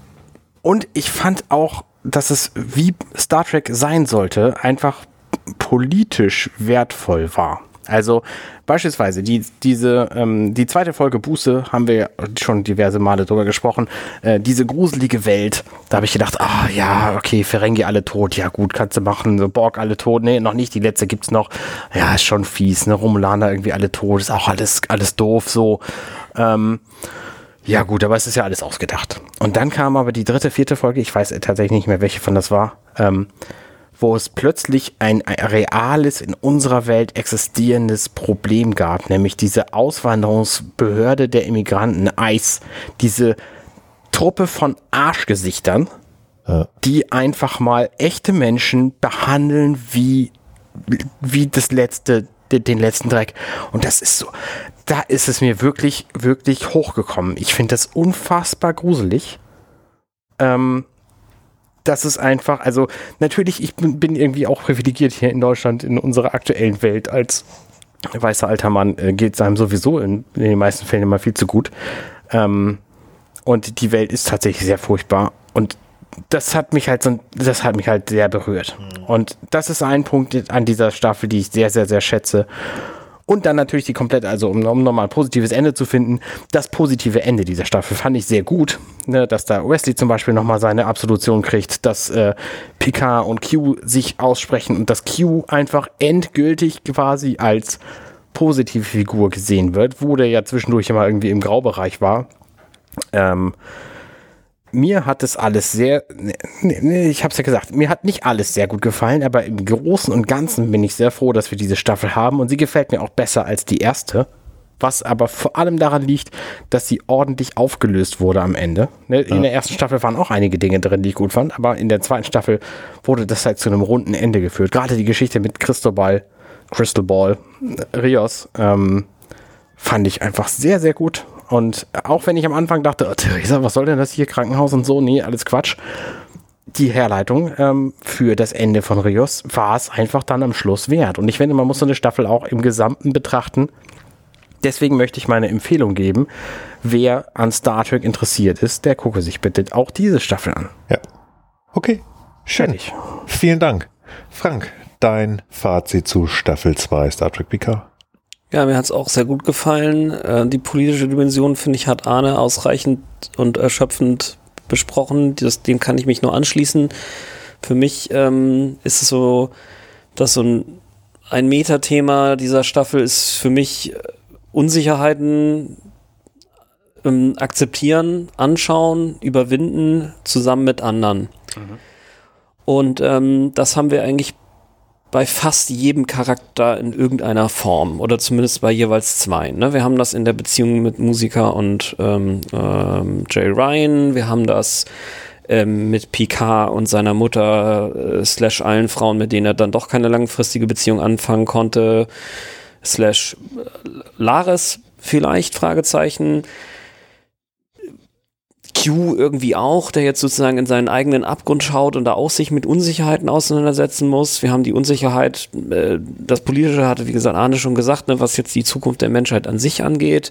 und ich fand auch, dass es, wie Star Trek sein sollte, einfach politisch wertvoll war. Also beispielsweise die, diese, ähm, die zweite Folge Buße, haben wir schon diverse Male drüber gesprochen, äh, diese gruselige Welt, da habe ich gedacht, ah ja, okay, Ferengi alle tot, ja gut, kannst du machen, so Borg alle tot, nee, noch nicht, die letzte gibt's noch, ja, ist schon fies, ne, Romulaner irgendwie alle tot, ist auch alles, alles doof, so, ähm, ja gut, aber es ist ja alles ausgedacht. Und dann kam aber die dritte, vierte Folge, ich weiß tatsächlich nicht mehr, welche von das war, ähm, wo es plötzlich ein, ein reales, in unserer Welt existierendes Problem gab, nämlich diese Auswanderungsbehörde der Immigranten, I C E, diese Truppe von Arschgesichtern, ja. die einfach mal echte Menschen behandeln wie, wie das letzte, den letzten Dreck. Und das ist so, da ist es mir wirklich, wirklich hochgekommen. Ich finde das unfassbar gruselig. Ähm, Das ist einfach, also natürlich, ich bin, bin irgendwie auch privilegiert hier in Deutschland, in unserer aktuellen Welt. Als weißer alter Mann äh, geht es einem sowieso in, in den meisten Fällen immer viel zu gut. Ähm, und die Welt ist tatsächlich sehr furchtbar. Und das hat mich halt so, das hat mich halt sehr berührt. Mhm. Und das ist ein Punkt an dieser Staffel, die ich sehr, sehr, sehr schätze. Und dann natürlich die komplette, also um, um nochmal ein positives Ende zu finden, das positive Ende dieser Staffel fand ich sehr gut, ne, dass da Wesley zum Beispiel nochmal seine Absolution kriegt, dass äh, Picard und Q sich aussprechen und dass Q einfach endgültig quasi als positive Figur gesehen wird, wo der ja zwischendurch immer irgendwie im Graubereich war. Ähm, Mir hat es alles sehr, nee, ich hab's ja gesagt, mir hat nicht alles sehr gut gefallen, aber im Großen und Ganzen bin ich sehr froh, dass wir diese Staffel haben und sie gefällt mir auch besser als die erste, was aber vor allem daran liegt, dass sie ordentlich aufgelöst wurde am Ende. In der ersten Staffel waren auch einige Dinge drin, die ich gut fand, aber in der zweiten Staffel wurde das halt zu einem runden Ende geführt. Gerade die Geschichte mit Cristobal, Crystal Ball, Rios, ähm, fand ich einfach sehr, sehr gut. Und auch wenn ich am Anfang dachte, oh, Theresa, was soll denn das hier, Krankenhaus und so, nee, alles Quatsch. Die Herleitung ähm, für das Ende von Rios war es einfach dann am Schluss wert. Und ich finde, man muss so eine Staffel auch im Gesamten betrachten. Deswegen möchte ich meine Empfehlung geben, wer an Star Trek interessiert ist, der gucke sich bitte auch diese Staffel an. Ja. Okay, schön. Fertig. Vielen Dank. Frank, dein Fazit zu Staffel zwei Star Trek Picard? Ja, mir hat es auch sehr gut gefallen. Äh, die politische Dimension, finde ich, hat Arne ausreichend und erschöpfend besprochen. Das, dem kann ich mich nur anschließen. Für mich ähm, ist es so, dass so ein, ein Metathema dieser Staffel ist für mich Unsicherheiten ähm, akzeptieren, anschauen, überwinden, zusammen mit anderen. Mhm. Und ähm, das haben wir eigentlich bei fast jedem Charakter in irgendeiner Form oder zumindest bei jeweils zwei. Ne? Wir haben das in der Beziehung mit Musiker und ähm, ähm, Jay Ryan, wir haben das ähm, mit Picard und seiner Mutter äh, slash allen Frauen, mit denen er dann doch keine langfristige Beziehung anfangen konnte, slash Laris vielleicht, Fragezeichen. Q irgendwie auch, der jetzt sozusagen in seinen eigenen Abgrund schaut und da auch sich mit Unsicherheiten auseinandersetzen muss. Wir haben die Unsicherheit, äh, das Politische hatte, wie gesagt, Arne schon gesagt, ne, was jetzt die Zukunft der Menschheit an sich angeht.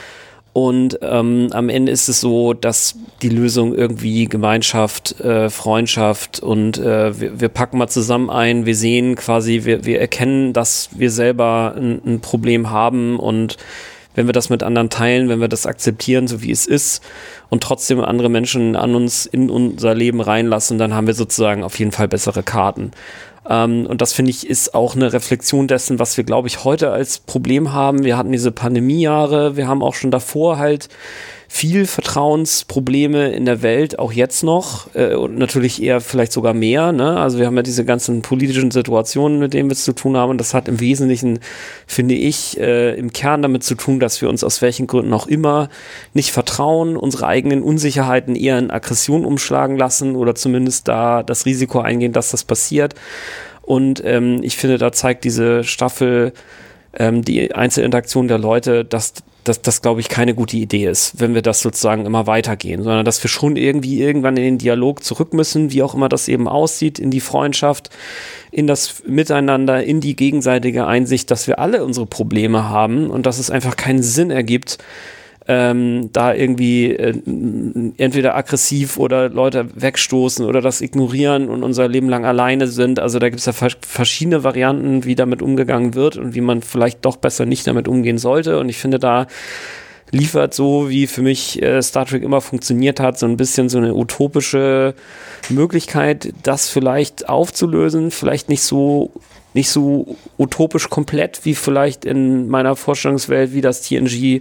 Und ähm, am Ende ist es so, dass die Lösung irgendwie Gemeinschaft, äh, Freundschaft und äh, wir, wir packen mal zusammen ein, wir sehen quasi, wir, wir erkennen, dass wir selber ein, ein Problem haben und wenn wir das mit anderen teilen, wenn wir das akzeptieren, so wie es ist und trotzdem andere Menschen an uns in unser Leben reinlassen, dann haben wir sozusagen auf jeden Fall bessere Karten. Ähm, und das, finde ich, ist auch eine Reflexion dessen, was wir, glaube ich, heute als Problem haben. Wir hatten diese Pandemiejahre, wir haben auch schon davor halt viel Vertrauensprobleme in der Welt, auch jetzt noch äh, und natürlich eher vielleicht sogar mehr. Ne? Also wir haben ja diese ganzen politischen Situationen, mit denen wir es zu tun haben und das hat im Wesentlichen, finde ich, äh, im Kern damit zu tun, dass wir uns aus welchen Gründen auch immer nicht vertrauen, unsere eigenen Unsicherheiten eher in Aggression umschlagen lassen oder zumindest da das Risiko eingehen, dass das passiert. Und ähm, ich finde, da zeigt diese Staffel ähm, die Einzelinteraktion der Leute, dass dass das, glaube ich, keine gute Idee ist, wenn wir das sozusagen immer weitergehen, sondern dass wir schon irgendwie irgendwann in den Dialog zurück müssen, wie auch immer das eben aussieht, in die Freundschaft, in das Miteinander, in die gegenseitige Einsicht, dass wir alle unsere Probleme haben und dass es einfach keinen Sinn ergibt, ähm, da irgendwie äh, entweder aggressiv oder Leute wegstoßen oder das ignorieren und unser Leben lang alleine sind. Also da gibt es ja vers- verschiedene Varianten, wie damit umgegangen wird und wie man vielleicht doch besser nicht damit umgehen sollte. Und ich finde, da liefert so, wie für mich äh, Star Trek immer funktioniert hat, so ein bisschen so eine utopische Möglichkeit, das vielleicht aufzulösen, vielleicht nicht so nicht so utopisch komplett, wie vielleicht in meiner Vorstellungswelt, wie das T N G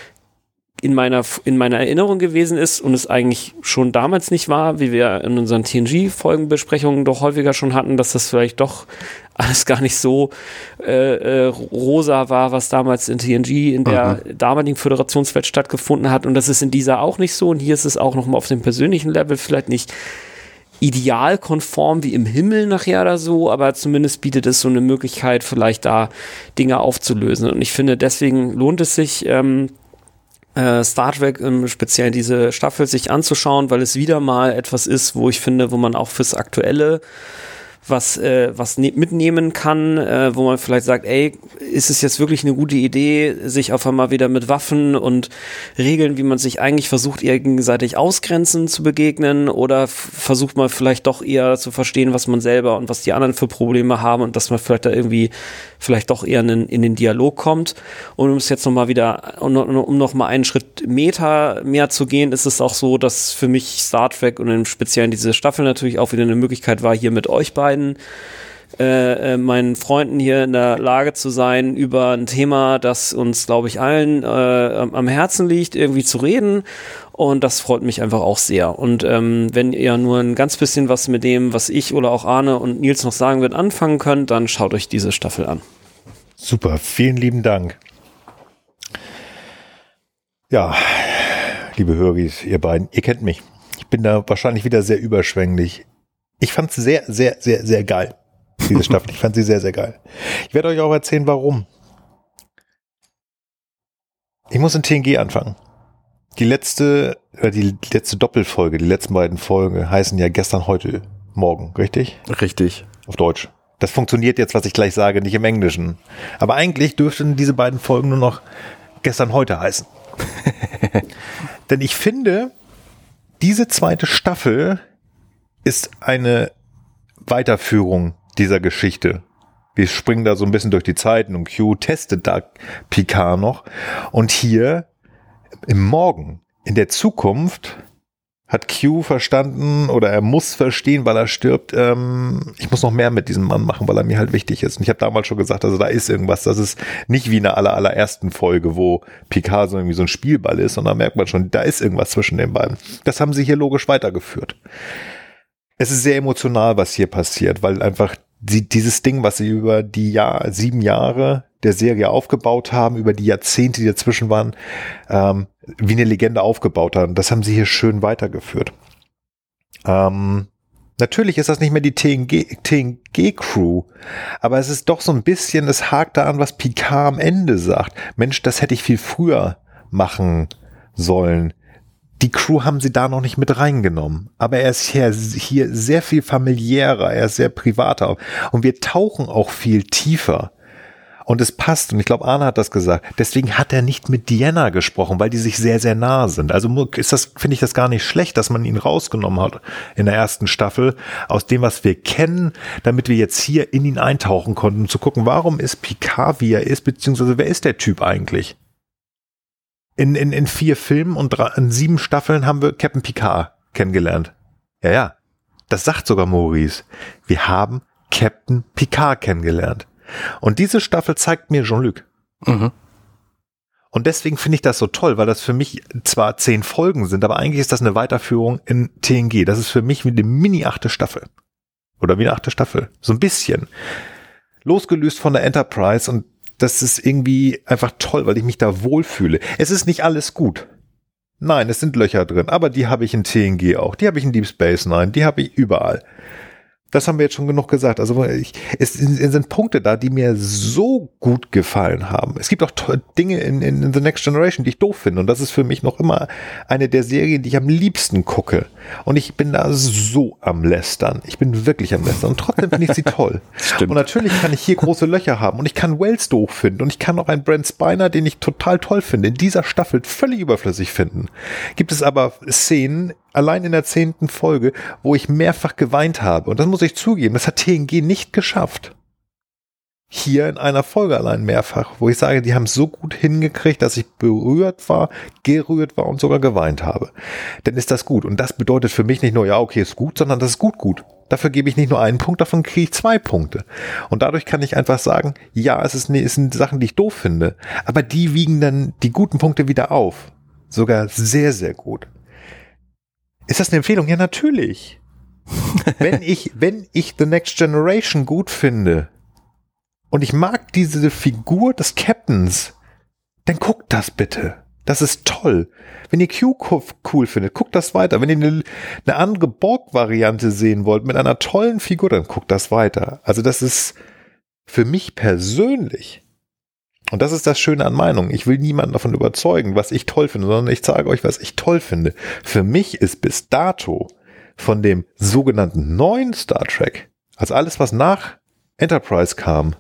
in meiner, in meiner Erinnerung gewesen ist und es eigentlich schon damals nicht war, wie wir in unseren T N G-Folgenbesprechungen doch häufiger schon hatten, dass das vielleicht doch alles gar nicht so äh, äh, rosa war, was damals in T N G in der mhm. damaligen Föderationswelt stattgefunden hat und das ist in dieser auch nicht so und hier ist es auch nochmal auf dem persönlichen Level vielleicht nicht idealkonform wie im Himmel nachher oder so, aber zumindest bietet es so eine Möglichkeit, vielleicht da Dinge aufzulösen und ich finde, deswegen lohnt es sich, ähm, Star Trek im Speziellen diese Staffel sich anzuschauen, weil es wieder mal etwas ist, wo ich finde, wo man auch fürs Aktuelle was äh, was ne- mitnehmen kann, äh, wo man vielleicht sagt, ey, ist es jetzt wirklich eine gute Idee, sich auf einmal wieder mit Waffen und Regeln, wie man sich eigentlich versucht, eher gegenseitig ausgrenzen zu begegnen oder f- versucht man vielleicht doch eher zu verstehen, was man selber und was die anderen für Probleme haben und dass man vielleicht da irgendwie vielleicht doch eher in, in den Dialog kommt. Und um es jetzt nochmal wieder, um, um nochmal einen Schritt Meta mehr zu gehen, ist es auch so, dass für mich Star Trek und im Speziellen diese Staffel natürlich auch wieder eine Möglichkeit war, hier mit euch beiden Äh, äh, meinen Freunden hier in der Lage zu sein, über ein Thema, das uns, glaube ich, allen äh, am Herzen liegt, irgendwie zu reden und das freut mich einfach auch sehr. Und ähm, wenn ihr nur ein ganz bisschen was mit dem, was ich oder auch Arne und Nils noch sagen wird, anfangen könnt, dann schaut euch diese Staffel an. Super, vielen lieben Dank. Ja, liebe Höris, ihr beiden, ihr kennt mich. Ich bin da wahrscheinlich wieder sehr überschwänglich. Ich fand es sehr, sehr, sehr, sehr geil, diese Staffel. Ich fand sie sehr, sehr geil. Ich werde euch auch erzählen, warum. Ich muss in T N G anfangen. die letzte, äh, die letzte Doppelfolge, die letzten beiden Folgen heißen ja gestern, heute, morgen, richtig? Richtig. Auf Deutsch. Das funktioniert jetzt, was ich gleich sage, nicht im Englischen. Aber eigentlich dürften diese beiden Folgen nur noch gestern, heute heißen. Denn ich finde, diese zweite Staffel ist eine Weiterführung dieser Geschichte. Wir springen da so ein bisschen durch die Zeiten und Q testet da Picard noch. Und hier im Morgen, in der Zukunft, hat Q verstanden oder er muss verstehen, weil er stirbt, ähm, ich muss noch mehr mit diesem Mann machen, weil er mir halt wichtig ist. Und ich habe damals schon gesagt, also da ist irgendwas, das ist nicht wie in der aller, allerersten Folge, wo Picard so irgendwie so ein Spielball ist, sondern da merkt man schon, da ist irgendwas zwischen den beiden. Das haben sie hier logisch weitergeführt. Es ist sehr emotional, was hier passiert, weil einfach die, dieses Ding, was sie über die Jahr, sieben Jahre der Serie aufgebaut haben, über die Jahrzehnte, die dazwischen waren, ähm, wie eine Legende aufgebaut haben. Das haben sie hier schön weitergeführt. Ähm, natürlich ist das nicht mehr die T N G-Crew, aber es ist doch so ein bisschen, es hakt da an, was Picard am Ende sagt. Mensch, das hätte ich viel früher machen sollen. Die Crew haben sie da noch nicht mit reingenommen. Aber er ist hier, hier sehr viel familiärer, er ist sehr privater. Und wir tauchen auch viel tiefer. Und es passt, und ich glaube, Arne hat das gesagt, deswegen hat er nicht mit Deanna gesprochen, weil die sich sehr, sehr nah sind. Also ist das, finde ich das gar nicht schlecht, dass man ihn rausgenommen hat in der ersten Staffel, aus dem, was wir kennen, damit wir jetzt hier in ihn eintauchen konnten, um zu gucken, warum ist Picard, wie er ist, beziehungsweise wer ist der Typ eigentlich? In, in, in vier Filmen und drei, in sieben Staffeln haben wir Captain Picard kennengelernt. Ja, ja, das sagt sogar Maurice. Wir haben Captain Picard kennengelernt. Und diese Staffel zeigt mir Jean-Luc. Mhm. Und deswegen finde ich das so toll, weil das für mich zwar zehn Folgen sind, aber eigentlich ist das eine Weiterführung in T N G. Das ist für mich wie eine Mini-achte Staffel. Oder wie eine achte Staffel. So ein bisschen. Losgelöst von der Enterprise, und das ist irgendwie einfach toll, weil ich mich da wohlfühle. Es ist nicht alles gut. Nein, es sind Löcher drin, aber die habe ich in T N G auch. Die habe ich in Deep Space Nine, die habe ich überall. Das haben wir jetzt schon genug gesagt. Also ich, es, es sind Punkte da, die mir so gut gefallen haben. Es gibt auch to- Dinge in, in, in The Next Generation, die ich doof finde. Und das ist für mich noch immer eine der Serien, die ich am liebsten gucke. Und ich bin da so am Lästern. Ich bin wirklich am Lästern. Und trotzdem finde ich sie toll. Stimmt. Und natürlich kann ich hier große Löcher haben. Und ich kann Wells doof finden. Und ich kann auch einen Brent Spiner, den ich total toll finde, in dieser Staffel völlig überflüssig finden. Gibt es aber Szenen, allein in der zehnten Folge, wo ich mehrfach geweint habe. Und das muss ich zugeben, das hat T N G nicht geschafft. Hier in einer Folge allein mehrfach, wo ich sage, die haben es so gut hingekriegt, dass ich berührt war, gerührt war und sogar geweint habe. Dann ist das gut. Und das bedeutet für mich nicht nur, ja, okay, ist gut, sondern das ist gut, gut. Dafür gebe ich nicht nur einen Punkt, davon kriege ich zwei Punkte. Und dadurch kann ich einfach sagen, ja, es, ist, es sind Sachen, die ich doof finde, aber die wiegen dann die guten Punkte wieder auf. Sogar sehr, sehr gut. Ist das eine Empfehlung? Ja, natürlich. wenn ich, wenn ich The Next Generation gut finde und ich mag diese Figur des Captains, dann guckt das bitte. Das ist toll. Wenn ihr Q cool findet, guckt das weiter. Wenn ihr eine, eine andere Borg-Variante sehen wollt mit einer tollen Figur, dann guckt das weiter. Also das ist für mich persönlich, und das ist das Schöne an Meinungen. Ich will niemanden davon überzeugen, was ich toll finde, sondern ich sage euch, was ich toll finde. Für mich ist bis dato von dem sogenannten neuen Star Trek, also alles, was nach Enterprise kam,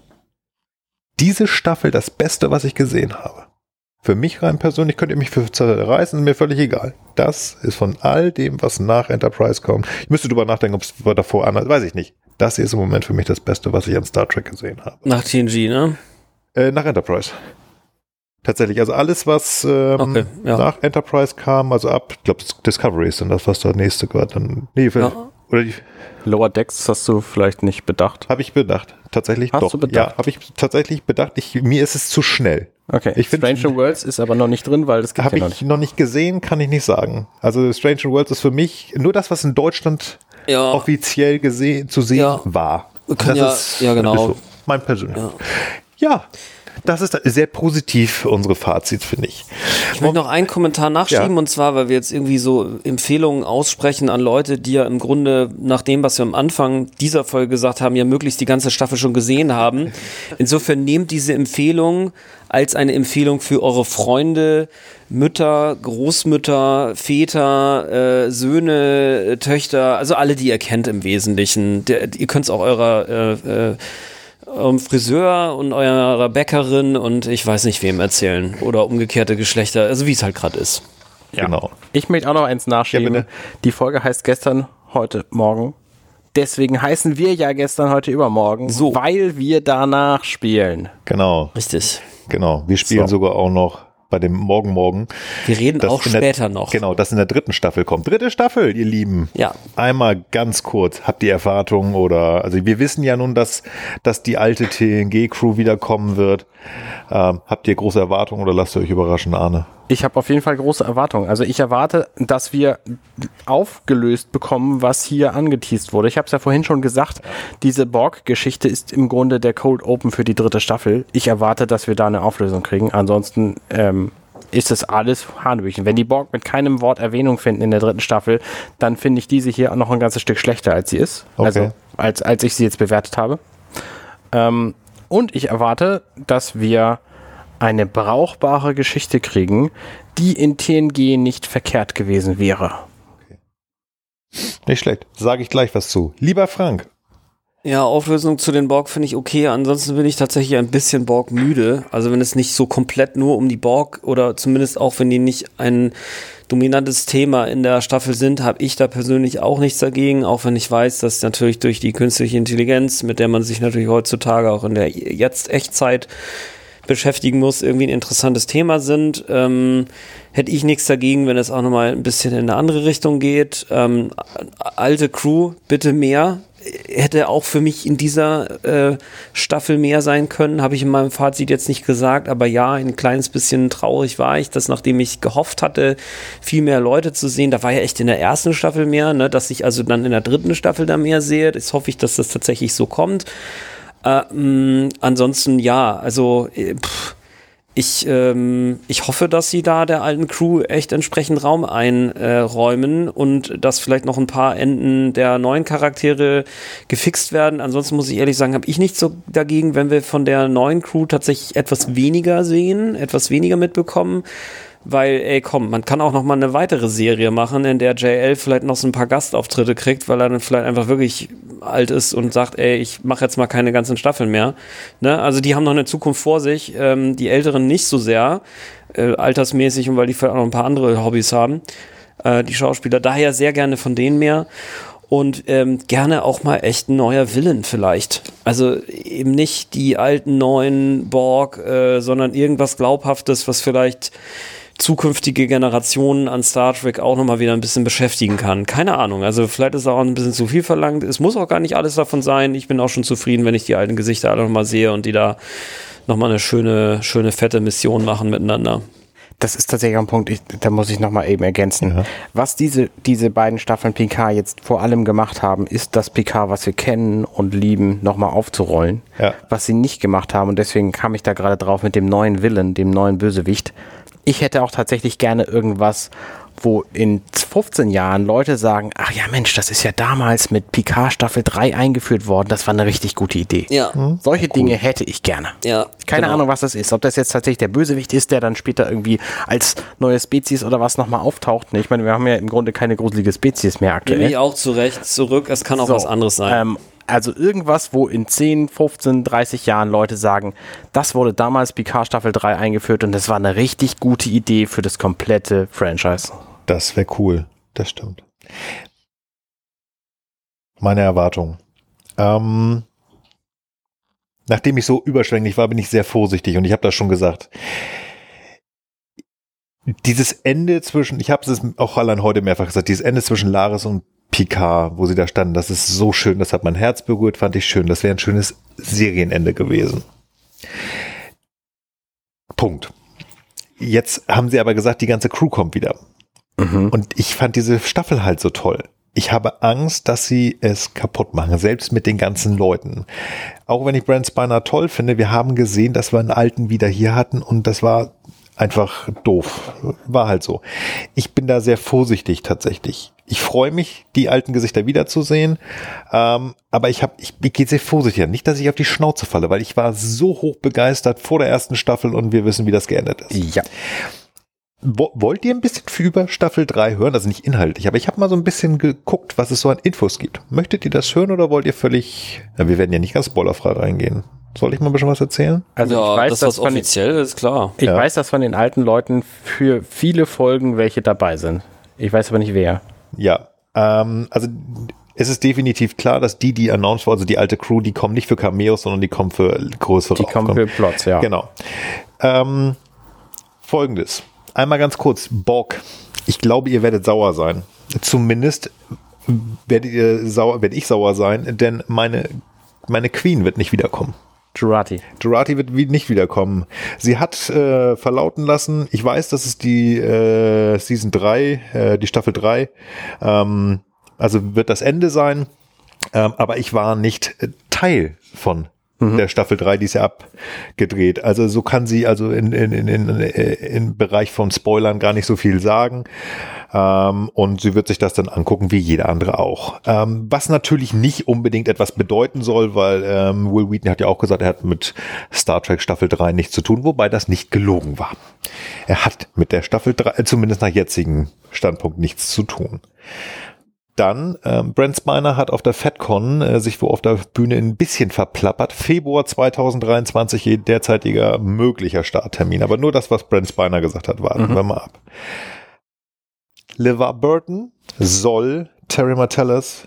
diese Staffel das Beste, was ich gesehen habe. Für mich rein persönlich könnt ihr mich für zerreißen, ist mir völlig egal. Das ist von all dem, was nach Enterprise kommt. Ich müsste drüber nachdenken, ob es davor anders, weiß ich nicht. Das hier ist im Moment für mich das Beste, was ich an Star Trek gesehen habe. Nach T N G, ne? Äh, nach Enterprise. Tatsächlich, also alles, was ähm, okay, ja. nach Enterprise kam, also ab, ich glaube, Discovery ist dann das, was der nächste gehört. Dann, nee, für, ja. oder die Lower Decks hast du vielleicht nicht bedacht? Habe ich bedacht, tatsächlich hast doch. Du bedacht? Ja, habe ich tatsächlich bedacht. Ich, mir ist es zu schnell. Okay, ich find, Strange Worlds ist aber noch nicht drin, weil das gibt ja ja noch nicht. Habe ich noch nicht gesehen, kann ich nicht sagen. Also Strange Worlds ist für mich nur das, was in Deutschland ja. offiziell gesehen, zu sehen ja. war. Kann das ja, ist, ja genau. Das ist so mein persönliches. Ja. ja. das ist sehr positiv, unsere Fazit, finde ich. Ich möchte noch einen Kommentar nachschieben, ja. Und zwar, weil wir jetzt irgendwie so Empfehlungen aussprechen an Leute, die ja im Grunde nach dem, was wir am Anfang dieser Folge gesagt haben, ja möglichst die ganze Staffel schon gesehen haben. Insofern nehmt diese Empfehlung als eine Empfehlung für eure Freunde, Mütter, Großmütter, Väter, äh, Söhne, Töchter, also alle, die ihr kennt im Wesentlichen. Der, ihr könnt es auch eurer äh, äh, eurem Friseur und eurer Bäckerin und ich weiß nicht wem erzählen. Oder umgekehrte Geschlechter, also wie es halt gerade ist. Ja. Genau. Ich möchte auch noch eins nachschieben. Ja, die Folge heißt gestern, heute, morgen. Deswegen heißen wir ja gestern, heute, übermorgen, so. Weil wir danach spielen. Genau. Richtig. Genau. Wir spielen so. sogar auch noch bei dem Morgen Morgen. Wir reden auch später der, noch. Genau, das in der dritten Staffel kommt. Dritte Staffel, ihr Lieben. Ja. Einmal ganz kurz, habt ihr Erwartungen oder, also wir wissen ja nun, dass, dass die alte T N G-Crew wiederkommen wird. Ähm, habt ihr große Erwartungen oder lasst ihr euch überraschen, Arne? Ich habe auf jeden Fall große Erwartungen. Also ich erwarte, dass wir aufgelöst bekommen, was hier angeteast wurde. Ich habe es ja vorhin schon gesagt, ja. Diese Borg-Geschichte ist im Grunde der Cold Open für die dritte Staffel. Ich erwarte, dass wir da eine Auflösung kriegen. Ansonsten ähm, ist das alles Hanebüchen. Wenn die Borg mit keinem Wort Erwähnung finden in der dritten Staffel, dann finde ich diese hier noch ein ganzes Stück schlechter, als sie ist. Okay. Also als, als ich sie jetzt bewertet habe. Ähm, und ich erwarte, dass wir eine brauchbare Geschichte kriegen, die in T N G nicht verkehrt gewesen wäre. Okay. Nicht schlecht. Sage ich gleich was zu. Lieber Frank. Ja, Auflösung zu den Borg finde ich okay. Ansonsten bin ich tatsächlich ein bisschen Borg müde. Also wenn es nicht so komplett nur um die Borg oder zumindest auch wenn die nicht ein dominantes Thema in der Staffel sind, habe ich da persönlich auch nichts dagegen. Auch wenn ich weiß, dass natürlich durch die künstliche Intelligenz, mit der man sich natürlich heutzutage auch in der Jetzt-Echtzeit beschäftigen muss, irgendwie ein interessantes Thema sind. Ähm, hätte ich nichts dagegen, wenn es auch nochmal ein bisschen in eine andere Richtung geht. Ähm, alte Crew, bitte mehr. Hätte auch für mich in dieser äh, Staffel mehr sein können, habe ich in meinem Fazit jetzt nicht gesagt, aber ja, ein kleines bisschen traurig war ich, dass nachdem ich gehofft hatte, viel mehr Leute zu sehen, da war ja echt in der ersten Staffel mehr, ne, dass ich also dann in der dritten Staffel da mehr sehe. Jetzt hoffe ich, dass das tatsächlich so kommt. Äh, mh, ansonsten ja, also pff, ich, ähm, ich hoffe, dass sie da der alten Crew echt entsprechend Raum einräumen äh, und dass vielleicht noch ein paar Enden der neuen Charaktere gefixt werden. Ansonsten muss ich ehrlich sagen, habe ich nichts so dagegen, wenn wir von der neuen Crew tatsächlich etwas weniger sehen, etwas weniger mitbekommen. Weil, ey, komm, man kann auch noch mal eine weitere Serie machen, in der J L vielleicht noch so ein paar Gastauftritte kriegt, weil er dann vielleicht einfach wirklich alt ist und sagt, ey, ich mache jetzt mal keine ganzen Staffeln mehr. Ne? Also die haben noch eine Zukunft vor sich, ähm, die Älteren nicht so sehr, äh, altersmäßig und weil die vielleicht auch noch ein paar andere Hobbys haben, äh, die Schauspieler. Daher sehr gerne von denen mehr. Und ähm, gerne auch mal echt ein neuer Villain vielleicht. Also eben nicht die alten, neuen Borg, äh, sondern irgendwas Glaubhaftes, was vielleicht zukünftige Generationen an Star Trek auch nochmal wieder ein bisschen beschäftigen kann. Keine Ahnung, also vielleicht ist es auch ein bisschen zu viel verlangt. Es muss auch gar nicht alles davon sein. Ich bin auch schon zufrieden, wenn ich die alten Gesichter alle nochmal sehe und die da nochmal eine schöne, schöne, fette Mission machen miteinander. Das ist tatsächlich ein Punkt, ich, da muss ich nochmal eben ergänzen. Ja. Was diese, diese beiden Staffeln Picard jetzt vor allem gemacht haben, ist das Picard, was wir kennen und lieben, nochmal aufzurollen. Ja. Was sie nicht gemacht haben und deswegen kam ich da gerade drauf mit dem neuen Villain, dem neuen Bösewicht. Ich hätte auch tatsächlich gerne irgendwas, wo in fünfzehn Jahren Leute sagen, ach ja Mensch, das ist ja damals mit Picard Staffel drei eingeführt worden, das war eine richtig gute Idee. Ja. Hm? Solche cool. Dinge hätte ich gerne. Ja, Keine genau. Ahnung, was das ist. Ob das jetzt tatsächlich der Bösewicht ist, der dann später irgendwie als neue Spezies oder was nochmal auftaucht. Ich meine, wir haben ja im Grunde keine gruselige Spezies mehr aktuell. Nehme ich auch zurecht zurück, es kann auch so, was anderes sein. Ähm, Also irgendwas, wo in zehn, fünfzehn, dreißig Jahren Leute sagen, das wurde damals Picard Staffel drei eingeführt und das war eine richtig gute Idee für das komplette Franchise. Das wäre cool, das stimmt. Meine Erwartung. Ähm, nachdem ich so überschwänglich war, bin ich sehr vorsichtig und ich habe das schon gesagt. Dieses Ende zwischen, ich habe es auch allein heute mehrfach gesagt, dieses Ende zwischen Laris und Picard, wo sie da standen, das ist so schön, das hat mein Herz berührt, fand ich schön. Das wäre ein schönes Serienende gewesen. Punkt. Jetzt haben sie aber gesagt, die ganze Crew kommt wieder. Mhm. Und ich fand diese Staffel halt so toll. ich habe Angst, dass sie es kaputt machen, selbst mit den ganzen Leuten. Auch wenn ich Brent Spiner toll finde, wir haben gesehen, dass wir einen Alten wieder hier hatten und das war einfach doof. War halt so. Ich bin da sehr vorsichtig tatsächlich. Ich freue mich, die alten Gesichter wiederzusehen, ähm, aber ich, hab, ich, ich gehe sehr vorsichtig an. Nicht, dass ich auf die Schnauze falle, weil ich war so hoch begeistert vor der ersten Staffel und wir wissen, wie das geendet ist. Ja. Wollt ihr ein bisschen über Staffel drei hören? Also nicht inhaltlich, aber ich habe mal so ein bisschen geguckt, was es so an Infos gibt. Möchtet ihr das hören oder wollt ihr völlig... Ja, wir werden ja nicht ganz spoilerfrei reingehen. Soll ich mal ein bisschen was erzählen? Also ja, ich weiß, das, dass was von offiziell ist, klar. Ich ja. weiß, dass von den alten Leuten für viele Folgen welche dabei sind. Ich weiß aber nicht wer. Ja, ähm, also es ist definitiv klar, dass die, die announced wurden, also die alte Crew, die kommen nicht für Cameos, sondern die kommen für größere Die kommen für Plots, ja. Genau. Ähm, Folgendes. Einmal ganz kurz. Borg. Ich glaube, ihr werdet sauer sein. Zumindest werdet ihr sauer, werde ich sauer sein, denn meine, meine Queen wird nicht wiederkommen. Jurati. Jurati wird wie nicht wiederkommen. Sie hat äh, verlauten lassen, ich weiß, das ist die äh, Season drei, äh, die Staffel drei, ähm, also wird das Ende sein, ähm, aber ich war nicht äh, Teil von mhm. der Staffel drei, die ist ja abgedreht. Also so kann sie also in, in, in, in, im Bereich von Spoilern gar nicht so viel sagen. Ähm, und sie wird sich das dann angucken, wie jeder andere auch. Ähm, was natürlich nicht unbedingt etwas bedeuten soll, weil ähm, Will Wheaton hat ja auch gesagt, er hat mit Star Trek Staffel drei nichts zu tun, wobei das nicht gelogen war. Er hat mit der Staffel drei, zumindest nach jetzigem Standpunkt, nichts zu tun. Dann, ähm, Brent Spiner hat auf der FedCon äh, sich wo auf der Bühne ein bisschen verplappert. Februar zweitausenddreiundzwanzig, ihr derzeitiger möglicher Starttermin. Aber nur das, was Brent Spiner gesagt hat, warten mhm. wir mal ab. LeVar Burton soll Terry Martellus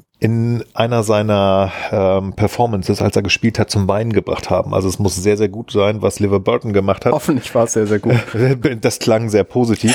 in einer seiner ähm, Performances, als er gespielt hat, zum Weinen gebracht haben. Also es muss sehr, sehr gut sein, was LeVar Burton gemacht hat. Hoffentlich war es sehr, sehr gut. Das klang sehr positiv.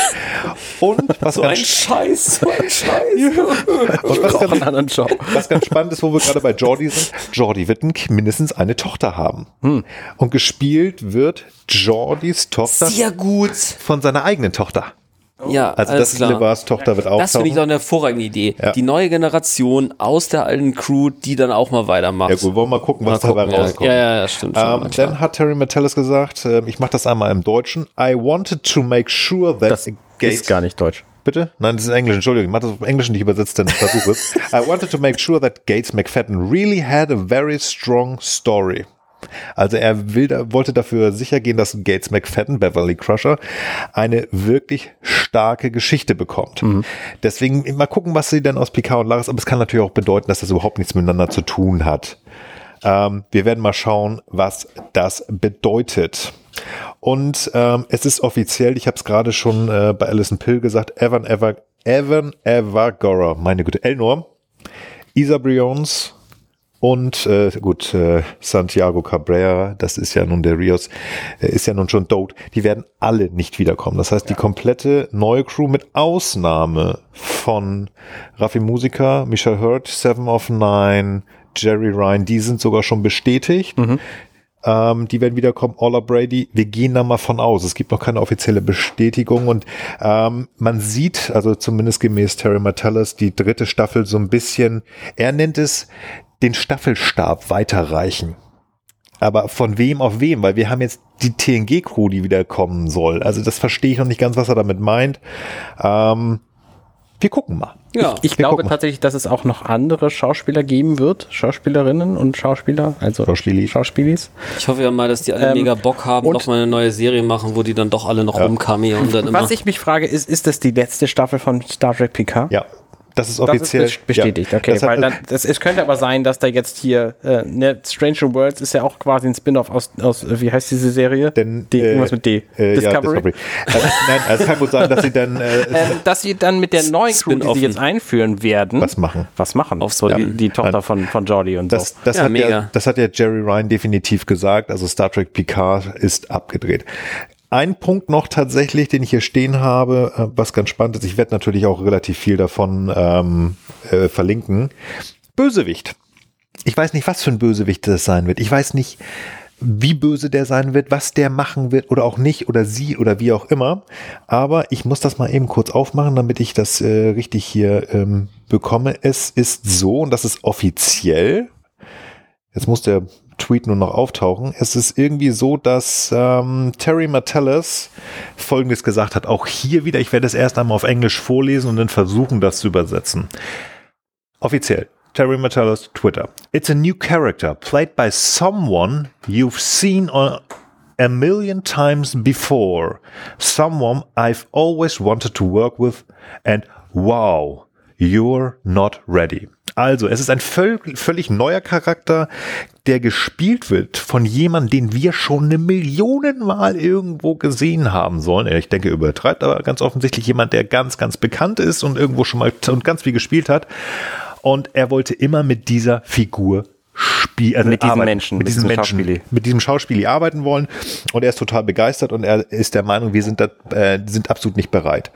Und was so ein Scheiß, so ein Scheiß. Und was, ganz, was ganz spannend ist, wo wir gerade bei Geordi sind, Geordi wird mindestens eine Tochter haben. Hm. Und gespielt wird Geordis Tochter sehr gut von seiner eigenen Tochter. Ja, also das LeVars Tochter wird auch. Das finde ich doch eine hervorragende Idee. Ja. Die neue Generation aus der alten Crew, die dann auch mal weitermacht. Ja gut, wollen wir mal gucken, was mal dabei gucken, rauskommt. Ja, ja, ja, stimmt. Ähm, dann hat Terry Martellus gesagt, äh, ich mache das einmal im Deutschen. I wanted to make sure that das ist gar nicht Deutsch. Bitte? Nein, das ist Englisch, Entschuldigung. Ich mache das auf Englisch nicht übersetzt, denn ich versuche es. I wanted to make sure that Gates McFadden really had a very strong story. Also er will, wollte dafür sicher gehen, dass Gates McFadden, Beverly Crusher, eine wirklich starke Geschichte bekommt. Mhm. Deswegen mal gucken, was sie denn aus Picard und Laris, aber es kann natürlich auch bedeuten, dass das überhaupt nichts miteinander zu tun hat. Ähm, wir werden mal schauen, was das bedeutet. Und ähm, es ist offiziell, ich habe es gerade schon äh, bei Alison Pill gesagt, Evan Ever, Evan Evagora, meine Güte, Elnor, Isa Briones, und äh, gut, äh, Santiago Cabrera, das ist ja nun der Rios, äh, ist ja nun schon tot. Die werden alle nicht wiederkommen. Das heißt, die komplette neue Crew mit Ausnahme von Raffi Musiker, Michelle Hurt, Seven of Nine, Jerry Ryan, die sind sogar schon bestätigt. Mhm. Ähm, die werden wiederkommen. Ola Brady, wir gehen da mal von aus. Es gibt noch keine offizielle Bestätigung und ähm, man sieht, also zumindest gemäß Terry Martellus, die dritte Staffel so ein bisschen, er nennt es den Staffelstab weiterreichen. Aber von wem auf wem? Weil wir haben jetzt die T N G-Crew, die wieder kommen soll. Also das verstehe ich noch nicht ganz, was er damit meint. Ähm, wir gucken mal. Ja, ich, ich glaube tatsächlich, dass es auch noch andere Schauspieler geben wird. Schauspielerinnen und Schauspieler. Also Schauspielis. Schauspielis. Ich hoffe ja mal, dass die alle ähm, mega Bock haben, noch mal eine neue Serie machen, wo die dann doch alle noch ja. rumkamen. Und dann was immer. Ich mich frage, ist, ist das die letzte Staffel von Star Trek Picard? Ja. Das ist offiziell das ist bestätigt, ja. Okay. Das weil dann, das, es könnte aber sein, dass da jetzt hier äh, ne, Strange New Worlds ist ja auch quasi ein Spin-off aus, aus wie heißt diese Serie? Denn, D, äh, irgendwas mit D. Äh, Discovery? Ja, Discovery. also, nein, also es kann gut sein, dass sie dann äh, ähm, dass sie dann mit der neuen Crew, die sie jetzt einführen werden, was machen. Was machen. Auf so ja. die, die Tochter von, von Geordi und das, so. Das, ja, hat mega. Ja, das hat ja Jerry Ryan definitiv gesagt. Also Star Trek Picard ist abgedreht. Ein Punkt noch tatsächlich, den ich hier stehen habe, was ganz spannend ist, ich werde natürlich auch relativ viel davon ähm, äh, verlinken. Bösewicht. Ich weiß nicht, was für ein Bösewicht das sein wird. Ich weiß nicht, wie böse der sein wird, was der machen wird oder auch nicht oder sie oder wie auch immer. Aber ich muss das mal eben kurz aufmachen, damit ich das äh, richtig hier ähm, bekomme. Es ist so, und das ist offiziell, jetzt muss der Tweet nur noch auftauchen, es ist irgendwie so, dass ähm, Terry Matalas Folgendes gesagt hat, auch hier wieder, ich werde es erst einmal auf Englisch vorlesen und dann versuchen, das zu übersetzen. Offiziell. Terry Matalas, Twitter. It's a new character played by someone you've seen on a million times before. Someone I've always wanted to work with and wow, you're not ready. Also, es ist ein völ- völlig neuer Charakter, der gespielt wird von jemandem, den wir schon eine Million Mal irgendwo gesehen haben sollen. Ich denke, übertreibt aber ganz offensichtlich jemand, der ganz, ganz bekannt ist und irgendwo schon mal und ganz viel gespielt hat. Und er wollte immer mit dieser Figur spielen, also mit diesem arbeiten, Menschen, mit diesem Menschen, Schauspieli. mit diesem Schauspieli arbeiten wollen. Und er ist total begeistert und er ist der Meinung, wir sind da, äh, sind absolut nicht bereit.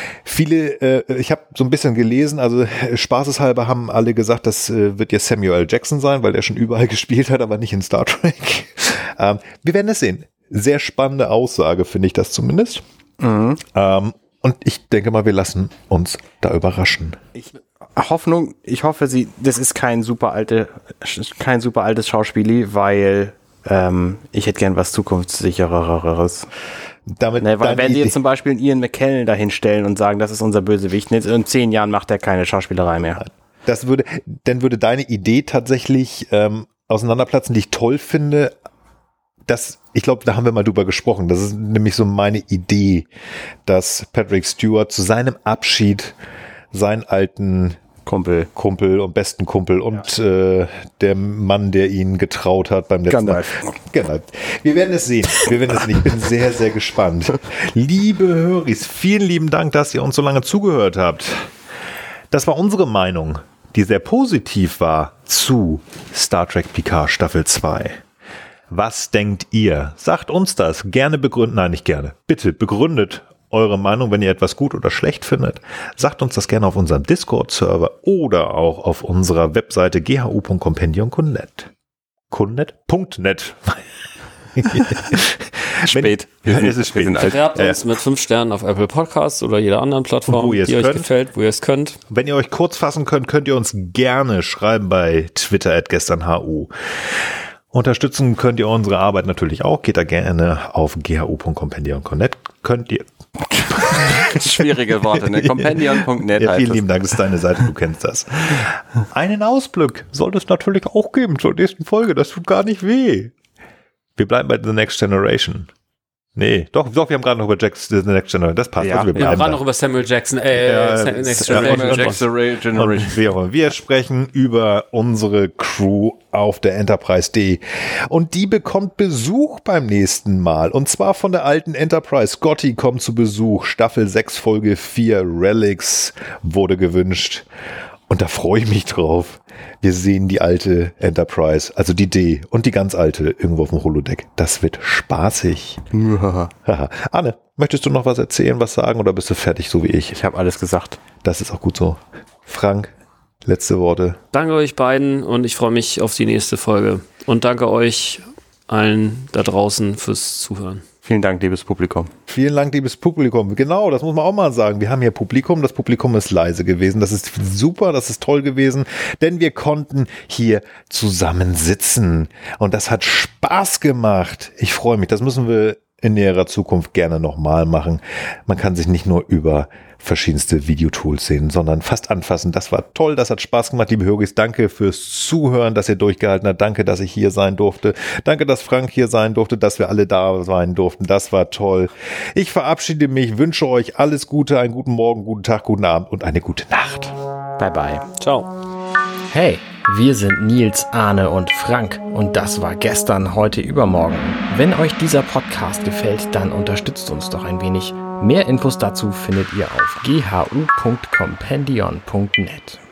Viele, äh, ich habe so ein bisschen gelesen, also spaßeshalber haben alle gesagt, das äh, wird jetzt Samuel L. Jackson sein, weil der schon überall gespielt hat, aber nicht in Star Trek. ähm, wir werden es sehen. Sehr spannende Aussage, finde ich das zumindest. Mhm. Ähm, und ich denke mal, wir lassen uns da überraschen. Ich Hoffnung, ich hoffe, sie, das ist kein super alte, kein super altes Schauspieli, weil ähm, ich hätte gern was zukunftssichereres. Damit, ne, weil wenn sie jetzt zum Beispiel einen Ian McKellen dahinstellen und sagen, das ist unser Bösewicht, in zehn Jahren macht er keine Schauspielerei mehr. Das würde, dann würde deine Idee tatsächlich ähm, auseinanderplatzen, die ich toll finde. Das, ich glaube, da haben wir mal drüber gesprochen. Das ist nämlich so meine Idee, dass Patrick Stewart zu seinem Abschied seinen alten Kumpel, Kumpel und besten Kumpel und ja. äh, der Mann, der ihn getraut hat beim letzten Mal. Genau. Wir werden es sehen. Wir werden es sehen. Ich bin sehr, sehr gespannt. Liebe Höris, vielen lieben Dank, dass ihr uns so lange zugehört habt. Das war unsere Meinung, die sehr positiv war zu Star Trek Picard Staffel zwei. Was denkt ihr? Sagt uns das. Gerne begründen. Nein, nicht gerne. Bitte begründet eure Meinung, wenn ihr etwas gut oder schlecht findet. Sagt uns das gerne auf unserem Discord-Server oder auch auf unserer Webseite g h u punkt compendion punkt net. Kunnet? .net. Spät. Wir sind, es ist spät. Bewerbt ja. uns mit fünf Sternen auf Apple Podcasts oder jeder anderen Plattform, wo die euch könnt. gefällt, wo ihr es könnt. Wenn ihr euch kurz fassen könnt, könnt ihr uns gerne schreiben bei Twitter at gesternhu. Unterstützen könnt ihr unsere Arbeit natürlich auch. Geht da gerne auf g h u punkt compendion punkt net. Könnt ihr schwierige Worte, ne? compendion punkt net. Ja, vielen lieben Dank, das ist deine Seite, du kennst das. Einen Ausblick sollte es natürlich auch geben zur nächsten Folge. Das tut gar nicht weh. Wir bleiben bei The Next Generation. Nee, doch, doch, wir haben gerade noch über Jack's The Next Generation. Das passt. Ja, also wir, wir haben gerade da. noch über Samuel Jackson, äh, ja, Next Generation. Generation. Wir, wir sprechen über unsere Crew auf der Enterprise D. Und die bekommt Besuch beim nächsten Mal. Und zwar von der alten Enterprise. Scotty kommt zu Besuch. Staffel sechs, Folge vier, Relics wurde gewünscht. Und da freue ich mich drauf. Wir sehen die alte Enterprise, also die D und die ganz alte irgendwo auf dem Holodeck. Das wird spaßig. Anne, möchtest du noch was erzählen, was sagen oder bist du fertig so wie ich? Ich habe alles gesagt. Das ist auch gut so. Frank, letzte Worte. Danke euch beiden und ich freue mich auf die nächste Folge. Und danke euch allen da draußen fürs Zuhören. Vielen Dank, liebes Publikum. Vielen Dank, liebes Publikum. Genau, das muss man auch mal sagen. Wir haben hier Publikum. Das Publikum ist leise gewesen. Das ist super, das ist toll gewesen, denn wir konnten hier zusammen sitzen. Und das hat Spaß gemacht. Ich freue mich. Das müssen wir in näherer Zukunft gerne nochmal machen. Man kann sich nicht nur über verschiedenste Videotools sehen, sondern fast anfassen. Das war toll, das hat Spaß gemacht, liebe Höris. Danke fürs Zuhören, dass ihr durchgehalten habt. Danke, dass ich hier sein durfte. Danke, dass Frank hier sein durfte, dass wir alle da sein durften. Das war toll. Ich verabschiede mich, wünsche euch alles Gute, einen guten Morgen, guten Tag, guten Abend und eine gute Nacht. Bye, bye. Ciao. Hey, wir sind Nils, Arne und Frank und das war gestern, heute, übermorgen. Wenn euch dieser Podcast gefällt, dann unterstützt uns doch ein wenig. Mehr Infos dazu findet ihr auf g h u punkt compendion punkt net.